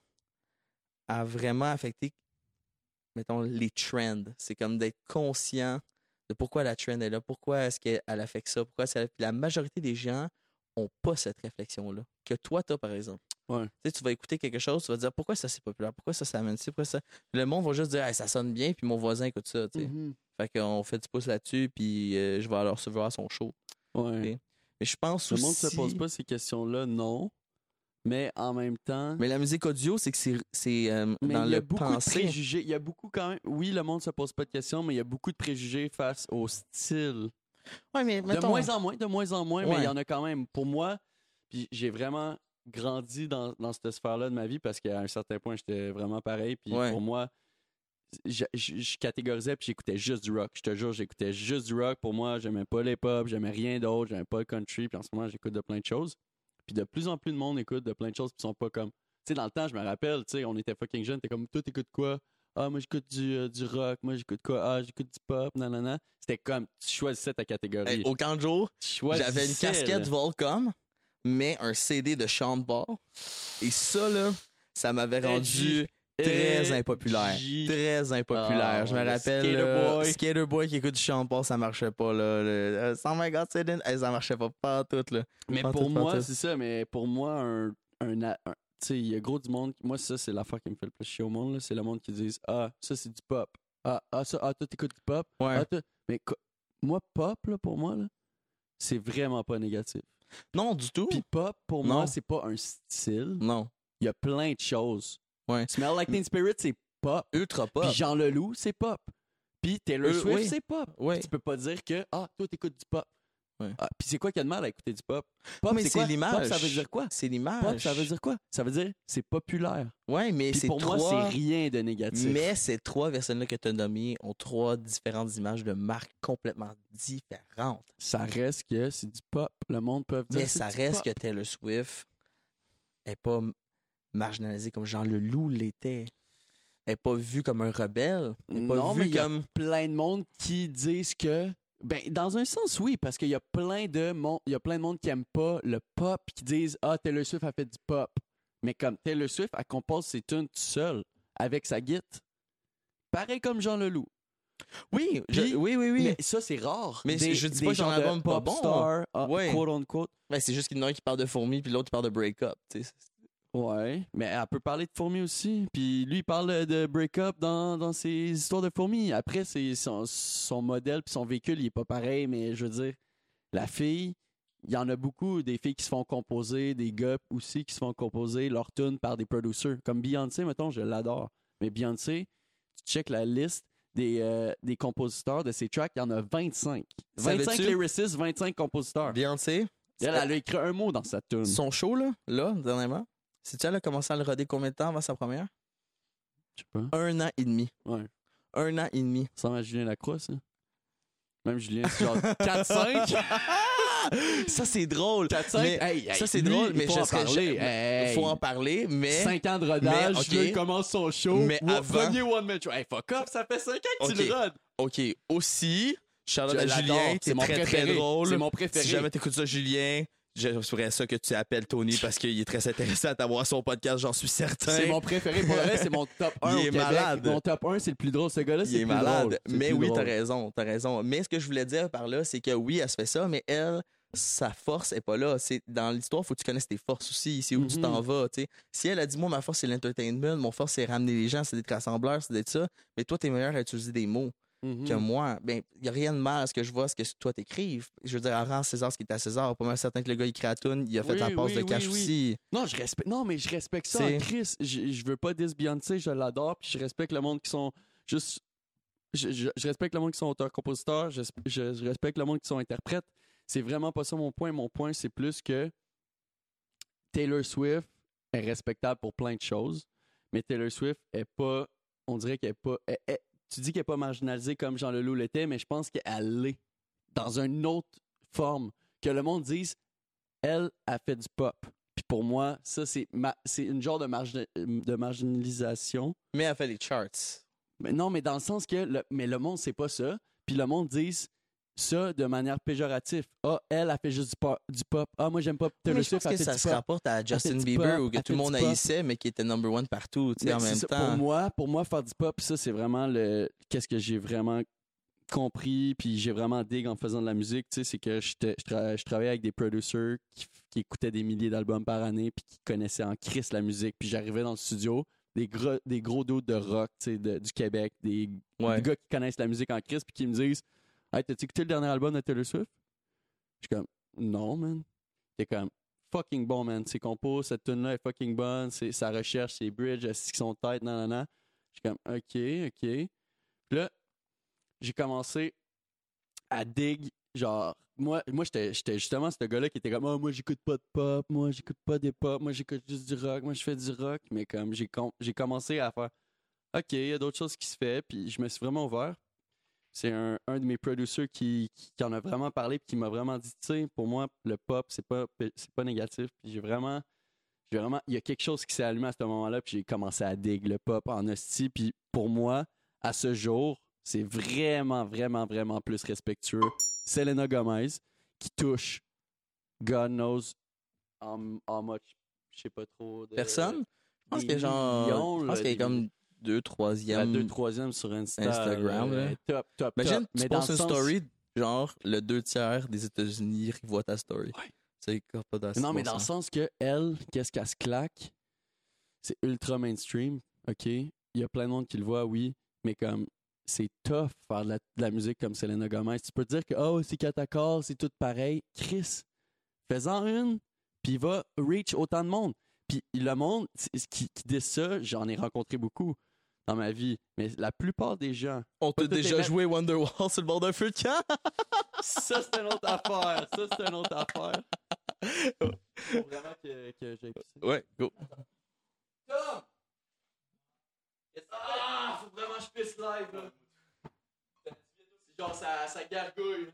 à vraiment affecter, mettons, les trends. C'est comme d'être conscient de pourquoi la trend est là, pourquoi est-ce qu'elle affecte ça, pourquoi c'est... Puis la majorité des gens ont pas cette réflexion-là, que toi, t'as, par exemple. Ouais. Tu sais, tu vas écouter quelque chose, tu vas dire pourquoi ça c'est populaire, pourquoi ça ça amène ça, pourquoi ça. Le monde va juste dire hey, ça sonne bien, puis mon voisin écoute ça, tu sais. Mhm. Fait qu'on fait du pouce là-dessus, puis euh, je vais alors recevoir son show. Ouais. Ok. Mais je pense Le aussi. monde se pose pas ces questions-là, non. Mais en même temps. Mais la musique audio, c'est que c'est, c'est euh, Mais dans il y a le beaucoup pensée. de préjugés. Il y a beaucoup quand même. Oui, le monde se pose pas de questions, mais il y a beaucoup de préjugés face au style. Ouais, mais mettons, De moins en moins, de moins en moins, mais Ouais. il y en a quand même. Pour moi, puis j'ai vraiment grandi dans, dans cette sphère-là de ma vie parce qu'à un certain point, j'étais vraiment pareil. Puis Ouais. pour moi, je, je- je catégorisais puis j'écoutais juste du rock. Je te jure, j'écoutais juste du rock. Pour moi, j'aimais pas les pop, j'aimais rien d'autre, j'aimais pas le country. Puis en ce moment, j'écoute de plein de choses. Puis de plus en plus de monde écoute de plein de choses qui sont pas comme. Tu sais, dans le temps, je me rappelle, tu sais, on était fucking jeunes, t'es comme, toi, t'écoutes quoi? Ah, moi, j'écoute du, euh, du rock, moi, j'écoute quoi? Ah, j'écoute du pop, nanana. C'était comme, tu choisissais ta catégorie. hey, au camp de jour, Tu choisissais, j'avais une casquette là. Volcom, mais un C D de Sean Paul. Et ça, là, ça m'avait rendu très impopulaire. Très impopulaire. Oh, je me le rappelle, Skater euh, Boy. Skater Boy qui écoute du Sean Paul, ça marchait pas, là. Le, euh, oh my God, c'est hey, ça marchait pas, pas tout, là. Mais Pas pour tout, pas moi, tout. c'est ça, mais pour moi, un. un, un- tu sais, il y a gros du monde. Moi, ça, c'est l'affaire qui me fait le plus chier au monde, là. C'est le monde qui dit ah, ça, c'est du pop. Ah, ah, ça, ah, toi, t'écoutes du pop. Ouais. Ah, toi- Mais co- moi, pop, là, pour moi, là, c'est vraiment pas négatif. Non, du tout. Puis pop, pour Non. moi, c'est pas un style. Non. Il y a plein de choses. Ouais. Smell Like Teen Spirit, c'est pop. Ultra pop. Puis Jean Leloup, c'est pop. Puis Taylor Euh, Swift, oui. c'est pop. Oui. Tu peux pas dire que, ah, toi, t'écoutes du pop. Ouais. Ah, puis c'est quoi qu'il y a de mal à écouter du pop? Pop, mais c'est c'est quoi? l'image. Pop, ça veut dire quoi? C'est l'image. Pop, ça veut dire quoi? Ça veut dire c'est populaire. Ouais, mais Puis c'est pour trois... moi, c'est rien de négatif. Mais ces trois personnes-là que tu as nommées ont trois différentes images de marques complètement différentes. Ça reste que c'est du pop. Le monde peut dire Mais c'est ça du reste pop. que Taylor Swift n'est pas marginalisée comme Jean Leloup l'était. Elle n'est pas vue comme un rebelle. Elle n'est pas Non, vue mais il y a comme... plein de monde qui disent que... Ben, dans un sens, oui, parce qu'il y a plein de monde, il y a plein de monde qui aiment pas le pop, qui disent « Ah, Taylor Swift a fait du pop. » Mais comme Taylor Swift, elle compose ses tunes toute seule, avec sa guitare. Pareil comme Jean Leloup. Oui, je- Puis- oui, oui, oui. Mais ça, c'est rare. Mais Des- je dis des pas que son genres de album pas pop bon. star, ah, Ouais. quote on quote. Ben, c'est juste qu'il y en a un qui parle de fourmis puis l'autre qui parle de break-up. tu sais. Ouais, mais elle peut parler de fourmis aussi. Puis lui, il parle de break-up dans, dans ses histoires de fourmis. Après, c'est son, son modèle puis son véhicule, il est pas pareil, mais je veux dire, la fille, il y en a beaucoup, des filles qui se font composer, des gars aussi qui se font composer leur tune par des producers. Comme Beyoncé, mettons, je l'adore. Mais Beyoncé, tu check la liste des, euh, des compositeurs de ses tracks, il y en a vingt-cinq. vingt-cinq Savais-tu? lyricistes, vingt-cinq compositeurs. Beyoncé, Elle, elle a écrit un mot dans sa tune. son show, là, là, dernièrement, sais-tu, elle a commencé à le roder combien de temps avant sa première? Je sais pas. Un an et demi. Ouais. Un an et demi. Ça ressemble à Julien Lacroix, ça. Même Julien, c'est genre quatre cinq. Ça, c'est drôle. quatre cinq. Mais Hey, hey, ça, c'est lui, drôle, il mais faut je en serais parler. jamais- Hey. Faut en parler, mais... cinq ans de rodage, Mais, ok. là, il commence son show. Mais Wa- avant- Premier one man show. Hey, fuck off, ça fait cinq ans que tu Ok. le rodes. OK, aussi, Charlotte Je à l'adore. Julien, C'est c'est mon très, préféré. très drôle. C'est mon préféré. Si jamais t'écoutes ça, Julien, j'aimerais ça que tu appelles Tony parce qu'il est très intéressé à t'avoir son podcast, j'en suis certain. C'est mon préféré. Pour le reste, c'est mon top un Il au est Québec. malade. Mon top un, c'est le plus drôle. Ce gars-là, c'est Il le est plus malade. drôle. C'est le Mais plus oui, drôle. t'as raison, t'as raison. Mais ce que je voulais dire par là, c'est que oui, elle se fait ça, mais elle, sa force est pas là. C'est dans l'histoire, faut que tu connaisses tes forces aussi. C'est où tu Mhm. t'en vas, tu sais. Si elle a dit moi ma force c'est l'entertainment, mon force c'est ramener les gens, c'est d'être rassembleur, c'est d'être ça, mais toi t'es meilleur à utiliser des mots Mhm. que moi. Ben y a rien de mal à ce que je vois, ce que toi t'écrives. Je veux dire, à rend César ce qui est à César. Pas mal certain que le gars il crée la toune, il a fait Oui, la passe oui, de cash oui, oui. aussi. Non, je respecte. Non, mais je respecte ça, C'est- Chris. Je, je veux pas dire Beyoncé, je l'adore, puis je respecte le monde qui sont juste. Je, je- je respecte le monde qui sont auteurs-compositeurs, je, je- je respecte le monde qui sont interprètes. C'est vraiment pas ça mon point. Mon point, c'est plus que Taylor Swift est respectable pour plein de choses, mais Taylor Swift est pas. On dirait qu'elle est pas. elle- elle- tu dis qu'elle est pas marginalisée comme Jean Leloup l'était, mais je pense qu'elle l'est dans une autre forme. Que le monde dise, elle a fait du pop. Puis pour moi, ça, c'est ma- c'est une genre de, margin- de marginalisation. Mais elle fait les charts. Mais non, mais dans le sens que le, mais le monde, c'est pas ça. Puis le monde dise ça de manière péjorative. Ah, elle a fait juste du pop. Du pop. Ah, moi, j'aime pas Taylor Mais je pense Swift, elle que fait ça du se pop. rapporte à Justin du Bieber pop, ou que elle tout le fait monde du pop. haïssait, mais qui était number one partout, tu sais, Mais en c'est même ça, temps. Pour moi, pour moi, faire du pop, ça, c'est vraiment le. Qu'est-ce que j'ai vraiment compris, puis j'ai vraiment dig en faisant de la musique, tu sais, c'est que j'étais- je, tra- je travaillais avec des producers qui, qui écoutaient des milliers d'albums par année, puis qui connaissaient en crise la musique, puis j'arrivais dans le studio, des gros, des gros doutes de rock, tu sais, de- du Québec, des, Ouais. des gars qui connaissent la musique en crise, puis qui me disent « Hey, t'as-tu écouté le dernier album de Taylor Swift? » Je suis comme « Non, man. » T'es comme « Fucking bon, man. Ses compos, cette tune-là est fucking bonne, c'est, sa recherche, ses bridges, est-ce qu'ils sont tête, nan, nan, nan. » Je suis comme « OK, OK. » Puis là, j'ai commencé à dig, genre, moi, moi j'étais, j'étais justement ce gars-là qui était comme, oh, moi, j'écoute pas de pop, moi, j'écoute pas des pop, moi, j'écoute juste du rock, moi, je fais du rock, mais comme, j'ai, com- j'ai commencé à faire, OK, il y a d'autres choses qui se font, puis je me suis vraiment ouvert. C'est un, un de mes producers qui, qui, qui en a vraiment parlé, puis qui m'a vraiment dit, tu sais, pour moi, le pop, c'est pas, c'est pas négatif, puis j'ai vraiment, j'ai vraiment, il y a quelque chose qui s'est allumé à ce moment-là, puis j'ai commencé à dig le pop en hostie, puis pour moi, à ce jour, c'est vraiment, vraiment, vraiment plus respectueux. Selena Gomez, qui touche God knows how, how much, je sais pas trop. De... Personne? pense des que genre, millions, je pense là, qu'il y a des- comme deux, la troisième deux troisième sur Insta, Instagram, là, là. top, top, Imagine, top. tu Mais dans postes le une sens- story, genre, le deux tiers des États-Unis ils voient ta story. Ouais. C'est pas d'assez Non, mais bon dans le sens. sens que elle, qu'est-ce qu'elle se claque, c'est ultra mainstream, OK? Il y a plein de monde qui le voit, oui, mais comme c'est tough faire de la, de la musique comme Selena Gomez. Tu peux te dire que oh, c'est quatre accords, c'est tout pareil. Chris, fais-en une, puis va reach autant de monde. Puis le monde c'est- qui, qui dit ça, j'en ai rencontré beaucoup dans ma vie, mais la plupart des gens, On t'a Pas tout est déjà mettre- joué Wonderwall sur le bord d'un feu de camp? ça c'est une autre affaire, ça c'est une autre affaire. Faut vraiment que, que j'aille pisser. Ouais, go. Tom! Ah! Faut vraiment que je pisse live, là. C'est genre, ça, ça gargouille.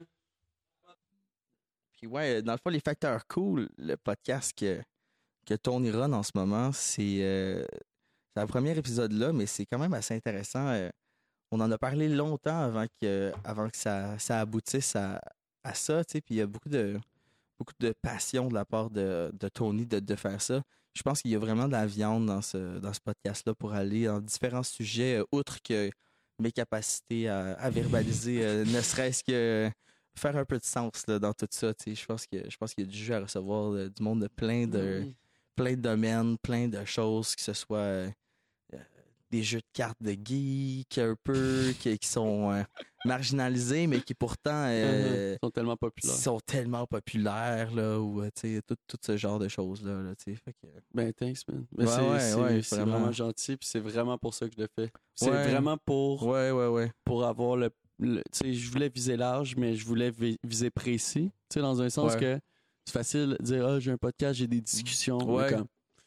Puis ouais, dans le fond, les facteurs cool, le podcast que, que Tony run en ce moment, c'est euh, c'est le premier épisode là, mais c'est quand même assez intéressant. Euh, on en a parlé longtemps avant que, avant que ça, ça aboutisse à, à ça, tu sais, puis il y a beaucoup de, beaucoup de passion de la part de, de Tony de, de faire ça. Je pense qu'il y a vraiment de la viande dans ce, dans ce podcast-là pour aller dans différents sujets, euh, outre que mes capacités à, à verbaliser, euh, ne serait-ce que faire un peu de sens là, dans tout ça. Tu sais. Je pense que je pense qu'il y a du jeu à recevoir euh, du monde de plein de Mm. plein de domaines, plein de choses, que ce soit euh, euh, des jeux de cartes de geek un peu, qui, qui sont euh, marginalisés, mais qui pourtant euh, Ils sont tellement populaires. sont tellement populaires, là, ou euh, tu sais, tout, tout ce genre de choses-là. Là, tu sais. Fait que, Ben, thanks, man. Mais Ouais, c'est ouais, c'est- ouais, c'est vraiment. vraiment... gentil, puis c'est vraiment pour ça que je le fais. C'est Ouais. vraiment pour, ouais, ouais, ouais. pour avoir le. le- tu sais, je voulais viser large, mais je voulais vi- viser précis. Tu sais, dans un sens Ouais. que c'est facile de dire, ah, j'ai un podcast, j'ai des discussions. mais Ouais. comme,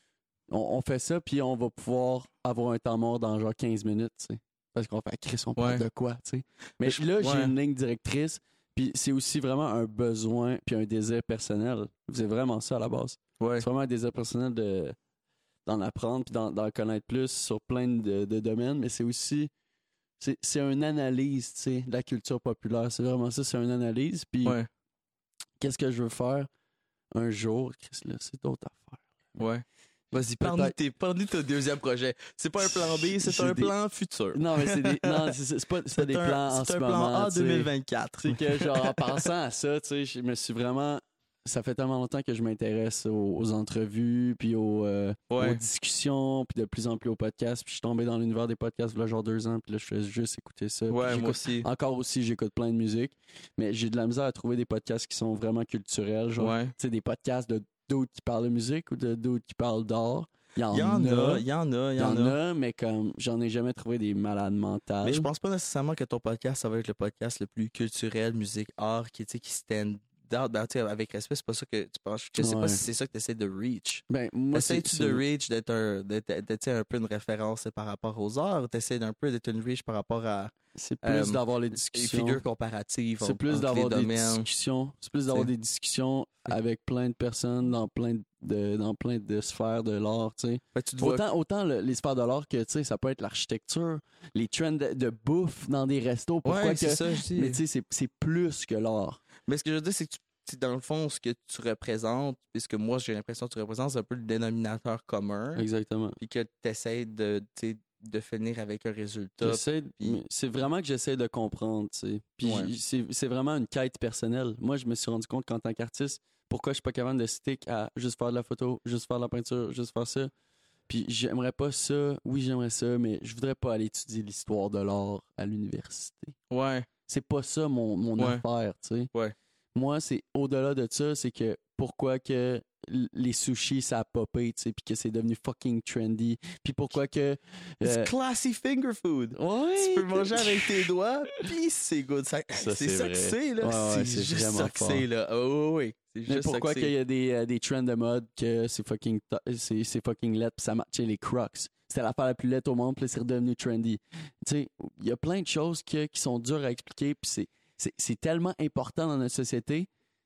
on, on fait ça, puis on va pouvoir avoir un temps mort dans genre quinze minutes, tu sais. Parce qu'on fait, Chris, on parle Ouais. de quoi, tu sais. Mais Mais je- là, j'ai ouais. une ligne directrice, puis c'est aussi vraiment un besoin, puis un désir personnel. C'est vraiment ça à la base. Ouais. C'est vraiment un désir personnel de, d'en apprendre, puis d'en, d'en connaître plus sur plein de, de domaines, mais c'est aussi, c'est, c'est une analyse, tu sais, de la culture populaire. C'est vraiment ça, c'est une analyse, puis Ouais. qu'est-ce que je veux faire un jour, Chris, là, c'est d'autres affaires. Ouais. Vas-y, Peut-être- parle-nous de tes- parle-nous de ton deuxième projet. C'est pas un plan B, c'est J'ai un des- plan futur. Non, mais c'est des, non, c'est, c'est pas, c'est pas des un, plans en c'est ce un moment. plan A tu sais. deux mille vingt-quatre. C'est que, genre, en pensant à ça, tu sais, je me suis vraiment. Ça fait tellement longtemps que je m'intéresse aux, aux entrevues, puis aux, euh, Ouais. aux discussions, puis de plus en plus aux podcasts. Puis je suis tombé dans l'univers des podcasts, il y a genre deux ans, puis là, je fais juste écouter ça. Puis Ouais, j'écoute- moi aussi. Encore aussi, j'écoute plein de musique, mais j'ai de la misère à trouver des podcasts qui sont vraiment culturels, genre, Ouais. tu sais, des podcasts de d'autres qui parlent de musique ou de d'autres qui parlent d'art. Il y en, Il y en a, il il y en a, il y en a, mais comme j'en ai jamais trouvé des malades mentales. Mais je pense pas nécessairement que ton podcast, ça va être le podcast le plus culturel, musique, art, qui, tu sais, qui stand out. Ben, tu sais, avec respect, c'est pas ça que tu penses. Je sais Ouais. pas si c'est ça que tu essaies de reach. Ben, moi, c'est, Essaies-tu c'est- de reach, d'être un, d'être, d'être, tu sais, un peu une référence par rapport aux arts, ou t'essaies d'un peu d'être une reach par rapport à c'est plus euh, d'avoir les les discussions. figures comparatives C'est en- plus entre d'avoir les des domaines? discussions. C'est plus d'avoir T'sais. des discussions avec plein de personnes dans plein de, dans plein de sphères de l'art, tu sais. Fait que tu te vois- Autant, autant le- les sphères de l'art que, tu sais, ça peut être l'architecture, les trends de, de bouffe dans des restos. Pourquoi Ouais, que... c'est ça, je dis. Mais tu sais, c'est, c'est plus que l'art. Mais ce que je veux dire, c'est que tu, tu- dans le fond, ce que tu représentes, puisque moi, j'ai l'impression que tu représentes, c'est un peu le dénominateur commun, Exactement. puis que tu essaies de, tu sais, de finir avec un résultat. J'essaie, puis- mais c'est vraiment que j'essaie de comprendre, tu sais. Puis Ouais. j- c'est, c'est vraiment une quête personnelle. Moi, je me suis rendu compte qu'en tant qu'artiste, pourquoi je suis pas capable de stick à juste faire de la photo, juste faire de la peinture, juste faire ça. Puis j'aimerais pas ça. Oui, j'aimerais ça, mais je voudrais pas aller étudier l'histoire de l'art à l'université. Ouais, C'est pas ça mon, mon Ouais. affaire, tu sais. Ouais. Moi, c'est au-delà de ça, c'est que pourquoi que l- les sushis, ça a popé, tu sais, puis que c'est devenu fucking trendy. Puis pourquoi que... it's euh, classy finger food. ouais, Tu peux manger avec tes doigts, puis c'est good. Ça, Ça, c'est c'est ça vrai. que c'est, là. Ouais, ouais, c'est c'est juste vraiment ça que fort. c'est, là. Oh, oui, oui. C'est Mais juste pourquoi ça que qu'il y c'est. a des, euh, des trends de mode que c'est fucking, to- c'est, c'est fucking laid pis ça matchait les Crocs. C'était l'affaire la plus laide au monde, puis là, c'est redevenu trendy. Tu sais, il y a plein de choses que, qui sont dures à expliquer, puis c'est, c'est, c'est tellement important dans notre société.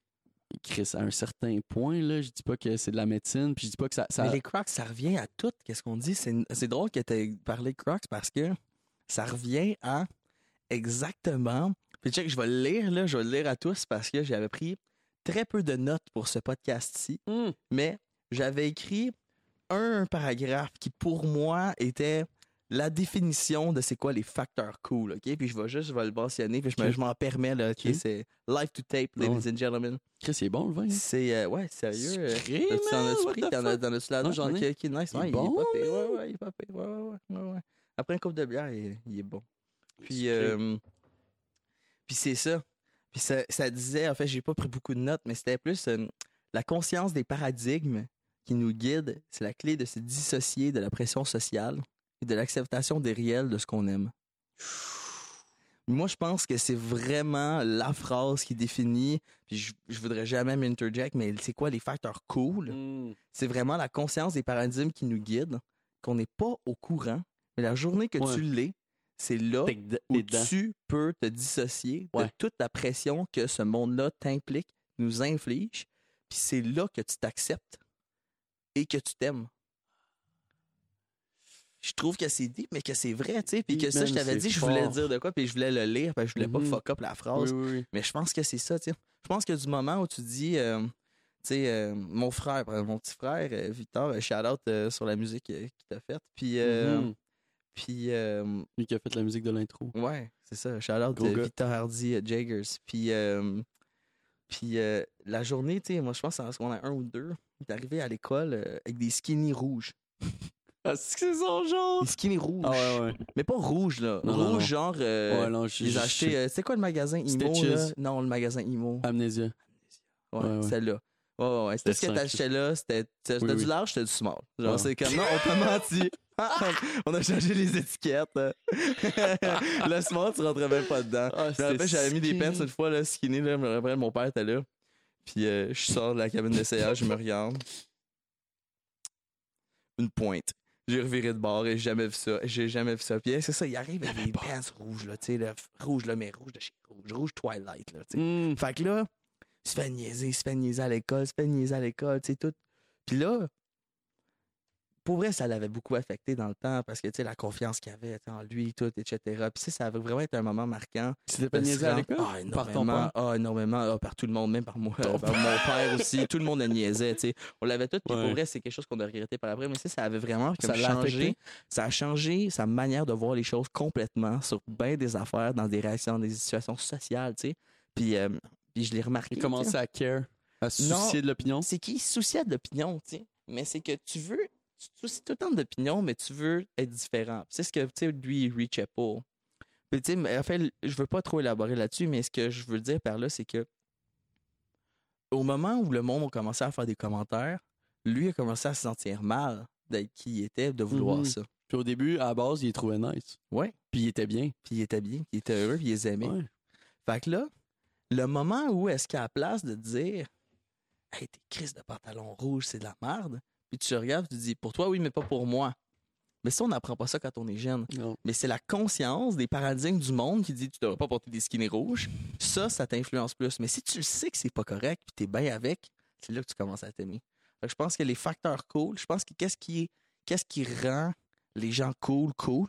Chris, à un certain point, là, je dis pas que c'est de la médecine, puis je dis pas que ça... ça... Mais les Crocs, ça revient à tout. Qu'est-ce qu'on dit? C'est, c'est drôle que tu aies parlé de Crocs parce que ça revient à exactement. Puis check, je vais le lire, là. Je vais le lire à tous parce que j'avais pris très peu de notes pour ce podcast-ci. Hmm. Mais j'avais écrit un paragraphe qui, pour moi, était la définition de c'est quoi les facteurs cool, OK? Puis je vais juste, je vais le mentionner, puis je, me- Ok. je m'en permets, là, OK? Ok. C'est Live to Tape, ladies and gentlemen. Chris, c'est bon le vin. Hein? C'est, euh, ouais, sérieux. euh, Sucré, T'as-tu t'en man, as-tu what pris? the T'en as, fuck? t'en as-tu là-dedans? Non, j'en ai. OK, OK, nice. Il est Ouais, il est bon, pas pire. man. Ouais, ouais, il est pas pire. Ouais, ouais, ouais, ouais, ouais. Après une coupe de bière, il, il est bon. Puis, Sucré. euh, puis c'est ça. Puis ça, ça disait, en fait, j'ai pas pris beaucoup de notes, mais c'était plus euh, la conscience des paradigmes qui nous guide, c'est la clé de se dissocier de la pression sociale et de l'acceptation des réels de ce qu'on aime. Moi, je pense que c'est vraiment la phrase qui définit, puis je, je voudrais jamais m'interject, mais c'est quoi les facteurs cool? Mm. C'est vraiment la conscience des paradigmes qui nous guident, qu'on n'est pas au courant, mais la journée que Ouais. tu l'es, c'est là T'es de- où t'es dedans. tu peux te dissocier de Ouais. toute la pression que ce monde-là t'implique, nous inflige, puis c'est là que tu t'acceptes et que tu t'aimes. Je trouve que c'est deep, mais que c'est vrai, tu sais, puis que Deep, ça, man, je t'avais c'est dit, je voulais fort. dire de quoi, puis je voulais le lire, parce que je voulais Mhm. pas fuck up la Oui, phrase, oui, oui. mais je pense que c'est ça, tu sais. Je pense que du moment où tu dis, euh, tu sais, euh, mon frère, par exemple, mon petit frère, euh, Victor, euh, shout-out euh, sur la musique euh, qu'il t'a faite, puis, euh, Mhm. puis euh, Lui qui a fait la musique de l'intro. ouais, c'est ça, shout-out Gros euh, gars. Victor Hardy, euh, Jaggers, puis, euh, puis euh, la journée, tu sais, moi je pense en secondaire un ou deux, il est arrivé à l'école euh, avec des skinny rouges. Ah, c'est que c'est son genre! Des skinny rouges. Ah ouais, ouais. Mais pas rouge, là. Non, rouge, non, non. genre. euh, ouais, non, je ils je- ont acheté. euh, c'est quoi le magasin Imo, Stitches. là? Non, le magasin Imo. Amnésia. Ouais, ouais, ouais. celle-là. Ouais, ouais, ouais. Tout C'était ce que cinq, t'achetais là, c'était c'était Oui, du oui. large, c'était du small. Genre, Ouais. c'est comme, non, on t'a menti. On a changé les étiquettes. Le small, tu rentrais même pas dedans. Ah, Je me rappelle, j'avais mis des skinny. pants une fois, là, skinny, là. Je me rappelle, mon père était là. Puis euh, je sors de la cabine d'essayage, je me regarde. Une pointe. J'ai reviré de bord et j'ai jamais vu ça. J'ai jamais vu ça. Puis c'est ça, il arrive avec des pas. pants rouges, là, tu sais, là, rouge, là, mais rouge de chez rouge. Rouge Twilight, là, tu sais. Mm. Fait que là, il se fait niaiser, il se fait niaiser à l'école, il se fait niaiser à l'école, tu sais, tout. Puis là, pour vrai, ça l'avait beaucoup affecté dans le temps parce que, tu sais, la confiance qu'il avait en lui, tout, et cetera. Puis ça, ça avait vraiment été un moment marquant. C'était pas de se niaisé à rendre- l'école? Ah, Par ton énormément. père? Ah, énormément. Ah, par tout le monde, même par moi. Ton par mon père aussi. Tout le monde le niaisait, tu sais. On l'avait tout. Puis Ouais. pour vrai, c'est quelque chose qu'on a regretté par après. Mais tu sais, ça avait vraiment comme Ça l'a changé. affecté? Ça a changé sa manière de voir les choses complètement sur bien des affaires, dans des réactions, dans des situations sociales, tu sais. Puis, euh, puis je l'ai remarqué. Il tu commençait sais. à care, à se Non. soucier de l'opinion. C'est qu'il se souciait de l'opinion, tu sais. Mais c'est que tu veux, tu te soucies tout le temps d'opinion, mais tu veux être différent. Puis c'est ce que, tu sais, lui, il reachait pas. Puis, tu sais, mais en fait, je veux pas trop élaborer là-dessus, mais ce que je veux dire par là, c'est que au moment où le monde a commencé à faire des commentaires, lui a commencé à se sentir mal d'être qui il était, de vouloir Mhm. ça. Puis au début, à la base, il les trouvait nice. Ouais. Puis il était bien. Puis il était bien, puis il était heureux, puis il les aimait. Ouais. Fait que là, le moment où est-ce qu'à la place de dire hey, tes crises de pantalon rouge, c'est de la merde, puis tu regardes, tu te dis pour toi, oui, mais pas pour moi. Mais ça, on n'apprend pas ça quand on est jeune. Non. Mais c'est la conscience des paradigmes du monde qui dit tu devrais pas porter des skinny rouges. Ça, ça t'influence plus. Mais si tu le sais que c'est pas correct, puis t'es bien avec, c'est là que tu commences à t'aimer. Fait que je pense que les facteurs cool, je pense que qu'est-ce qui est, qu'est-ce qui rend les gens cool, cool,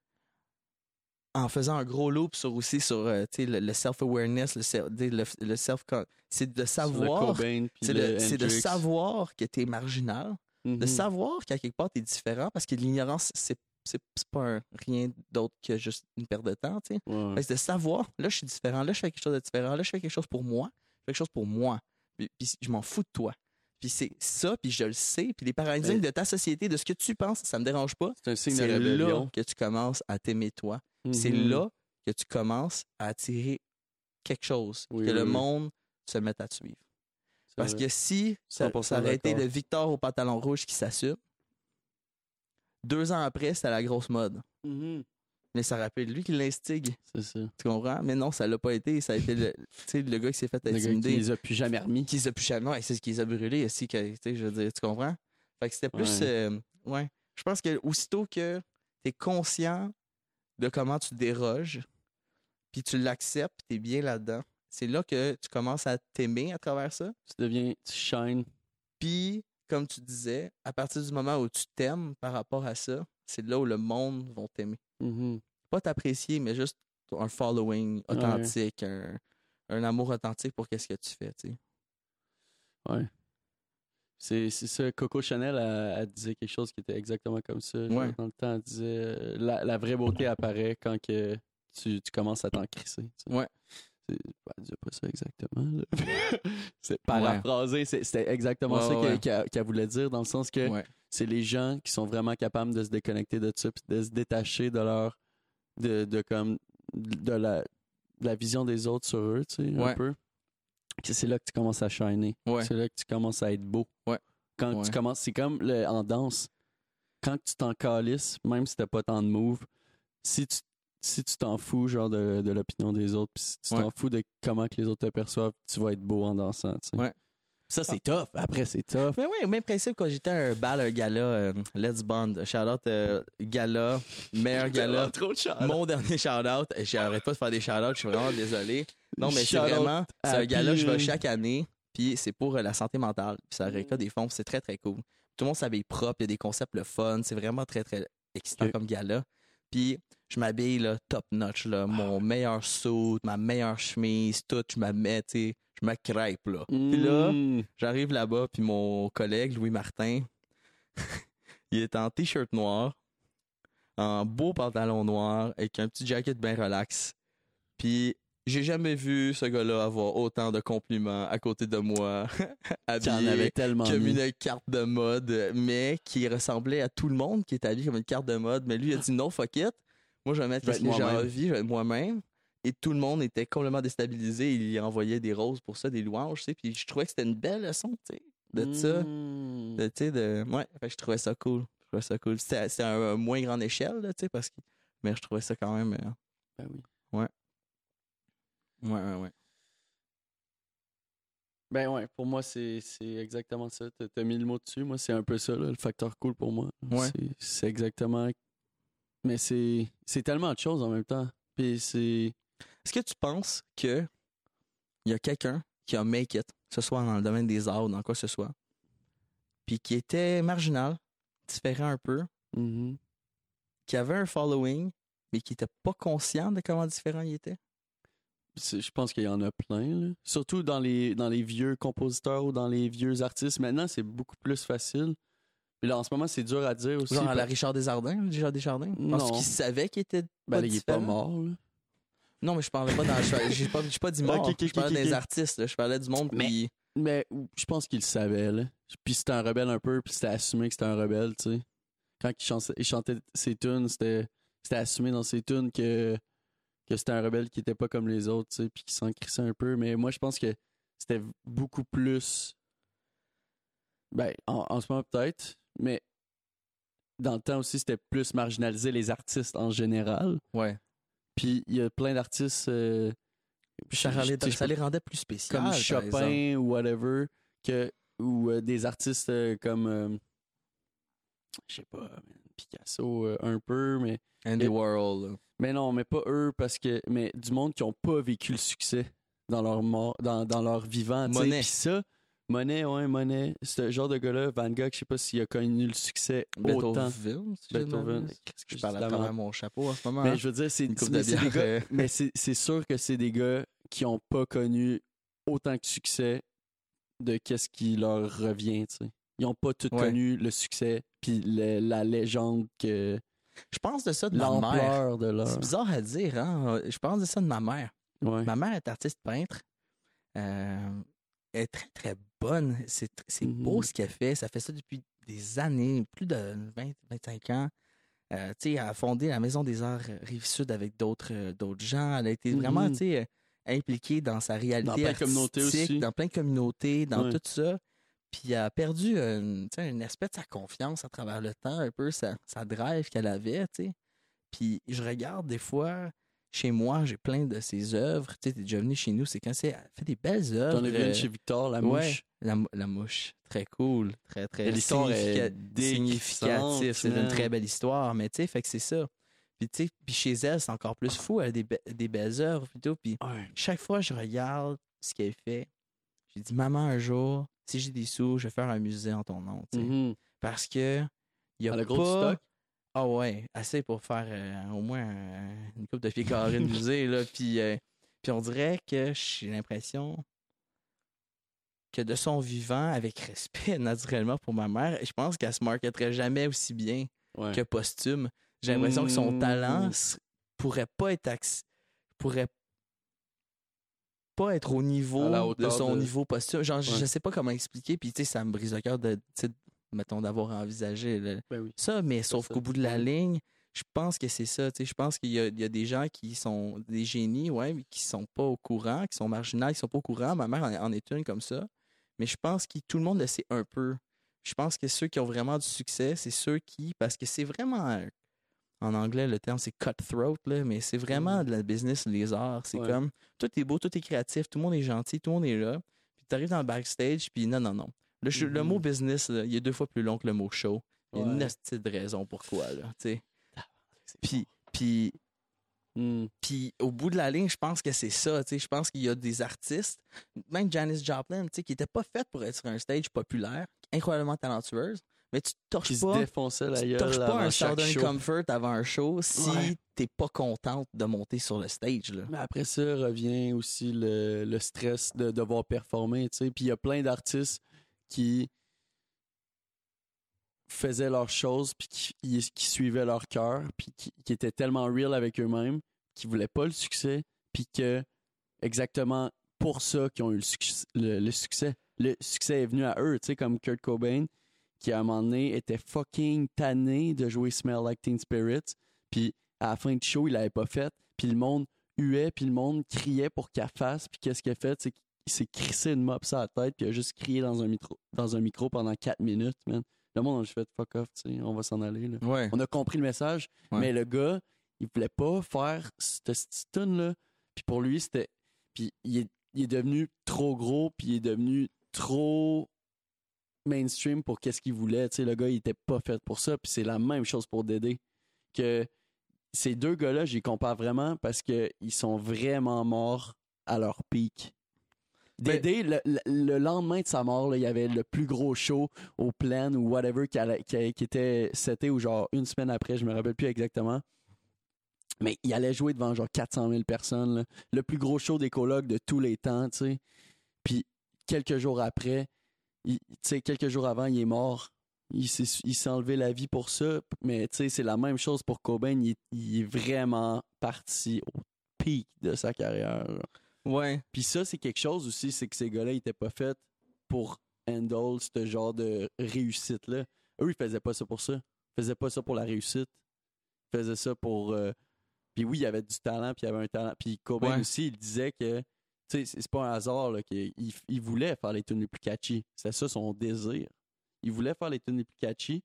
en faisant un gros loop sur aussi sur euh, tu sais, le, le self-awareness, le, self, le, le self c'est de savoir, Sur le Cobain, puis c'est le de, c'est de Hendrix. savoir que t'es marginal, Mhm. de savoir qu'à quelque part t'es différent, parce que l'ignorance c'est c'est c'est pas un, rien d'autre que juste une perte de temps, tu sais. Ouais, ouais. Fait que c'est de savoir, là je suis différent, là je fais quelque chose de différent, là je fais quelque chose pour moi, je fais quelque chose pour moi, puis, puis je m'en fous de toi. Puis c'est ça, puis je le sais, puis les paradigmes Mais- de ta société, de ce que tu penses, ça me dérange pas. C'est un signe de C'est là rébellion. que tu commences à t'aimer toi. C'est Mhm. là que tu commences à attirer quelque chose, Oui, que oui, le oui. monde se mette à te suivre. C'est Parce vrai. que si ça, cent pour cent ça aurait été d'accord. le Victor au pantalon rouge qui s'assume, deux ans après, c'était la grosse mode. Mhm. Mais ça rappelle lui qui l'instigue, C'est ça. tu comprends? Mais non, ça l'a pas été. Ça a été le, tu sais, le gars qui s'est fait Le gars qui intimider, les a plus jamais remis. qui les a plus jamais. Ouais, c'est ce qui les a brûlés aussi, que, tu sais, je veux dire, tu comprends? Fait que c'était plus. Ouais. euh, ouais. Je pense que aussitôt que tu es conscient de comment tu déroges, puis tu l'acceptes, tu es bien là-dedans, c'est là que tu commences à t'aimer à travers ça. Tu deviens, tu shines. Puis, comme tu disais, à partir du moment où tu t'aimes par rapport à ça, c'est là où le monde va t'aimer. Mhm. Pas t'apprécier, mais juste un following authentique, un, un amour authentique pour qu'est-ce que tu fais, tu sais. Ouais. C'est, c'est ça. Coco Chanel, elle, elle disait quelque chose qui était exactement comme ça. Genre, Ouais. dans le temps, elle disait euh, la, la vraie beauté apparaît quand que tu, tu commences à t'en crisser. tu sais. Ouais. C'est, ben, elle disait pas ça exactement. Là. c'est paraphrasé. C'est, c'était exactement Ouais, ça ouais, qu'elle, ouais. qu'elle- qu'elle voulait dire, dans le sens que Ouais. c'est les gens qui sont vraiment capables de se déconnecter de ça, puis de se détacher de leur. de, de comme. de la, de la vision des autres sur eux, tu sais, un Ouais. peu. Que c'est là que tu commences à shiner. Ouais. C'est là que tu commences à être beau. Ouais. Quand Ouais. tu commences, c'est comme le- en danse. Quand tu t'en calisses, même si t'as pas tant de moves, si tu si tu t'en fous genre de, de l'opinion des autres, puis si tu Ouais. t'en fous de comment que les autres te perçoivent, tu vas être beau en dansant. tu sais. Ouais. Ça, c'est tough. Après, c'est tough. Mais oui, au même principe, quand j'étais à un bal, un gala, euh, Let's Bond, shout-out euh, gala, meilleur gala, trop de shout-out. mon dernier shout-out. J'arrête pas de faire des shout-outs, je suis vraiment désolé. Non, mais c'est Shout-out vraiment, c'est à un gala que je vais Pire. chaque année, puis c'est pour euh, la santé mentale, puis ça récolte des fonds, puis c'est très très cool. Tout le monde s'habille propre, il y a des concepts le fun, c'est vraiment très très excitant Ok. comme gala. Puis je m'habille là, top notch, là, mon meilleur suit, ma meilleure chemise, tout, je me mets, tu sais, je me crêpe là. Puis là, Mm. j'arrive là-bas, puis mon collègue, Louis Martin, il est en t-shirt noir, en beau pantalon noir, avec un petit jacket bien relax. Puis j'ai jamais vu ce gars-là avoir autant de compliments à côté de moi, Tu en avais habillé tellement comme mis. une carte de mode, mais qui ressemblait à tout le monde, qui était habillé comme une carte de mode. Mais lui, il a dit non, fuck it. Moi, je vais mettre Je vais ce être que j'ai moi-même. envie, je vais être moi-même. Et tout le monde était complètement déstabilisé. Il envoyait des roses pour ça, des louanges, tu sais. Puis je trouvais que c'était une belle leçon, tu sais, de ça. Mm. De, tu sais, de... Ouais, fait que je trouvais ça cool. Je trouvais ça cool. C'était, c'était à un moins grande échelle, là, tu sais, parce que... Mais je trouvais ça quand même... euh, Ben oui. Ouais, ouais, ouais. Ben ouais, pour moi, c'est, c'est exactement ça. T'as, t'as mis le mot dessus. Moi, c'est un peu ça, là, le facteur cool pour moi. Ouais. C'est, c'est exactement. Mais c'est, c'est tellement de choses en même temps. Puis c'est. Est-ce que tu penses que il y a quelqu'un qui a make it, que ce soit dans le domaine des arts ou dans quoi que ce soit, puis qui était marginal, différent un peu, Mhm. qui avait un following, mais qui était pas conscient de comment différent il était? C'est- Je pense qu'il y en a plein. Là. Surtout dans les, dans les vieux compositeurs ou dans les vieux artistes. Maintenant, c'est beaucoup plus facile. Puis là, en ce moment, c'est dur à dire aussi. Genre à la parce- Richard Desjardins, Richard Desjardins? Parce Non. qu'il savait qu'il était Ben, pas là, il est pas différent. mort. Là. Non, mais je parlais pas dans... je- J'ai pas, j'ai pas dit mort. Ok, ok, je parlais ok, des ok. artistes, là. Je parlais du monde Mais- qui... Mais je pense qu'il le savait, là. Puis c'était un rebelle un peu, puis c'était assumé que c'était un rebelle, tu sais. Quand il chantait, il chantait ses tunes, c'était, c'était assumé dans ses tunes que, que c'était un rebelle qui était pas comme les autres, tu sais, puis qui s'en crissait un peu. Mais moi, je pense que c'était beaucoup plus... Ben, en, en ce moment, peut-être, mais dans le temps aussi, c'était plus marginaliser les artistes en général. Ouais. Puis il y a plein d'artistes... euh, Puis ça, je- rendait- tu sais, je ça les rendait plus spéciaux. comme Chopin ou whatever, que, ou euh, des artistes euh, comme, euh, je sais pas, man, Picasso euh, un peu, mais, Andy Et- Warhol. là. mais non, mais pas eux, parce que, mais du monde qui ont pas vécu le succès dans leur mort, dans, dans leur vivant, tu sais. Monet. Puis ça, Monet, ouais, Monet, ce genre de gars-là, Van Gogh, je sais pas s'il a connu le succès autant. Beethoven. si je Beethoven. m'abuse. Qu'est-ce que Je parle à je dis travers avant? mon chapeau en ce moment. Mais hein. je veux dire, c'est, Une coupe mais de c'est des bière, gars, euh. mais c'est, c'est sûr que c'est des gars qui ont pas connu autant de succès de qu'est-ce qui leur revient, tu sais. Ils ont pas tout Ouais. connu le succès puis le- la légende que Je pense de ça de ma mère. l'ampleur de leur. C'est bizarre à dire, hein? Je pense de ça de ma mère. Ouais. Ma mère est artiste peintre. Euh, elle est très, très bonne. C'est, tr- c'est Mhm. beau ce qu'elle fait. Ça fait ça depuis des années, plus de vingt, vingt-cinq ans. Euh, tu sais, elle a fondé la Maison des Arts euh, Rive-Sud avec d'autres, euh, d'autres gens. Elle a été vraiment, Mhm. tu sais, euh, impliquée dans sa réalité Dans plein de communautés artistique, aussi. dans plein de communautés, dans Ouais. tout ça. Puis elle a perdu une, tu sais, une espèce de sa confiance à travers le temps, un peu sa, sa drive qu'elle avait, tu sais. Puis je regarde des fois, chez moi, j'ai plein de ses œuvres. Tu sais, t'es déjà venu chez nous, c'est quand c'est, elle fait des belles œuvres. J'en ai vu euh, une chez Victor, la ouais, mouche. la, mou- la mouche. Très cool. Très, très Et l'histoire est significa- décrissante, significatif. C'est une man. très belle histoire, mais tu sais, fait que c'est ça. Puis tu sais, puis chez elle, c'est encore plus fou. Elle a des, be- des belles œuvres plutôt. Puis Ouais. chaque fois je regarde ce qu'elle fait, j'ai dit, maman, un jour, si j'ai des sous, je vais faire un musée en ton nom. tu sais. Mhm. Parce que il y a Elle a gros pas... stock. Ah ouais, assez pour faire euh, au moins euh, une coupe de pieds carrés de musée. Là. Puis, euh, puis on dirait que j'ai l'impression que de son vivant, avec respect naturellement pour ma mère, je pense qu'elle se marketerait jamais aussi bien Ouais. que posthume. J'ai l'impression que son Mmh. talent s- pourrait pas être acc- pourrait pas être au À la niveau de hauteur son de- niveau posthume. Genre, je- Ouais. je sais pas comment expliquer, puis tu sais, ça me brise le cœur de, tu sais, mettons, d'avoir envisagé le- Ben oui. ça, mais sauf ça. qu'au bout de la Ouais. ligne, je pense que c'est ça, tu sais, je pense qu'il y a, il y a des gens qui sont des génies, ouais, mais qui sont pas au courant, qui sont marginaux, qui sont pas au courant. Ma mère en, en est une comme ça, mais je pense que tout le monde le sait un peu. Je pense que ceux qui ont vraiment du succès, c'est ceux qui, parce que c'est vraiment, euh, en anglais, le terme c'est cutthroat, là, mais c'est vraiment Mm. de la business, les arts. C'est Ouais. comme, tout est beau, tout est créatif, tout le monde est gentil, tout le monde est là. Puis tu arrives dans le backstage, puis non, non, non. Le, ch- le Mhm. mot business, là, il est deux fois plus long que le mot show. Il y a une Ouais. hostie de raison pourquoi, là, tu sais. C'est Puis, puis, Mm. puis au bout de la ligne, je pense que c'est ça, tu sais. Je pense qu'il y a des artistes, même Janis Joplin, tu sais, qui n'était pas faite pour être sur un stage populaire, incroyablement talentueuse, mais tu torches Qui se pas. défonçait la Tu gueule torches pas avant un chaque Southern show. Comfort avant un show si Ouais. t'es pas contente de monter sur le stage, là. Mais après ça revient aussi le, le stress de devoir performer, tu sais. Puis il y a plein d'artistes qui faisaient leurs choses, puis qui, qui suivaient leur cœur, puis qui, qui étaient tellement real avec eux-mêmes, qui voulaient pas le succès, puis que exactement pour ça qu'ils ont eu le, succès, le, le succès. Le succès est venu à eux, tu sais, comme Kurt Cobain, qui à un moment donné était fucking tanné de jouer Smell Like Teen Spirit, puis à la fin du show, il l'avait pas fait, puis le monde huait, puis le monde criait pour qu'elle fasse, puis qu'est-ce qu'il a fait, c'est qu'il s'est crissé une mop sur la tête, puis il a juste crié dans un micro, dans un micro pendant quatre minutes, man. Le monde a juste fait fuck off, tu sais, on va s'en aller, là. Ouais. On a compris le message, Ouais. mais le gars, il voulait pas faire cette petite tune-là, puis pour lui, c'était... Puis il est, il est devenu trop gros, puis il est devenu trop mainstream pour qu'est-ce qu'il voulait, tu sais, le gars, il était pas fait pour ça, puis c'est la même chose pour Dédé, que ces deux gars-là, j'y compare vraiment parce que ils sont vraiment morts à leur pic. Ben- Dédé, le, le- le lendemain de sa mort, là, il y avait le plus gros show au Plan ou whatever qui, allait- qui, qui était seté ou genre une semaine après, je me rappelle plus exactement. Mais il allait jouer devant genre quatre cent mille personnes. Là. Le plus gros show d'écologue de tous les temps, tu sais. Puis quelques jours après, il- tu sais, quelques jours avant, il est mort. Il s'est, il s'est enlevé la vie pour ça. Mais tu sais, c'est la même chose pour Cobain. Il est, il est vraiment parti au pic de sa carrière. là. Ouais. Puis ça, c'est quelque chose aussi, c'est que ces gars-là, ils étaient pas faits pour handle ce genre de réussite-là. Eux, ils faisaient pas ça pour ça. Ils faisaient pas ça pour la réussite. Ils faisaient ça pour... euh, Puis oui, il y avait du talent, puis il y avait un talent. Puis Cobain Ouais. aussi, il disait que... Tu sais, c'est c'est pas un hasard, là, qu'il il, il voulait faire les tunes les plus catchy. C'était ça son désir. Il voulait faire les tunes les plus catchy.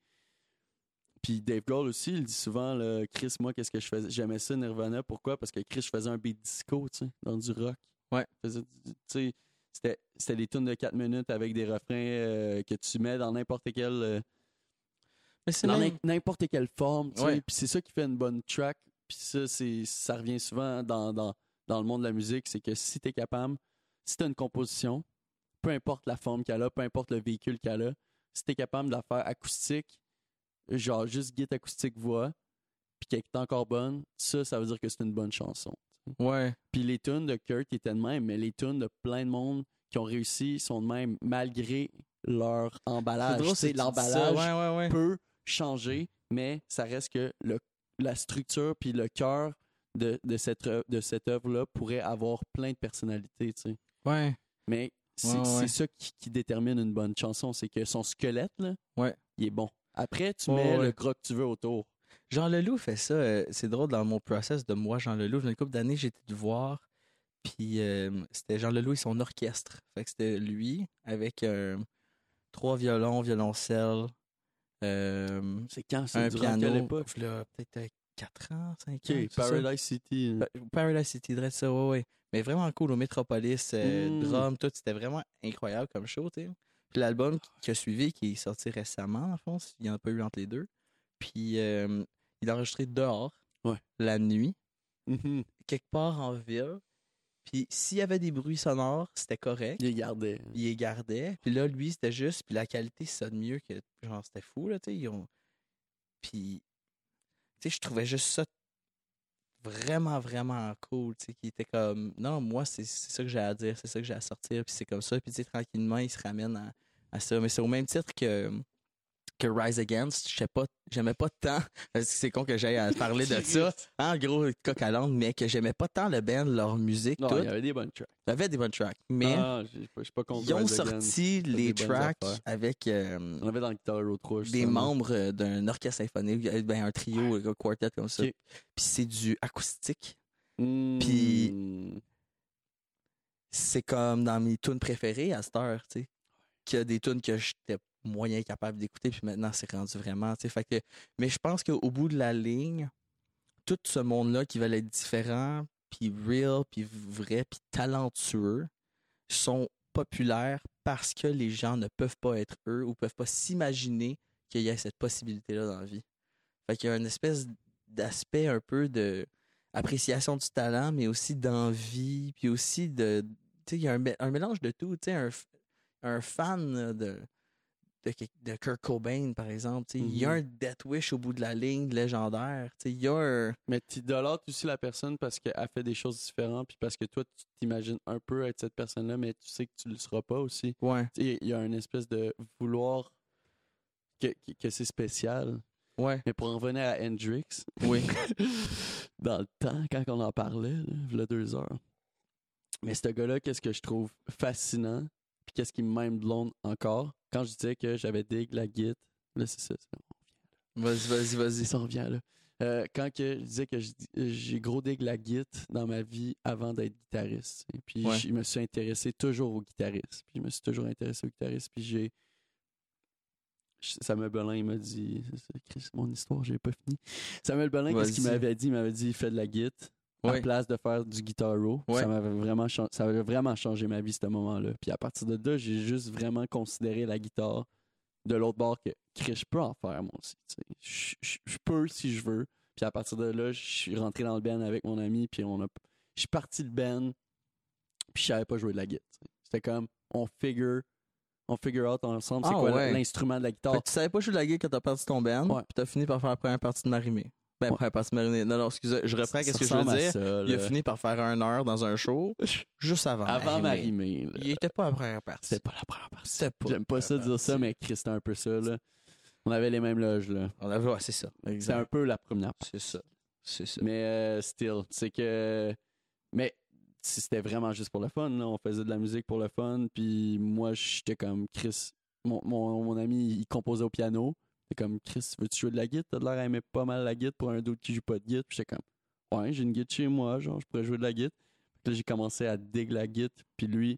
Puis Dave Grohl aussi, il dit souvent, là, Chris, moi, qu'est-ce que je faisais? J'aimais ça, Nirvana. Pourquoi? Parce que Chris, je faisais un beat disco, tu sais, dans du rock. Ouais. Je faisais du- tu sais, c'était, c'était des tunes de quatre minutes avec des refrains euh, que tu mets dans n'importe quelle, euh, Mais c'est dans même... n'im- n'importe quelle forme, tu sais. Ouais. Puis c'est ça qui fait une bonne track. Puis ça, c'est, ça revient souvent dans, dans, dans le monde de la musique, c'est que si t'es capable, si t'as une composition, peu importe la forme qu'elle a, peu importe le véhicule qu'elle a, si t'es capable de la faire acoustique, genre juste guitare acoustique voix, puis qu'elle est encore bonne, ça, ça veut dire que c'est une bonne chanson. Ouais. Puis les tunes de Kurt étaient de même, mais les tunes de plein de monde qui ont réussi sont de même malgré leur emballage. C'est drôle, Tu sais, c'est l'emballage Ouais, ouais, ouais. peut changer, mais ça reste que le, la structure puis le cœur de, de cette, œuvre- de cette œuvre-là pourrait avoir plein de personnalités, tu sais. Ouais. Mais c'est, Ouais, ouais, c'est ouais. ça qui, qui détermine une bonne chanson, c'est que son squelette, là, Ouais. il est bon. Après, tu Ouais, mets ouais. le gras que tu veux autour. Jean Leloup fait ça. euh, c'est drôle dans mon process de moi, Jean Leloup. Une couple d'années, j'étais de voir. Puis euh, c'était Jean Leloup et son orchestre. Fait que c'était lui avec euh, trois violons, violoncelle, euh, C'est quand? C'est un durant quelle piano. époque? Là, peut-être euh, quatre ans, cinq OK, ans. c'est ça? Paradise City. Pa- Paradise City, dirait ça, ouais, ouais. Mais vraiment cool au Metropolis, euh, Mm. drum, tout. C'était vraiment incroyable comme show, tu sais. Puis l'album qui, qui a suivi, qui est sorti récemment, en fond, il n'y en a pas eu entre les deux. Puis euh, il a enregistré dehors, Ouais. la nuit, Mhm. quelque part en ville. Puis s'il y avait des bruits sonores, c'était correct. Il les gardait. Il les gardait. Puis là, lui, c'était juste. Puis la qualité sonne mieux que. Genre, c'était fou, là, tu sais. Ils ont... Puis, tu sais, je trouvais juste ça vraiment, vraiment cool, tu sais, qui était comme, non, moi, c'est c'est ça que j'ai à dire, c'est ça que j'ai à sortir, puis c'est comme ça, puis tu sais, tranquillement, il se ramène à, à ça. Mais c'est au même titre que, que Rise Against, je sais pas, j'aimais pas tant, parce que c'est con que j'aille à parler de ça, en gros, coq à l'âne, mais que j'aimais pas tant le band, leur musique, Non, tout. il y avait des bonnes tracks. Il y avait des bonnes tracks, mais Ah, je suis pas contre ils ont Rise Against. sorti les des bonnes tracks affaires. avec euh, On avait dans le Guitar Hero trois, des justement. membres euh, d'un orchestre symphonique, euh, ben un trio, un quartet comme ça. Ok. Puis c'est du acoustique. Hmm. Puis- C'est comme dans mes tunes préférées à cette heure, tu sais. Qu'il y a des tunes que j'étais moyen capable d'écouter, puis maintenant c'est rendu vraiment, tu sais. Fait que, mais je pense qu'au bout de la ligne, tout ce monde-là qui veut être différent, puis real, puis vrai, puis talentueux, sont populaires parce que les gens ne peuvent pas être eux ou peuvent pas s'imaginer qu'il y ait cette possibilité-là dans la vie. Fait qu'il y a une espèce d'aspect un peu de appréciation du talent, mais aussi d'envie, puis aussi de, tu sais, il y a un, mé- un mélange de tout, tu sais, un, f- un fan de, de, de Kurt Cobain, par exemple, tu sais, il y a Mhm. un Death Wish au bout de la ligne légendaire, tu sais, il y a un... Mais tu idolâtres aussi la personne parce qu'elle fait des choses différentes, puis parce que toi, tu t'imagines un peu être cette personne-là, mais tu sais que tu le seras pas aussi. Ouais, Tu sais, il y a une espèce de vouloir que, que, que c'est spécial. ouais, Mais pour en revenir à Hendrix, oui, dans le temps, quand on en parlait, là, il y a deux heures. Mais ce gars-là, qu'est-ce que je trouve fascinant, puis qu'est-ce qui me mind blown encore, quand je disais que j'avais dig la guitare, là, c'est ça, c'est vas-y, vas-y, vas-y. ça revient là. Euh, quand que je disais que je- j'ai gros dig la guitare dans ma vie avant d'être guitariste. Et puis Ouais. je me suis intéressé toujours aux guitaristes. Puis je me suis toujours intéressé aux guitaristes. Puis j'ai. Samuel Belin, il m'a dit. C'est Chris, mon histoire, j'ai pas fini. Samuel Belin, qu'est-ce qu'il Vas-y. m'avait dit? Il m'avait dit fais de la guitare à Ouais. place de faire du Guitar Hero. Ouais. Ça m'avait vraiment, chan- ça avait vraiment changé ma vie, ce moment-là. Puis à partir de là, j'ai juste vraiment considéré la guitare de l'autre bord que Chris, je peux en faire moi aussi. tu sais. Je, je, je peux si je veux. Puis à partir de là, je suis rentré dans le band avec mon ami, puis on a, je suis parti le band, puis je savais pas jouer de la guitare. tu sais. C'était comme, on figure, on figure out ensemble c'est Ah quoi ouais. l'instrument de la Fait guitare. que tu savais pas jouer de la guitare quand t'as perdu ton band, Ouais. puis t'as fini par faire la première partie de Marimé. Ben, Ouais. première partie de Marimé. Non, non, excusez, je reprends Ça qu'est-ce que je veux ressemble à dire. ça, Il a là. fini par faire un heure dans un show, juste avant Avant Marimé. Marimé. là. Il était pas à la première partie. C'était pas la première partie. C'était pas. J'aime pas la ça première dire ça, partie. mais Chris, c'était un peu ça. Là. On avait les mêmes loges. là. On avait, ouais, c'est ça. C'était Exact. un peu la première partie. C'est ça. C'est ça. Mais euh, still, c'est que. Mais si c'était vraiment juste pour le fun. Là. On faisait de la musique pour le fun. Puis moi, j'étais comme Chris. Mon, mon, mon ami, il composait au piano. C'était comme Chris, veux-tu jouer de la guitare? T'as de l'air à aimer pas mal la guitare pour un d'autre qui joue pas de guitare. Puis j'étais comme, ouais, j'ai une guitare chez moi. Genre, je pourrais jouer de la guitare. Puis là, j'ai commencé à dig la guitare. Puis lui,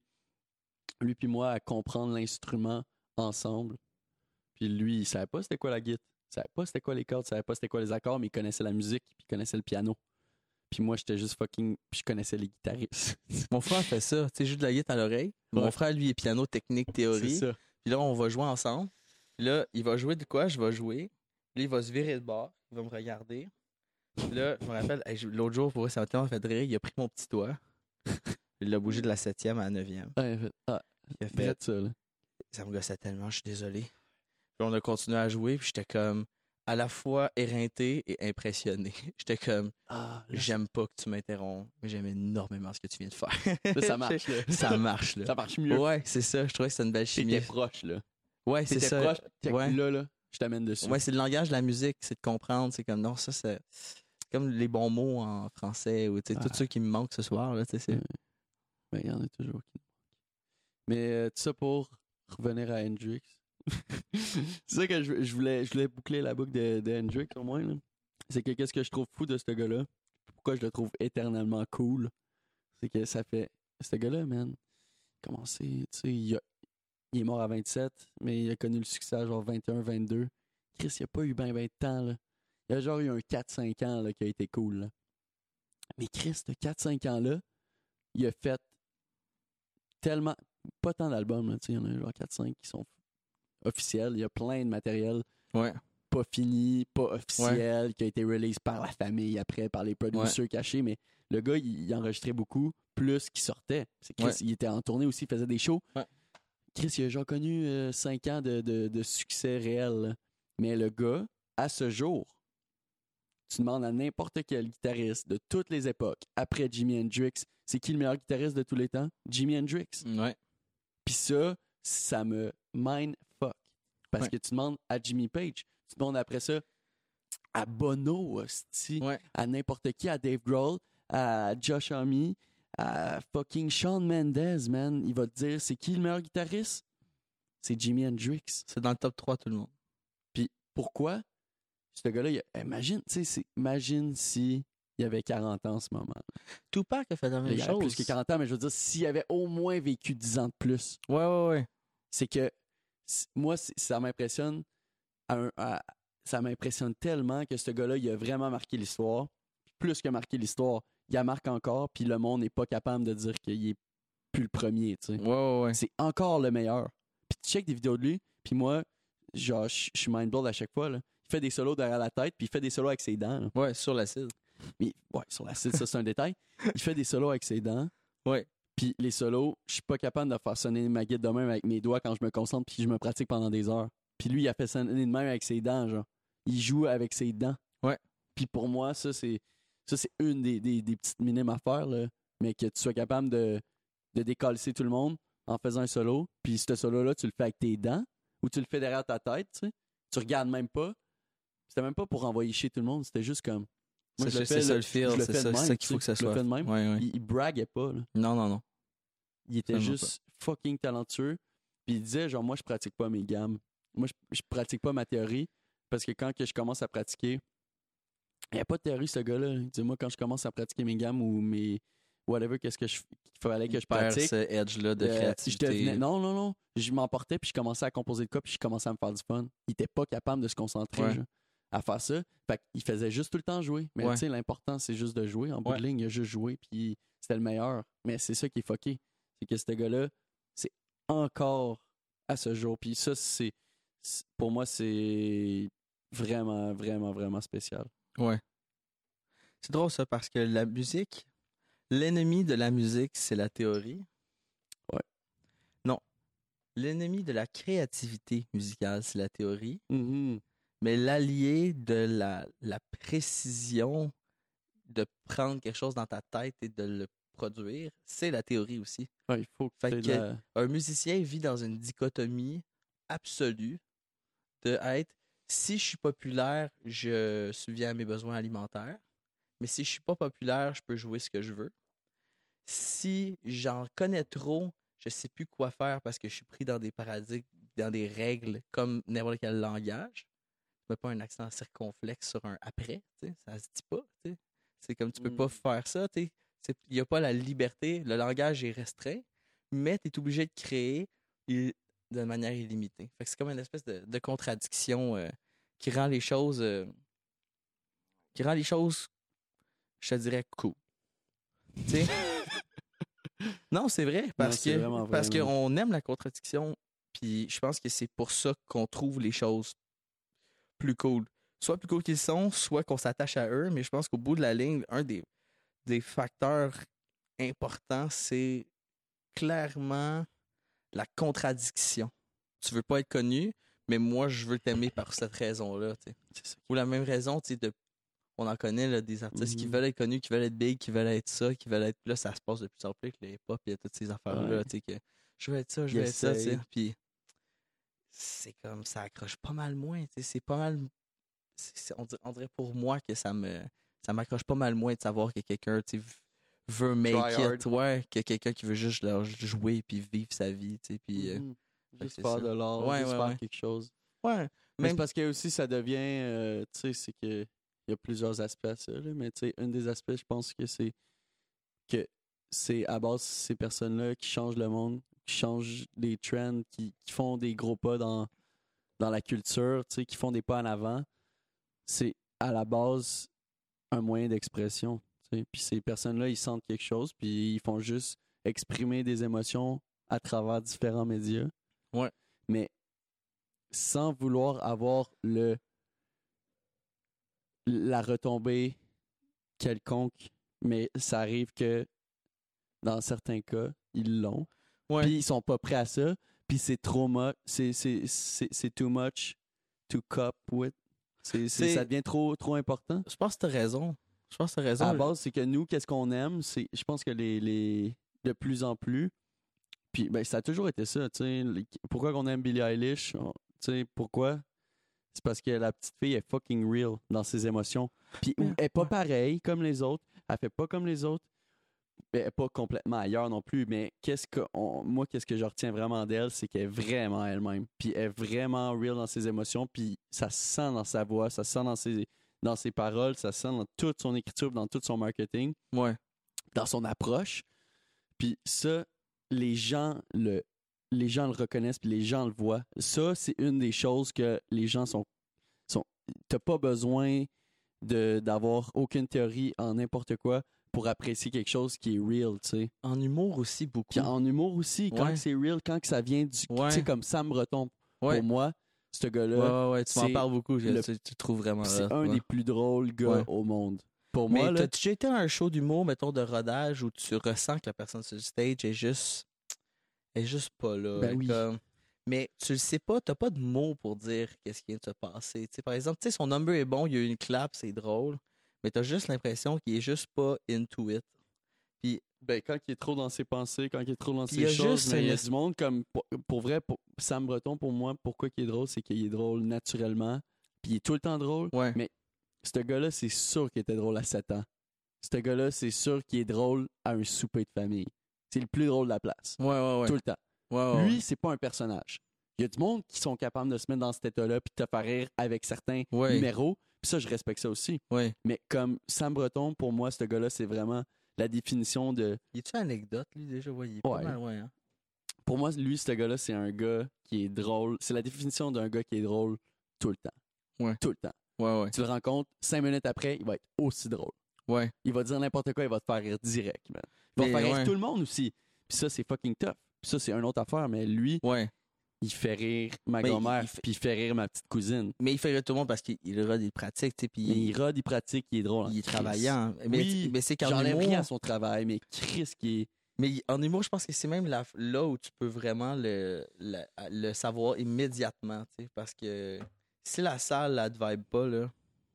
lui puis moi, à comprendre l'instrument ensemble. Puis lui, il savait pas c'était quoi la guitare. Il savait pas c'était quoi les cordes, il savait pas c'était quoi les accords, mais il connaissait la musique, puis il connaissait le piano. Puis moi, j'étais juste fucking... Puis je connaissais les guitaristes. Mon frère fait ça. Tu sais, joue de la guitare à l'oreille. Mon Ouais. frère, lui, est piano, technique, C'est théorie. ça. Puis là, on va jouer ensemble. Puis là, il va jouer de quoi? Je vais jouer. Puis là, il va se virer de bord. Il va me regarder. Puis là, je me rappelle, hey, je- l'autre jour, pour eux, ça m'a tellement fait rire. Il a pris mon petit doigt. Il l'a bougé de la septième à la neuvième. Ouais, fait- ah, Il a fait, fait ça, là. ça me gossait tellement, je suis désolé. Puis on a continué à jouer. Puis j'étais comme, à la fois éreinté et impressionné. J'étais comme, Ah, j'aime pas que tu m'interromps, mais j'aime énormément ce que tu viens de faire. là, ça marche, là. Ça marche, là. Ça marche mieux. Ouais, c'est ça. Je trouvais que c'était une belle chimie. T'étais proche, là. Ouais, c'est T'étais ça. proche. Check, Ouais. Là, là, je t'amène dessus. Ouais, c'est le langage de la musique, c'est de comprendre. C'est comme, non, ça, c'est comme les bons mots en français ou, tu sais, Ah. tous ceux qui me manquent ce soir, là, tu sais, c'est- Ouais. Mais il y en a toujours qui nous manquent. Mais euh, tout ça pour revenir à Hendrix. C'est ça que je, je voulais, je voulais boucler la boucle de, de Hendrix au moins. là. C'est que qu'est-ce que je trouve fou de ce gars-là, pourquoi je le trouve éternellement cool, c'est que ça fait. Ce gars-là, man, commencé, tu sais, il, a- il est mort à vingt-sept, mais il a connu le succès à genre vingt et un, vingt-deux. Chris, il a pas eu ben ben de temps, là. Il a genre eu un quatre cinq ans là, qui a été cool, là. Mais Chris, ce quatre cinq ans-là, il a fait tellement. Pas tant d'albums, là, tu sais, il y en a genre quatre cinq qui sont officiels. Il y a plein de matériel Ouais. pas fini, pas officiel, qui a été release par la famille après, par les producers cachés, mais le gars, il, il enregistrait beaucoup, plus qu'il sortait. C'est Chris, Ouais. il était en tournée aussi, il faisait des shows. Ouais. Chris, il a genre connu euh, cinq ans de, de, de succès réel. là. Mais le gars, à ce jour, tu demandes à n'importe quel guitariste de toutes les époques, après Jimi Hendrix, c'est qui le meilleur guitariste de tous les temps? Jimi Hendrix. Ouais. Puis ça, ça me mind fuck. Parce Ouais. que tu demandes à Jimmy Page, tu demandes après ça à Bono, hostie, Ouais. à n'importe qui, à Dave Grohl, à Josh Homme, à fucking Shawn Mendes, man. Il va te dire, c'est qui le meilleur guitariste? C'est Jimi Hendrix. C'est dans le top trois, tout le monde. Puis pourquoi? Ce gars-là, il a- imagine, tu sais, c'est- imagine si il avait quarante ans en ce moment. Tupac a fait la même Il avait chose. plus que quarante ans, mais je veux dire, s'il avait au moins vécu dix ans de plus, Ouais, ouais, ouais. c'est que c- moi, c- ça m'impressionne. à un- à- ça m'impressionne tellement que ce gars-là, il a vraiment marqué l'histoire. Puis plus que marqué l'histoire, il la marque encore, puis le monde n'est pas capable de dire qu'il est plus le premier, tu sais. Ouais, ouais, ouais. C'est encore le meilleur. Puis tu check des vidéos de lui, puis moi, genre, je je suis mind-blown à chaque fois, là. Il fait des solos derrière la tête, puis il fait des solos avec ses dents, là. Ouais, sur l'acide. Mais, ouais, sur l'acide, ça, c'est un détail. Il fait des solos avec ses dents. Ouais. Puis les solos, je suis pas capable de faire sonner ma guide de même avec mes doigts quand je me concentre puis je me pratique pendant des heures. Puis lui, il a fait sonner de même avec ses dents, genre. Il joue avec ses dents. Ouais. Puis pour moi, ça, c'est ça c'est une des, des, des petites minimes affaires, là. Mais que tu sois capable de, de décalisser tout le monde en faisant un solo. Puis ce solo-là, tu le fais avec tes dents ou tu le fais derrière ta tête, tu sais. Tu regardes même pas. C'était même pas pour envoyer chier tout le monde, c'était juste comme... Moi, je le C'est fais, c'est ça là, le feel, je le c'est fais de ça, même, c'est ça qu'il faut tu que ça sais. Je le soit. fais de même. Ouais, ouais. Il, il braguait pas, là. Non, non, non. Il était Vraiment juste fucking talentueux. Puis il disait, genre, moi, je pratique pas mes gammes. Moi, je, je pratique pas ma théorie. Parce que quand que je commence à pratiquer, il n'y a pas de théorie, ce gars-là. Il dit, moi, quand je commence à pratiquer mes gammes ou mes whatever, qu'est-ce que je qu'il fallait que Il je perd pratique. ce edge-là de euh, créativité. je devenais, non, non, non. Je m'emportais, puis je commençais à composer de quoi, puis je commençais à me faire du fun. Il était pas capable de se concentrer Ouais. genre, à faire ça. Fait qu'il faisait juste tout le temps jouer. Mais Ouais. tu sais, l'important, c'est juste de jouer. En bout Ouais. de ligne, il a juste joué, puis c'était le meilleur. Mais c'est ça qui est fucké. C'est que ce gars-là, c'est encore à ce jour. Puis ça, c'est, c'est- pour moi, c'est vraiment, vraiment, vraiment spécial. Ouais. C'est drôle ça parce que la musique, l'ennemi de la musique, c'est la théorie. Ouais. Non. L'ennemi de la créativité musicale, c'est la théorie. Mhm. Mais l'allié de la, la précision de prendre quelque chose dans ta tête et de le produire, c'est la théorie aussi. Ouais, il faut que Fait t'aies de que- la- Un musicien vit dans une dichotomie absolue de être si je suis populaire, je subviens à mes besoins alimentaires. Mais si je suis pas populaire, je peux jouer ce que je veux. Si j'en connais trop, je sais plus quoi faire parce que je suis pris dans des paradigmes, dans des règles comme n'importe quel langage. Tu mets pas un accent circonflexe sur un après, tu sais, ça se dit pas. tu sais. C'est comme tu peux Mm. pas faire ça. Il n'y a pas la liberté, le langage est restreint, mais tu es obligé de créer il- de manière illimitée. Fait que c'est comme une espèce de, de contradiction euh, qui rend les choses euh, qui rend les choses, je te dirais, cool. Tu sais? Non, c'est vrai, parce c'est que vraiment vrai, parce man. qu'on aime la contradiction, puis je pense que c'est pour ça qu'on trouve les choses plus cool. Soit plus cool qu'ils sont, soit qu'on s'attache à eux, mais je pense qu'au bout de la ligne, un des, des facteurs importants, c'est clairement la contradiction. Tu veux pas être connu, mais moi, je veux t'aimer par cette raison-là. tu sais. C'est ça. Ou la même raison, tu sais, de on en connaît là, des artistes qui Mhm. veulent être connus, qui veulent être big, qui veulent être ça, qui veulent être. Là, ça se passe de plus en plus avec les hip-hop et toutes ces affaires-là. Ouais. Tu sais, que je veux être ça, je Ils veux être ça. tu sais. essayent. Puis c'est comme ça accroche pas mal moins. tu sais, C'est pas mal. c'est- c'est- on, dirait, on dirait pour moi que ça me ça m'accroche pas mal moins de savoir que quelqu'un tu sais, v- veut make Try it. hard. Ouais, que quelqu'un qui veut juste leur jouer puis vivre sa vie. tu sais, Puis, euh, Mhm. fait que Juste c'est faire ça. de l'art, Ouais, juste ouais, faire ouais. quelque chose. ouais. Mais Même c'est parce que aussi ça devient, euh, tu sais, c'est que il y a plusieurs aspects à ça, là, mais tu sais, un des aspects, je pense que c'est que c'est à base ces personnes-là qui changent le monde, qui changent les trends, qui, qui font des gros pas dans, dans la culture, tu sais, qui font des pas en avant. C'est à la base un moyen d'expression, tu sais. Puis ces personnes-là, ils sentent quelque chose, puis ils font juste exprimer des émotions à travers différents médias. Ouais. Mais sans vouloir avoir le la retombée quelconque, mais ça arrive que dans certains cas, ils l'ont. ouais. Puis ils sont pas prêts à ça, puis c'est trop much, c'est c'est c'est c'est too much to cope with. C'est, c'est, C'est- ça devient trop, trop important. Je pense que t'as raison. Je pense que t'as raison. À la base, c'est que nous, qu'est-ce qu'on aime, c'est, je pense que les, les, de plus en plus, puis ben, ça a toujours été ça, tu sais. les- Pourquoi qu'on aime Billie Eilish? On- Tu sais, pourquoi? C'est parce que la petite fille est fucking real dans ses émotions. Puis Ouais. elle est pas pareille comme les autres. Elle fait pas comme les autres. Elle est pas complètement ailleurs non plus. Mais qu'est-ce que on- moi, qu'est-ce que je retiens vraiment d'elle, c'est qu'elle est vraiment elle-même. Puis elle est vraiment real dans ses émotions. Puis ça se sent dans sa voix, ça se sent dans ses, dans ses paroles, ça se sent dans toute son écriture, dans tout son marketing, Ouais. dans son approche. Puis ça, les gens le, les gens le reconnaissent, puis les gens le voient. Ça, c'est une des choses que les gens sont... sont t'as pas besoin de, d'avoir aucune théorie en n'importe quoi pour apprécier quelque chose qui est real, tu sais. En humour aussi, beaucoup. Puis en humour aussi, quand Ouais. que c'est real, quand que ça vient du... Ouais. Tu sais, comme Sam Breton, Ouais. pour moi, ce Ouais, gars-là, ouais, ouais, tu m'en c'est parles beaucoup. je- le- tu, tu le trouves vraiment c'est hot, un ouais. des plus drôles gars Ouais. au monde. Pour Mais moi, là, t'as-tu déjà été à un show d'humour, mettons, de rodage, où tu ressens que la personne sur le stage est juste, est juste pas là. Ben elle oui. comme- Mais tu le sais pas, t'as pas de mots pour dire qu'est-ce qui vient de se passer. Tu sais, par exemple, tu sais, son number est bon, il y a eu une clap, c'est drôle, mais t'as juste l'impression qu'il est juste pas into it. ben, quand il est trop dans ses pensées, quand il est trop dans Puis il y ses a choses, juste mais il y a une- du monde comme... Pour, pour vrai, pour Sam Breton, pour moi, pourquoi il est drôle, c'est qu'il est drôle naturellement, puis il est tout le temps drôle. Ouais. Mais ce gars-là, c'est sûr qu'il était drôle à sept ans. Ce gars-là, c'est sûr qu'il est drôle à un souper de famille. C'est le plus drôle de la place. Ouais, ouais, ouais. Tout le temps. Ouais, ouais, Lui, c'est pas un personnage. Il y a du monde qui sont capables de se mettre dans cet état-là puis de te faire rire avec certains Ouais. numéros. Puis ça, je respecte ça aussi. ouais. Mais comme Sam Breton, pour moi, ce gars-là, c'est vraiment la définition de... Y a-tu une anecdote, lui, déjà? Ouais, il est pas Ouais. mal, ouais, hein? Pour moi, lui, ce gars-là, c'est un gars qui est drôle. C'est la définition d'un gars qui est drôle tout le temps. Ouais. Tout le temps. Ouais, ouais. Tu le rencontres, cinq minutes après, il va être aussi drôle. Ouais. Il va dire n'importe quoi, il va te faire rire direct, man. Il va Mais faire rire ouais. tout le monde aussi. Puis ça, c'est fucking tough. Puis ça, c'est une autre affaire, mais lui, Ouais. il fait rire ma Mais il- grand-mère, il fait- puis il fait rire ma petite cousine. Mais il fait rire tout le monde parce qu'il il rôde, il pratique, tu sais, puis Mais il rôde, il pratique, il est drôle. en il est Christ. travaillant. Mais, Oui, mais c'est qu'en J'enlève humour, rien à son travail, mais Chris qui est... mais en humour, je pense que c'est même là, là où tu peux vraiment le, le, le savoir immédiatement, tu sais, parce que si la salle, elle te vibe pas, là,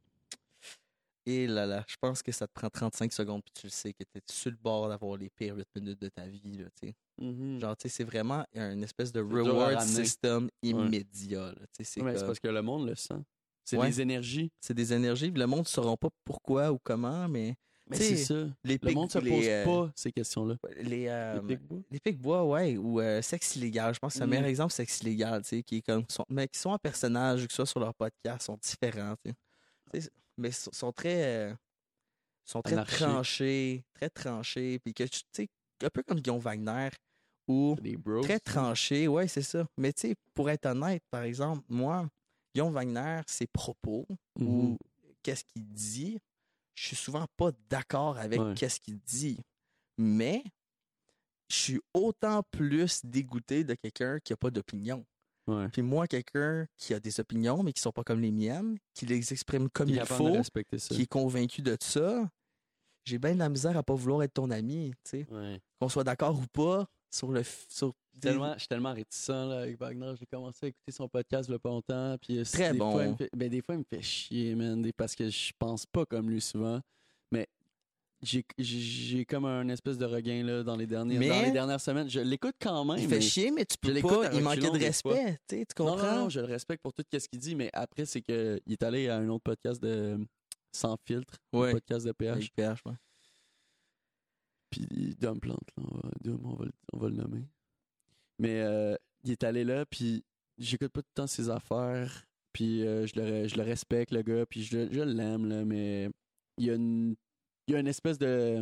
et là là, je pense que ça te prend trente-cinq secondes puis tu le sais que t'es sur le bord d'avoir les pires huit minutes de ta vie, là, tu sais. Mhm. Genre, tu sais, c'est vraiment un espèce de dur à reward ramener. system immédiat, là, tu sais, c'est Ouais, c'est comme- parce que le monde le sent. C'est Ouais. des énergies. c'est des énergies, puis le monde ne saura pas pourquoi ou comment, mais Mais Tu sais, c'est ça. les Le pics- monde se les, pose euh, pas ces questions-là. les, euh, Les pics-bois? les pics-bois, ouais, ou euh, sexe illégal. Je pense que c'est un Mm. meilleur exemple, sexe illégal, tu sais, qui est comme, sont, mais qui sont en personnage, ou que ce soit sur leur podcast, sont différents, tu sais. Tu sais, mais sont, sont très, euh, sont très Anarchiques. tranchés, très tranchés, puis que, tu sais, un peu comme Guillaume Wagner, ou Des bros. très tranché, ouais, c'est ça. Mais tu sais, pour être honnête, par exemple, moi, Guillaume Wagner, ses propos, Mhm. ou qu'est-ce qu'il dit, je suis souvent pas d'accord avec Ouais. qu'est-ce qu'il dit. Mais je suis autant plus dégoûté de quelqu'un qui a pas d'opinion. Ouais. Puis moi, quelqu'un qui a des opinions, mais qui sont pas comme les miennes, qui les exprime comme Qui est il capable de faut, respecter ça. qui est convaincu de ça, j'ai bien de la misère à pas vouloir être ton ami, tu sais. Ouais. Qu'on soit d'accord ou pas sur le... f- Sur, Tellement, je suis tellement réticent là, avec Wagner. J'ai commencé à écouter son podcast il y a pas longtemps. Puis, euh, Très des bon. Fois, il me fait, ben, des fois, il me fait chier, man. des- parce que je pense pas comme lui souvent. Mais j'ai, j'ai, j'ai comme un espèce de regain là, dans, les dernières, Mais- dans les dernières semaines. Je l'écoute quand même. Il mais... fait chier, mais tu je peux l'écoute pas. à Il manquait reculons de des fois. respect, tu sais, tu Non, comprends? non, non, je le respecte pour tout ce qu'il dit. Mais après, c'est qu'il est allé à un autre podcast de Sans filtre. Ouais. Un podcast de P H. Avec P H, ouais. Puis Dom Plante, là, on va, Dom, on va, le- on va le nommer. Mais euh, il est allé là, puis j'écoute pas tout le temps ses affaires, puis euh, je, le, je le respecte, le gars, puis je, je l'aime, là, mais il y a une, il y a une espèce de...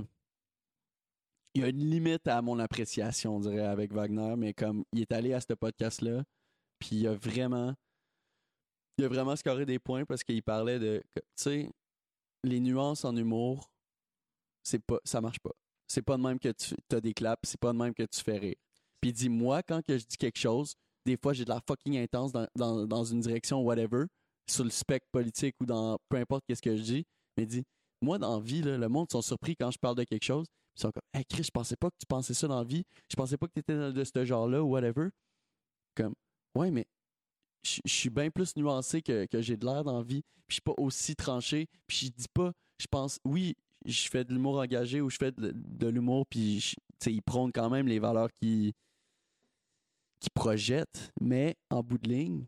Il y a une limite à mon appréciation, on dirait, avec Wagner, mais comme il est allé à ce podcast-là, puis il a vraiment... Il a vraiment scoré des points parce qu'il parlait de... Tu sais, les nuances en humour, c'est pas, ça marche pas. C'est pas de même que tu as des claps, c'est pas de même que tu fais rire. Puis il dit, moi, quand que je dis quelque chose, des fois, j'ai de la fucking intense dans, dans, dans une direction, whatever, sur le spectre politique ou dans peu importe qu'est-ce que je dis. Mais il dit, moi, dans la vie, là, le monde sont surpris quand je parle de quelque chose. Ils sont comme, hey Chris, je pensais pas que tu pensais ça dans la vie. Je pensais pas que tu étais de ce genre-là ou whatever. Comme, ouais, mais je je suis bien plus nuancé que, que j'ai de l'air dans la vie. Puis je suis pas aussi tranché. Puis je dis pas, je pense, oui, je fais de l'humour engagé ou je fais de, de l'humour, puis je- tu sais, ils prônent quand même les valeurs qui qui projettent, mais en bout de ligne,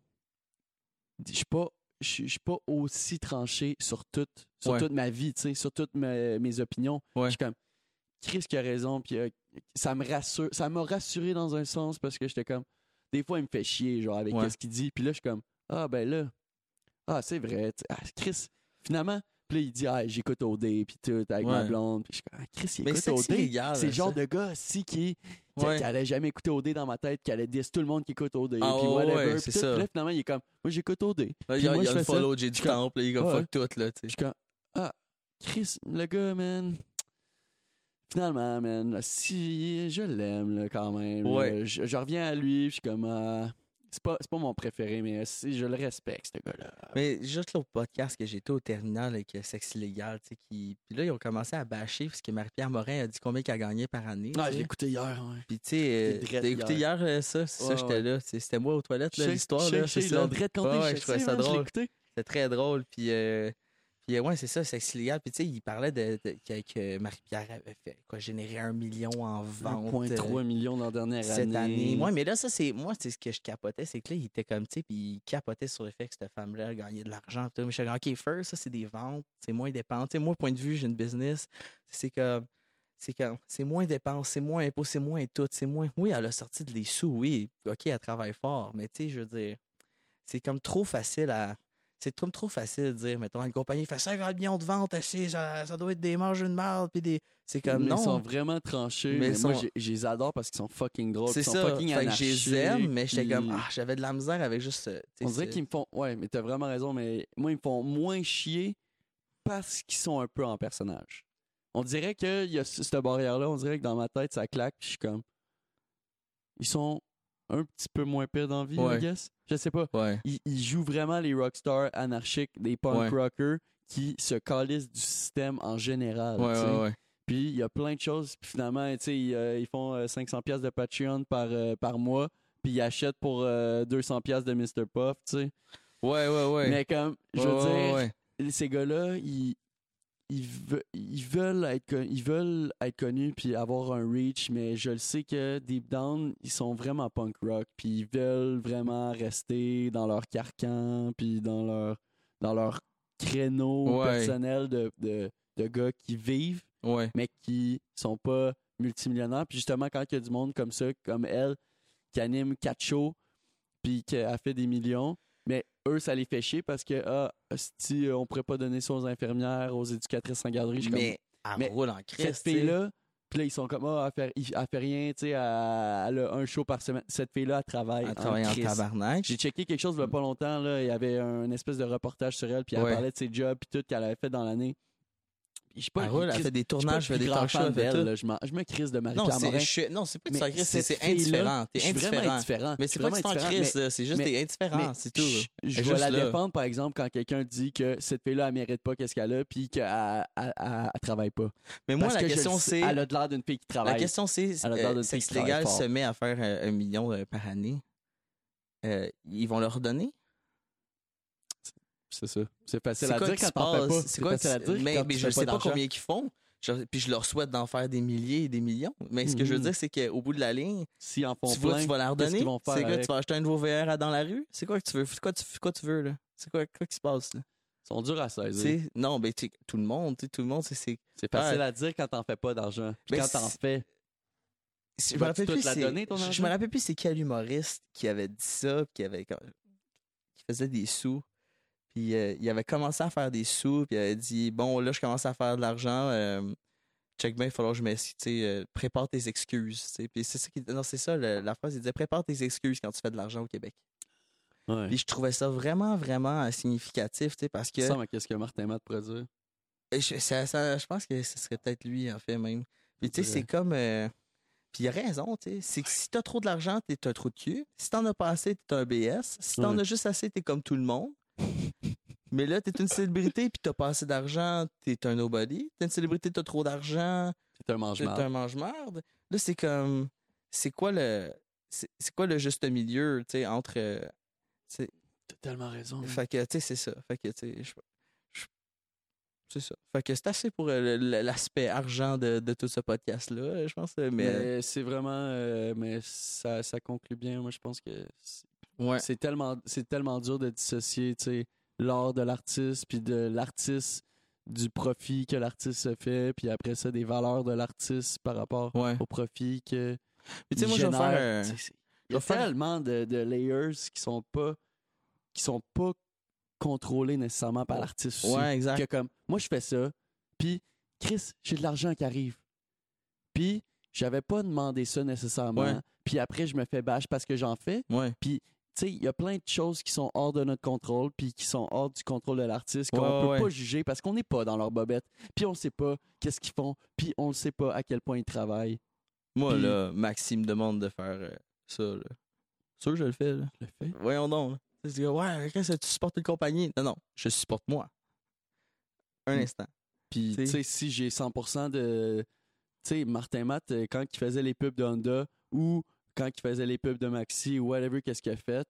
je suis pas je suis je suis pas aussi tranché sur toute sur Ouais. toute ma vie, tu sais, sur toutes mes, mes opinions. Ouais. Je suis comme Chris qui a raison, puis euh, ça me rassure, ça m'a rassuré dans un sens parce que j'étais comme des fois il me fait chier genre avec Ouais. ce qu'il dit, puis là je suis comme ah ben là ah c'est vrai, tu- ah, Chris finalement. Puis là, il dit, ah, j'écoute O D, puis tout, avec ma Ouais. blonde. Puis je suis comme, ah, Chris, il Mais écoute c'est O c'est D. égal, C'est le genre ça. de gars, si, qui, qui, Ouais. qui allait jamais écouter O D dans ma tête, qui allait dire tout le monde qui écoute O D, Ah, puis ouais, whatever. ouais, puis c'est tout. ça. Puis là, finalement, il est comme, moi, j'écoute O D. Là, Puis il y a, moi, il y je a le fais ça. follow Jay du Je suis comme- Temple, là, il est comme Ouais. fuck tout, là, tu Je sais. suis comme, ah, Chris, le gars, man. Finalement, man, là, si, je l'aime, là, quand même. Ouais. Là. Je, je reviens à lui, puis je suis comme, ah, c'est pas, c'est pas mon préféré, mais si, je le respecte, ce gars-là. Mais juste l'autre podcast que j'étais au terminal avec euh, Sexe Illégal, tu sais, qui. Puis là, ils ont commencé à bâcher parce que Marie-Pierre Morin a dit combien qu'elle gagnait par année. Ah, tu je sais. l'ai écouté hier, ouais. Puis tu sais, euh, J'étais drette t'as écouté hier, euh, ça, c'est Ouais, ça, j'étais ouais. là. Tu sais, c'était moi aux toilettes, là, Je sais, l'histoire, je sais, là, je c'est sais, ils ça. l'ont direct compté, Ouais, ouais, je je trouvais sais, ça man, je l'ai drôle. écouté. C'était très drôle. Puis, euh, puis euh, ouais, c'est ça, Sexe Illégal. Puis tu sais, il parlait de, de- que, que Marie-Pierre avait fait quoi, générer un million en vente. un virgule trois euh, million dans la dernière cette année. année. Ouais, mais là, ça, c'est. Moi, c'est ce que je capotais, c'est que là, il était comme, tu sais, puis il capotait sur le fait que cette femme-là gagnait de l'argent. Puis tout. Mais je suis comme, OK, first, ça, c'est des ventes, c'est moins dépenses. Tu sais, moi, point de vue, j'ai une business. C'est comme. C'est comme. C'est moins dépenses, c'est moins impôts, c'est moins tout. C'est moins. Oui, elle a sorti de les sous, oui. OK, elle travaille fort. Mais tu sais, je veux dire, c'est comme trop facile à. C'est comme trop facile de dire, mettons, une compagnie fait cinquante millions de ventes, assis, ça, ça doit être des marges de marde, puis des. C'est comme, Mais non. ils sont vraiment tranchés. Mais Mais, ils moi, sont- j'ai- je les adore parce qu'ils sont fucking drôles. C'est Ils sont ça. fucking Fait que je les anarchiques, aime, mais j'étais puis comme, ah, j'avais de la misère avec juste. euh, tu sais, On dirait c'est- qu'ils me font. Ouais, mais t'as vraiment raison, mais moi, ils me font moins chier parce qu'ils sont un peu en personnage. On dirait qu'il y a ce- cette barrière-là, on dirait que dans ma tête, ça claque, puis je suis comme. Ils sont un petit peu moins pires dans la vie, Ouais. I guess. Je sais pas. Ouais. Ils, ils jouent vraiment les rockstars anarchiques, des punk Ouais. rockers qui se calissent du système en général. Ouais, tu sais. ouais, ouais. Puis il y a plein de choses. Puis finalement, tu sais, ils, euh, ils font euh, cinq cents pièces de Patreon par, euh, par mois. Puis ils achètent pour euh, deux cents pièces de mister Puff, tu sais. Ouais, ouais, ouais. Mais comme, je veux Ouais, ouais, dire, ouais. ces gars-là, ils, ils, ve- ils veulent être con- ils veulent être connus puis avoir un reach, mais je le sais que deep down, ils sont vraiment punk rock. Puis ils veulent vraiment rester dans leur carcan puis dans leur dans leur créneau Ouais. personnel de, de, de gars qui vivent Ouais. mais qui sont pas multimillionnaires. Puis justement, quand il y a du monde comme ça, comme elle, qui anime quatre shows, puis qui a fait des millions, mais eux, ça les fait chier parce que, ah, si on pourrait pas donner ça aux infirmières, aux éducatrices en garderie, je suis Mais elle mais roule en comme, crise. cette fille-là, puis là, ils sont comme, ah, elle fait, elle fait rien, tu sais, elle, elle a un show par semaine. Cette fille-là, elle travaille Elle travaille en crise. tabarnak. J'ai checké quelque chose il y a pas longtemps, là, il y avait un espèce de reportage sur elle, puis elle Ouais. parlait de ses jobs, puis tout qu'elle avait fait dans l'année. Je sais pas, Elle roule, elle Chris, fait des je suis pas tournages, le fait des plus grand talk shows, fan elle fait d'elle, tout. là. Je, m'en- je me crise de Non, Marie-Pierre c'est Morin. je- non, c'est pas que tu Mais sois crise, c'est cette c'est fille-là, indifférent. T'es je suis vraiment indifférent. indifférent. Mais Je c'est suis pas que vraiment tu t'en indifférent, crises, là, c'est juste mais- t'es indifférent, mais c'est tout. Je, là. je Elle est vais juste la là. défendre, par exemple, quand quelqu'un dit que cette fille-là, elle mérite pas qu'est-ce qu'elle a, puis qu'elle elle, elle, elle- elle travaille pas. Mais moi, Parce la que je question, le sais, c'est. elle a de l'air d'une fille qui La travaille. question, c'est. Elle a l'air euh, d'une fille Sexe qui travaille légal fort. se met à faire euh, un million euh, par année. Euh, ils vont leur donner? C'est ça. C'est facile C'est à quoi dire qui quand se t'en fais passe? pas. C'est C'est quoi facile à qui- dire Mais, quand mais tu je fais sais pas d'argent. combien qu'ils font. Je- Puis je leur souhaite d'en faire des milliers et des millions. Mais ce que je veux Mhm. dire, c'est qu'au bout de la ligne, S'ils en font tu, vas, plein, tu vas leur qu'est-ce donner. qu'ils vont faire C'est quoi, avec? tu vas acheter un nouveau V R à- dans la rue? C'est quoi que tu veux? C'est quoi tu, quoi tu veux, là? C'est quoi, quoi qui se passe, là? Ils sont durs à saisir. C'est- Non, mais tu sais, tout le monde, tu sais, tout le monde, c'est- c'est. C'est facile à dire quand t'en fais pas d'argent. Puis Mais quand t'en c'est- fais, Je me Vas-tu rappelle tout plus la c'est- donner, ton je- Je argent? me rappelle plus c'est quel humoriste qui avait dit ça, puis qui avait qui faisait des sous. Puis euh, il avait commencé à faire des sous, puis il avait dit bon là je commence à faire de l'argent, euh, check bien, il va falloir que je m'excuse, tu sais, euh, prépare tes excuses, tu sais. Puis c'est ça qui non c'est ça le- la phrase, il disait prépare tes excuses quand tu fais de l'argent au Québec. ouais. Puis je trouvais ça vraiment vraiment euh, significatif, tu sais, parce que Ça, mais qu'est-ce que Martin Matt pourrait dire? Et Je, ça- ça- je pense que ce serait peut-être lui, en fait, même. Puis, tu sais, Ouais. c'est comme. euh, Puis, il a raison, tu sais. C'est que si t'as trop de l'argent, t'es un trou de cul. Si t'en as pas assez, t'es un B S. Si t'en Ouais. as juste assez, t'es comme tout le monde. Mais là, t'es une célébrité, puis t'as pas assez d'argent, t'es un nobody. T'es une célébrité, t'as trop d'argent, C'est un t'es mange-marde. un mange-marde. Là, c'est comme. C'est quoi le. C'est c'est quoi le juste milieu, tu sais, entre. euh, c'est- T'as tellement raison. man. Fait que, tu sais, c'est ça. Fait que, tu sais, je- je- c'est ça. Fait que c'est assez pour euh, le- le- l'aspect argent de, de tout ce podcast-là, je pense. euh, Mais, Mais c'est vraiment. euh, mais ça, ça conclut bien. Moi, je pense que c'est ouais. c'est tellement, c'est tellement dur de dissocier, tu sais, l'art de l'artiste, puis de l'artiste, du profit que l'artiste se fait, puis après ça, des valeurs de l'artiste par rapport Ouais. au profit que. Puis, tu sais, moi, je vais génère. faire. Tu euh, sais, c'est- Il y je a vais faire- tellement de, de layers qui sont pas qui sont pas contrôlés nécessairement par l'artiste aussi. Ouais, exact. Que comme moi je fais ça, puis Chris, j'ai de l'argent qui arrive. Puis j'avais pas demandé ça nécessairement. Ouais. Puis après je me fais bâche parce que j'en fais. Ouais. Puis tu sais, il y a plein de choses qui sont hors de notre contrôle puis qui sont hors du contrôle de l'artiste qu'on Ouais, peut ouais. pas juger parce qu'on n'est pas dans leur bobette. Puis on sait pas qu'est-ce qu'ils font, puis on ne sait pas à quel point ils travaillent. Moi, Puis- là, Maxime me demande de faire euh, ça, là. Sûr que je le fais, là. Je le fais. Voyons donc. là. Tu dis, ouais, qu'est-ce que tu supportes une compagnie? Non, non, je supporte moi. Un Mm. instant. Puis, T'sais. tu sais, si j'ai cent pour cent de. Tu sais, Martin Matt, euh, quand il faisait les pubs de Honda ou quand il faisait les pubs de Maxi ou whatever, qu'est-ce qu'il a fait,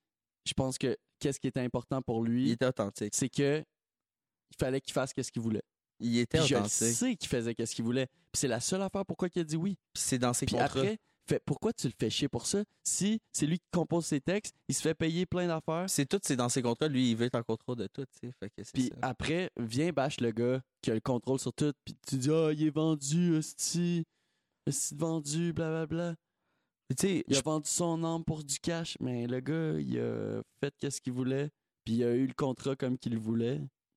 je pense que qu'est-ce qui était important pour Il lui, était authentique. c'est que il fallait qu'il fasse ce qu'il voulait. Il était Puis je le authentique. sais qu'il faisait ce qu'il voulait. Puis c'est la seule affaire pourquoi il a dit oui. Puis c'est dans ses Puis contrats. après, fait, pourquoi tu le fais chier pour ça? Si c'est lui qui compose ses textes, il se fait payer plein d'affaires. C'est tout, c'est dans ses contrats. Lui, il veut être en contrôle de tout, tu sais. Fait que c'est Puis ça. après, viens bâche le gars qui a le contrôle sur tout. Puis tu dis, ah, il est vendu, hostie. Hostie de vendu, blablabla. Puis tu sais, Il a je- vendu son âme pour du cash. Mais le gars, il a fait qu'est-ce qu'il voulait. Puis il a eu le contrat comme qu'il le voulait.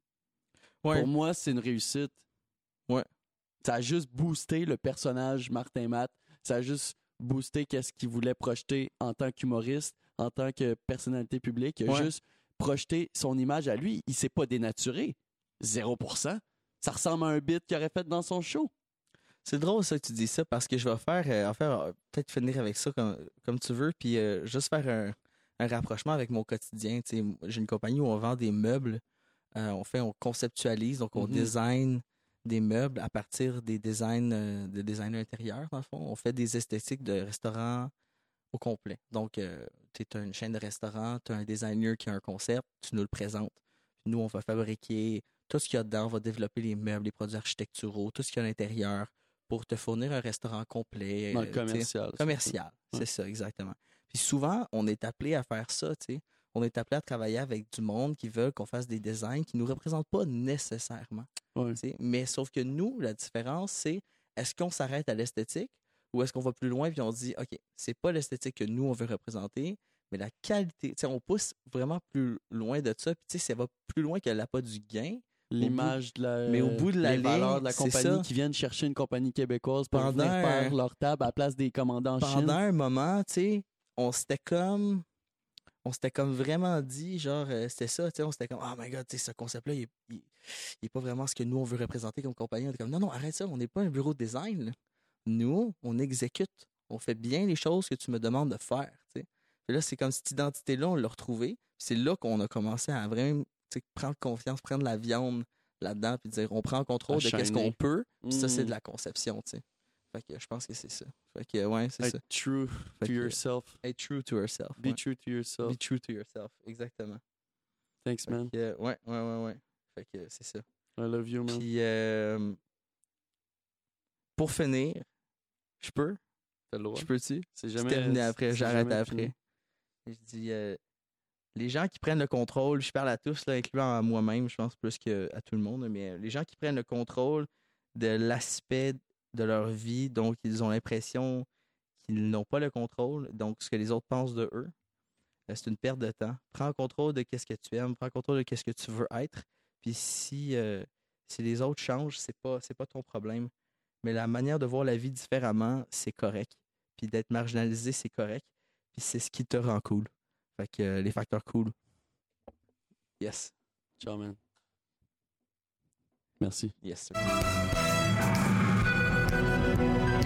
ouais. Pour moi, c'est une réussite. Ouais. Ça a juste boosté le personnage Martin Matt. Ça a juste boosté qu'est-ce qu'il voulait projeter en tant qu'humoriste, en tant que personnalité publique. Il a Ouais. juste projeté son image à lui. Il s'est pas dénaturé. zéro pour cent. Ça ressemble à un bit qu'il aurait fait dans son show. C'est drôle ça que tu dis ça parce que je vais faire, euh, en faire euh, peut-être finir avec ça comme, comme tu veux, puis euh, juste faire un, un rapprochement avec mon quotidien. Tu sais, j'ai une compagnie où on vend des meubles, euh, on fait, on conceptualise, donc on Mhm. design des meubles à partir des designs euh, de designers intérieurs dans le fond. On fait des esthétiques de restaurants au complet. Donc, euh, tu as une chaîne de restaurants, tu as un designer qui a un concept, tu nous le présentes. Puis nous, on va fabriquer tout ce qu'il y a dedans, on va développer les meubles, les produits architecturaux, tout ce qu'il y a à l'intérieur pour te fournir un restaurant complet. Dans euh, le tu sais, commercial. ça. commercial, Ouais. c'est ça, exactement. Puis souvent, on est appelé à faire ça, tu sais. On est appelé à travailler avec du monde qui veut qu'on fasse des designs qui ne nous représentent pas nécessairement. Ouais. tu sais. Mais sauf que nous, la différence, c'est est-ce qu'on s'arrête à l'esthétique ou est-ce qu'on va plus loin puis on dit, OK, c'est pas l'esthétique que nous, on veut représenter, mais la qualité. Tu sais, on pousse vraiment plus loin de ça. Puis tu sais, ça va plus loin que l'appât du gain. L'image de la. mais au bout de la les valeurs ligne, de la c'est compagnie ça. qui viennent chercher une compagnie québécoise pour Pendant venir faire un- leur table à la place des commandants en Pendant Chine. un moment, tu sais, on s'était comme. On s'était comme vraiment dit, genre, euh, c'était ça, tu sais, on s'était comme, oh my god, tu sais, ce concept-là, il, est- il, il est pas vraiment ce que nous, on veut représenter comme compagnie. On était comme, non, non, arrête ça, on n'est pas un bureau de design, là. Nous, on exécute. On fait bien les choses que tu me demandes de faire, tu sais. Puis là, c'est comme cette identité-là, on l'a retrouvée. C'est là qu'on a commencé à vraiment, tu sais, prendre confiance, prendre la viande là-dedans, puis dire, on prend le contrôle de qu'est-ce qu'on peut, puis ça, c'est de la conception, tu sais. Fait que je pense que c'est ça. Fait que, ouais, c'est ça. Être true Fait to que- yourself. Être true to yourself. Be ouais. true to yourself. Be true to yourself, exactement. Thanks, Fait man. que, euh, ouais, ouais, ouais, ouais. Fait que c'est ça. I love you, man. Puis, euh, pour finir, je peux? T'as le droit. Je peux-tu? C'est Je jamais. terminer c'est- après, c'est j'arrête jamais après. fini. Je dis, euh, les gens qui prennent le contrôle, je parle à tous, là, incluant à moi-même, je pense plus qu'à tout le monde, mais euh, les gens qui prennent le contrôle de l'aspect de leur vie, donc ils ont l'impression qu'ils n'ont pas le contrôle, donc ce que les autres pensent de eux, euh, c'est une perte de temps. Prends le contrôle de qu'est-ce que tu aimes, prends le contrôle de qu'est-ce que tu veux être, puis si, euh, si les autres changent, c'est pas, c'est pas ton problème. Mais la manière de voir la vie différemment, c'est correct. Puis d'être marginalisé, c'est correct. Puis c'est ce qui te rend cool. Fait que euh, les facteurs cool. Yes. Ciao, man. Merci. Yes, sir.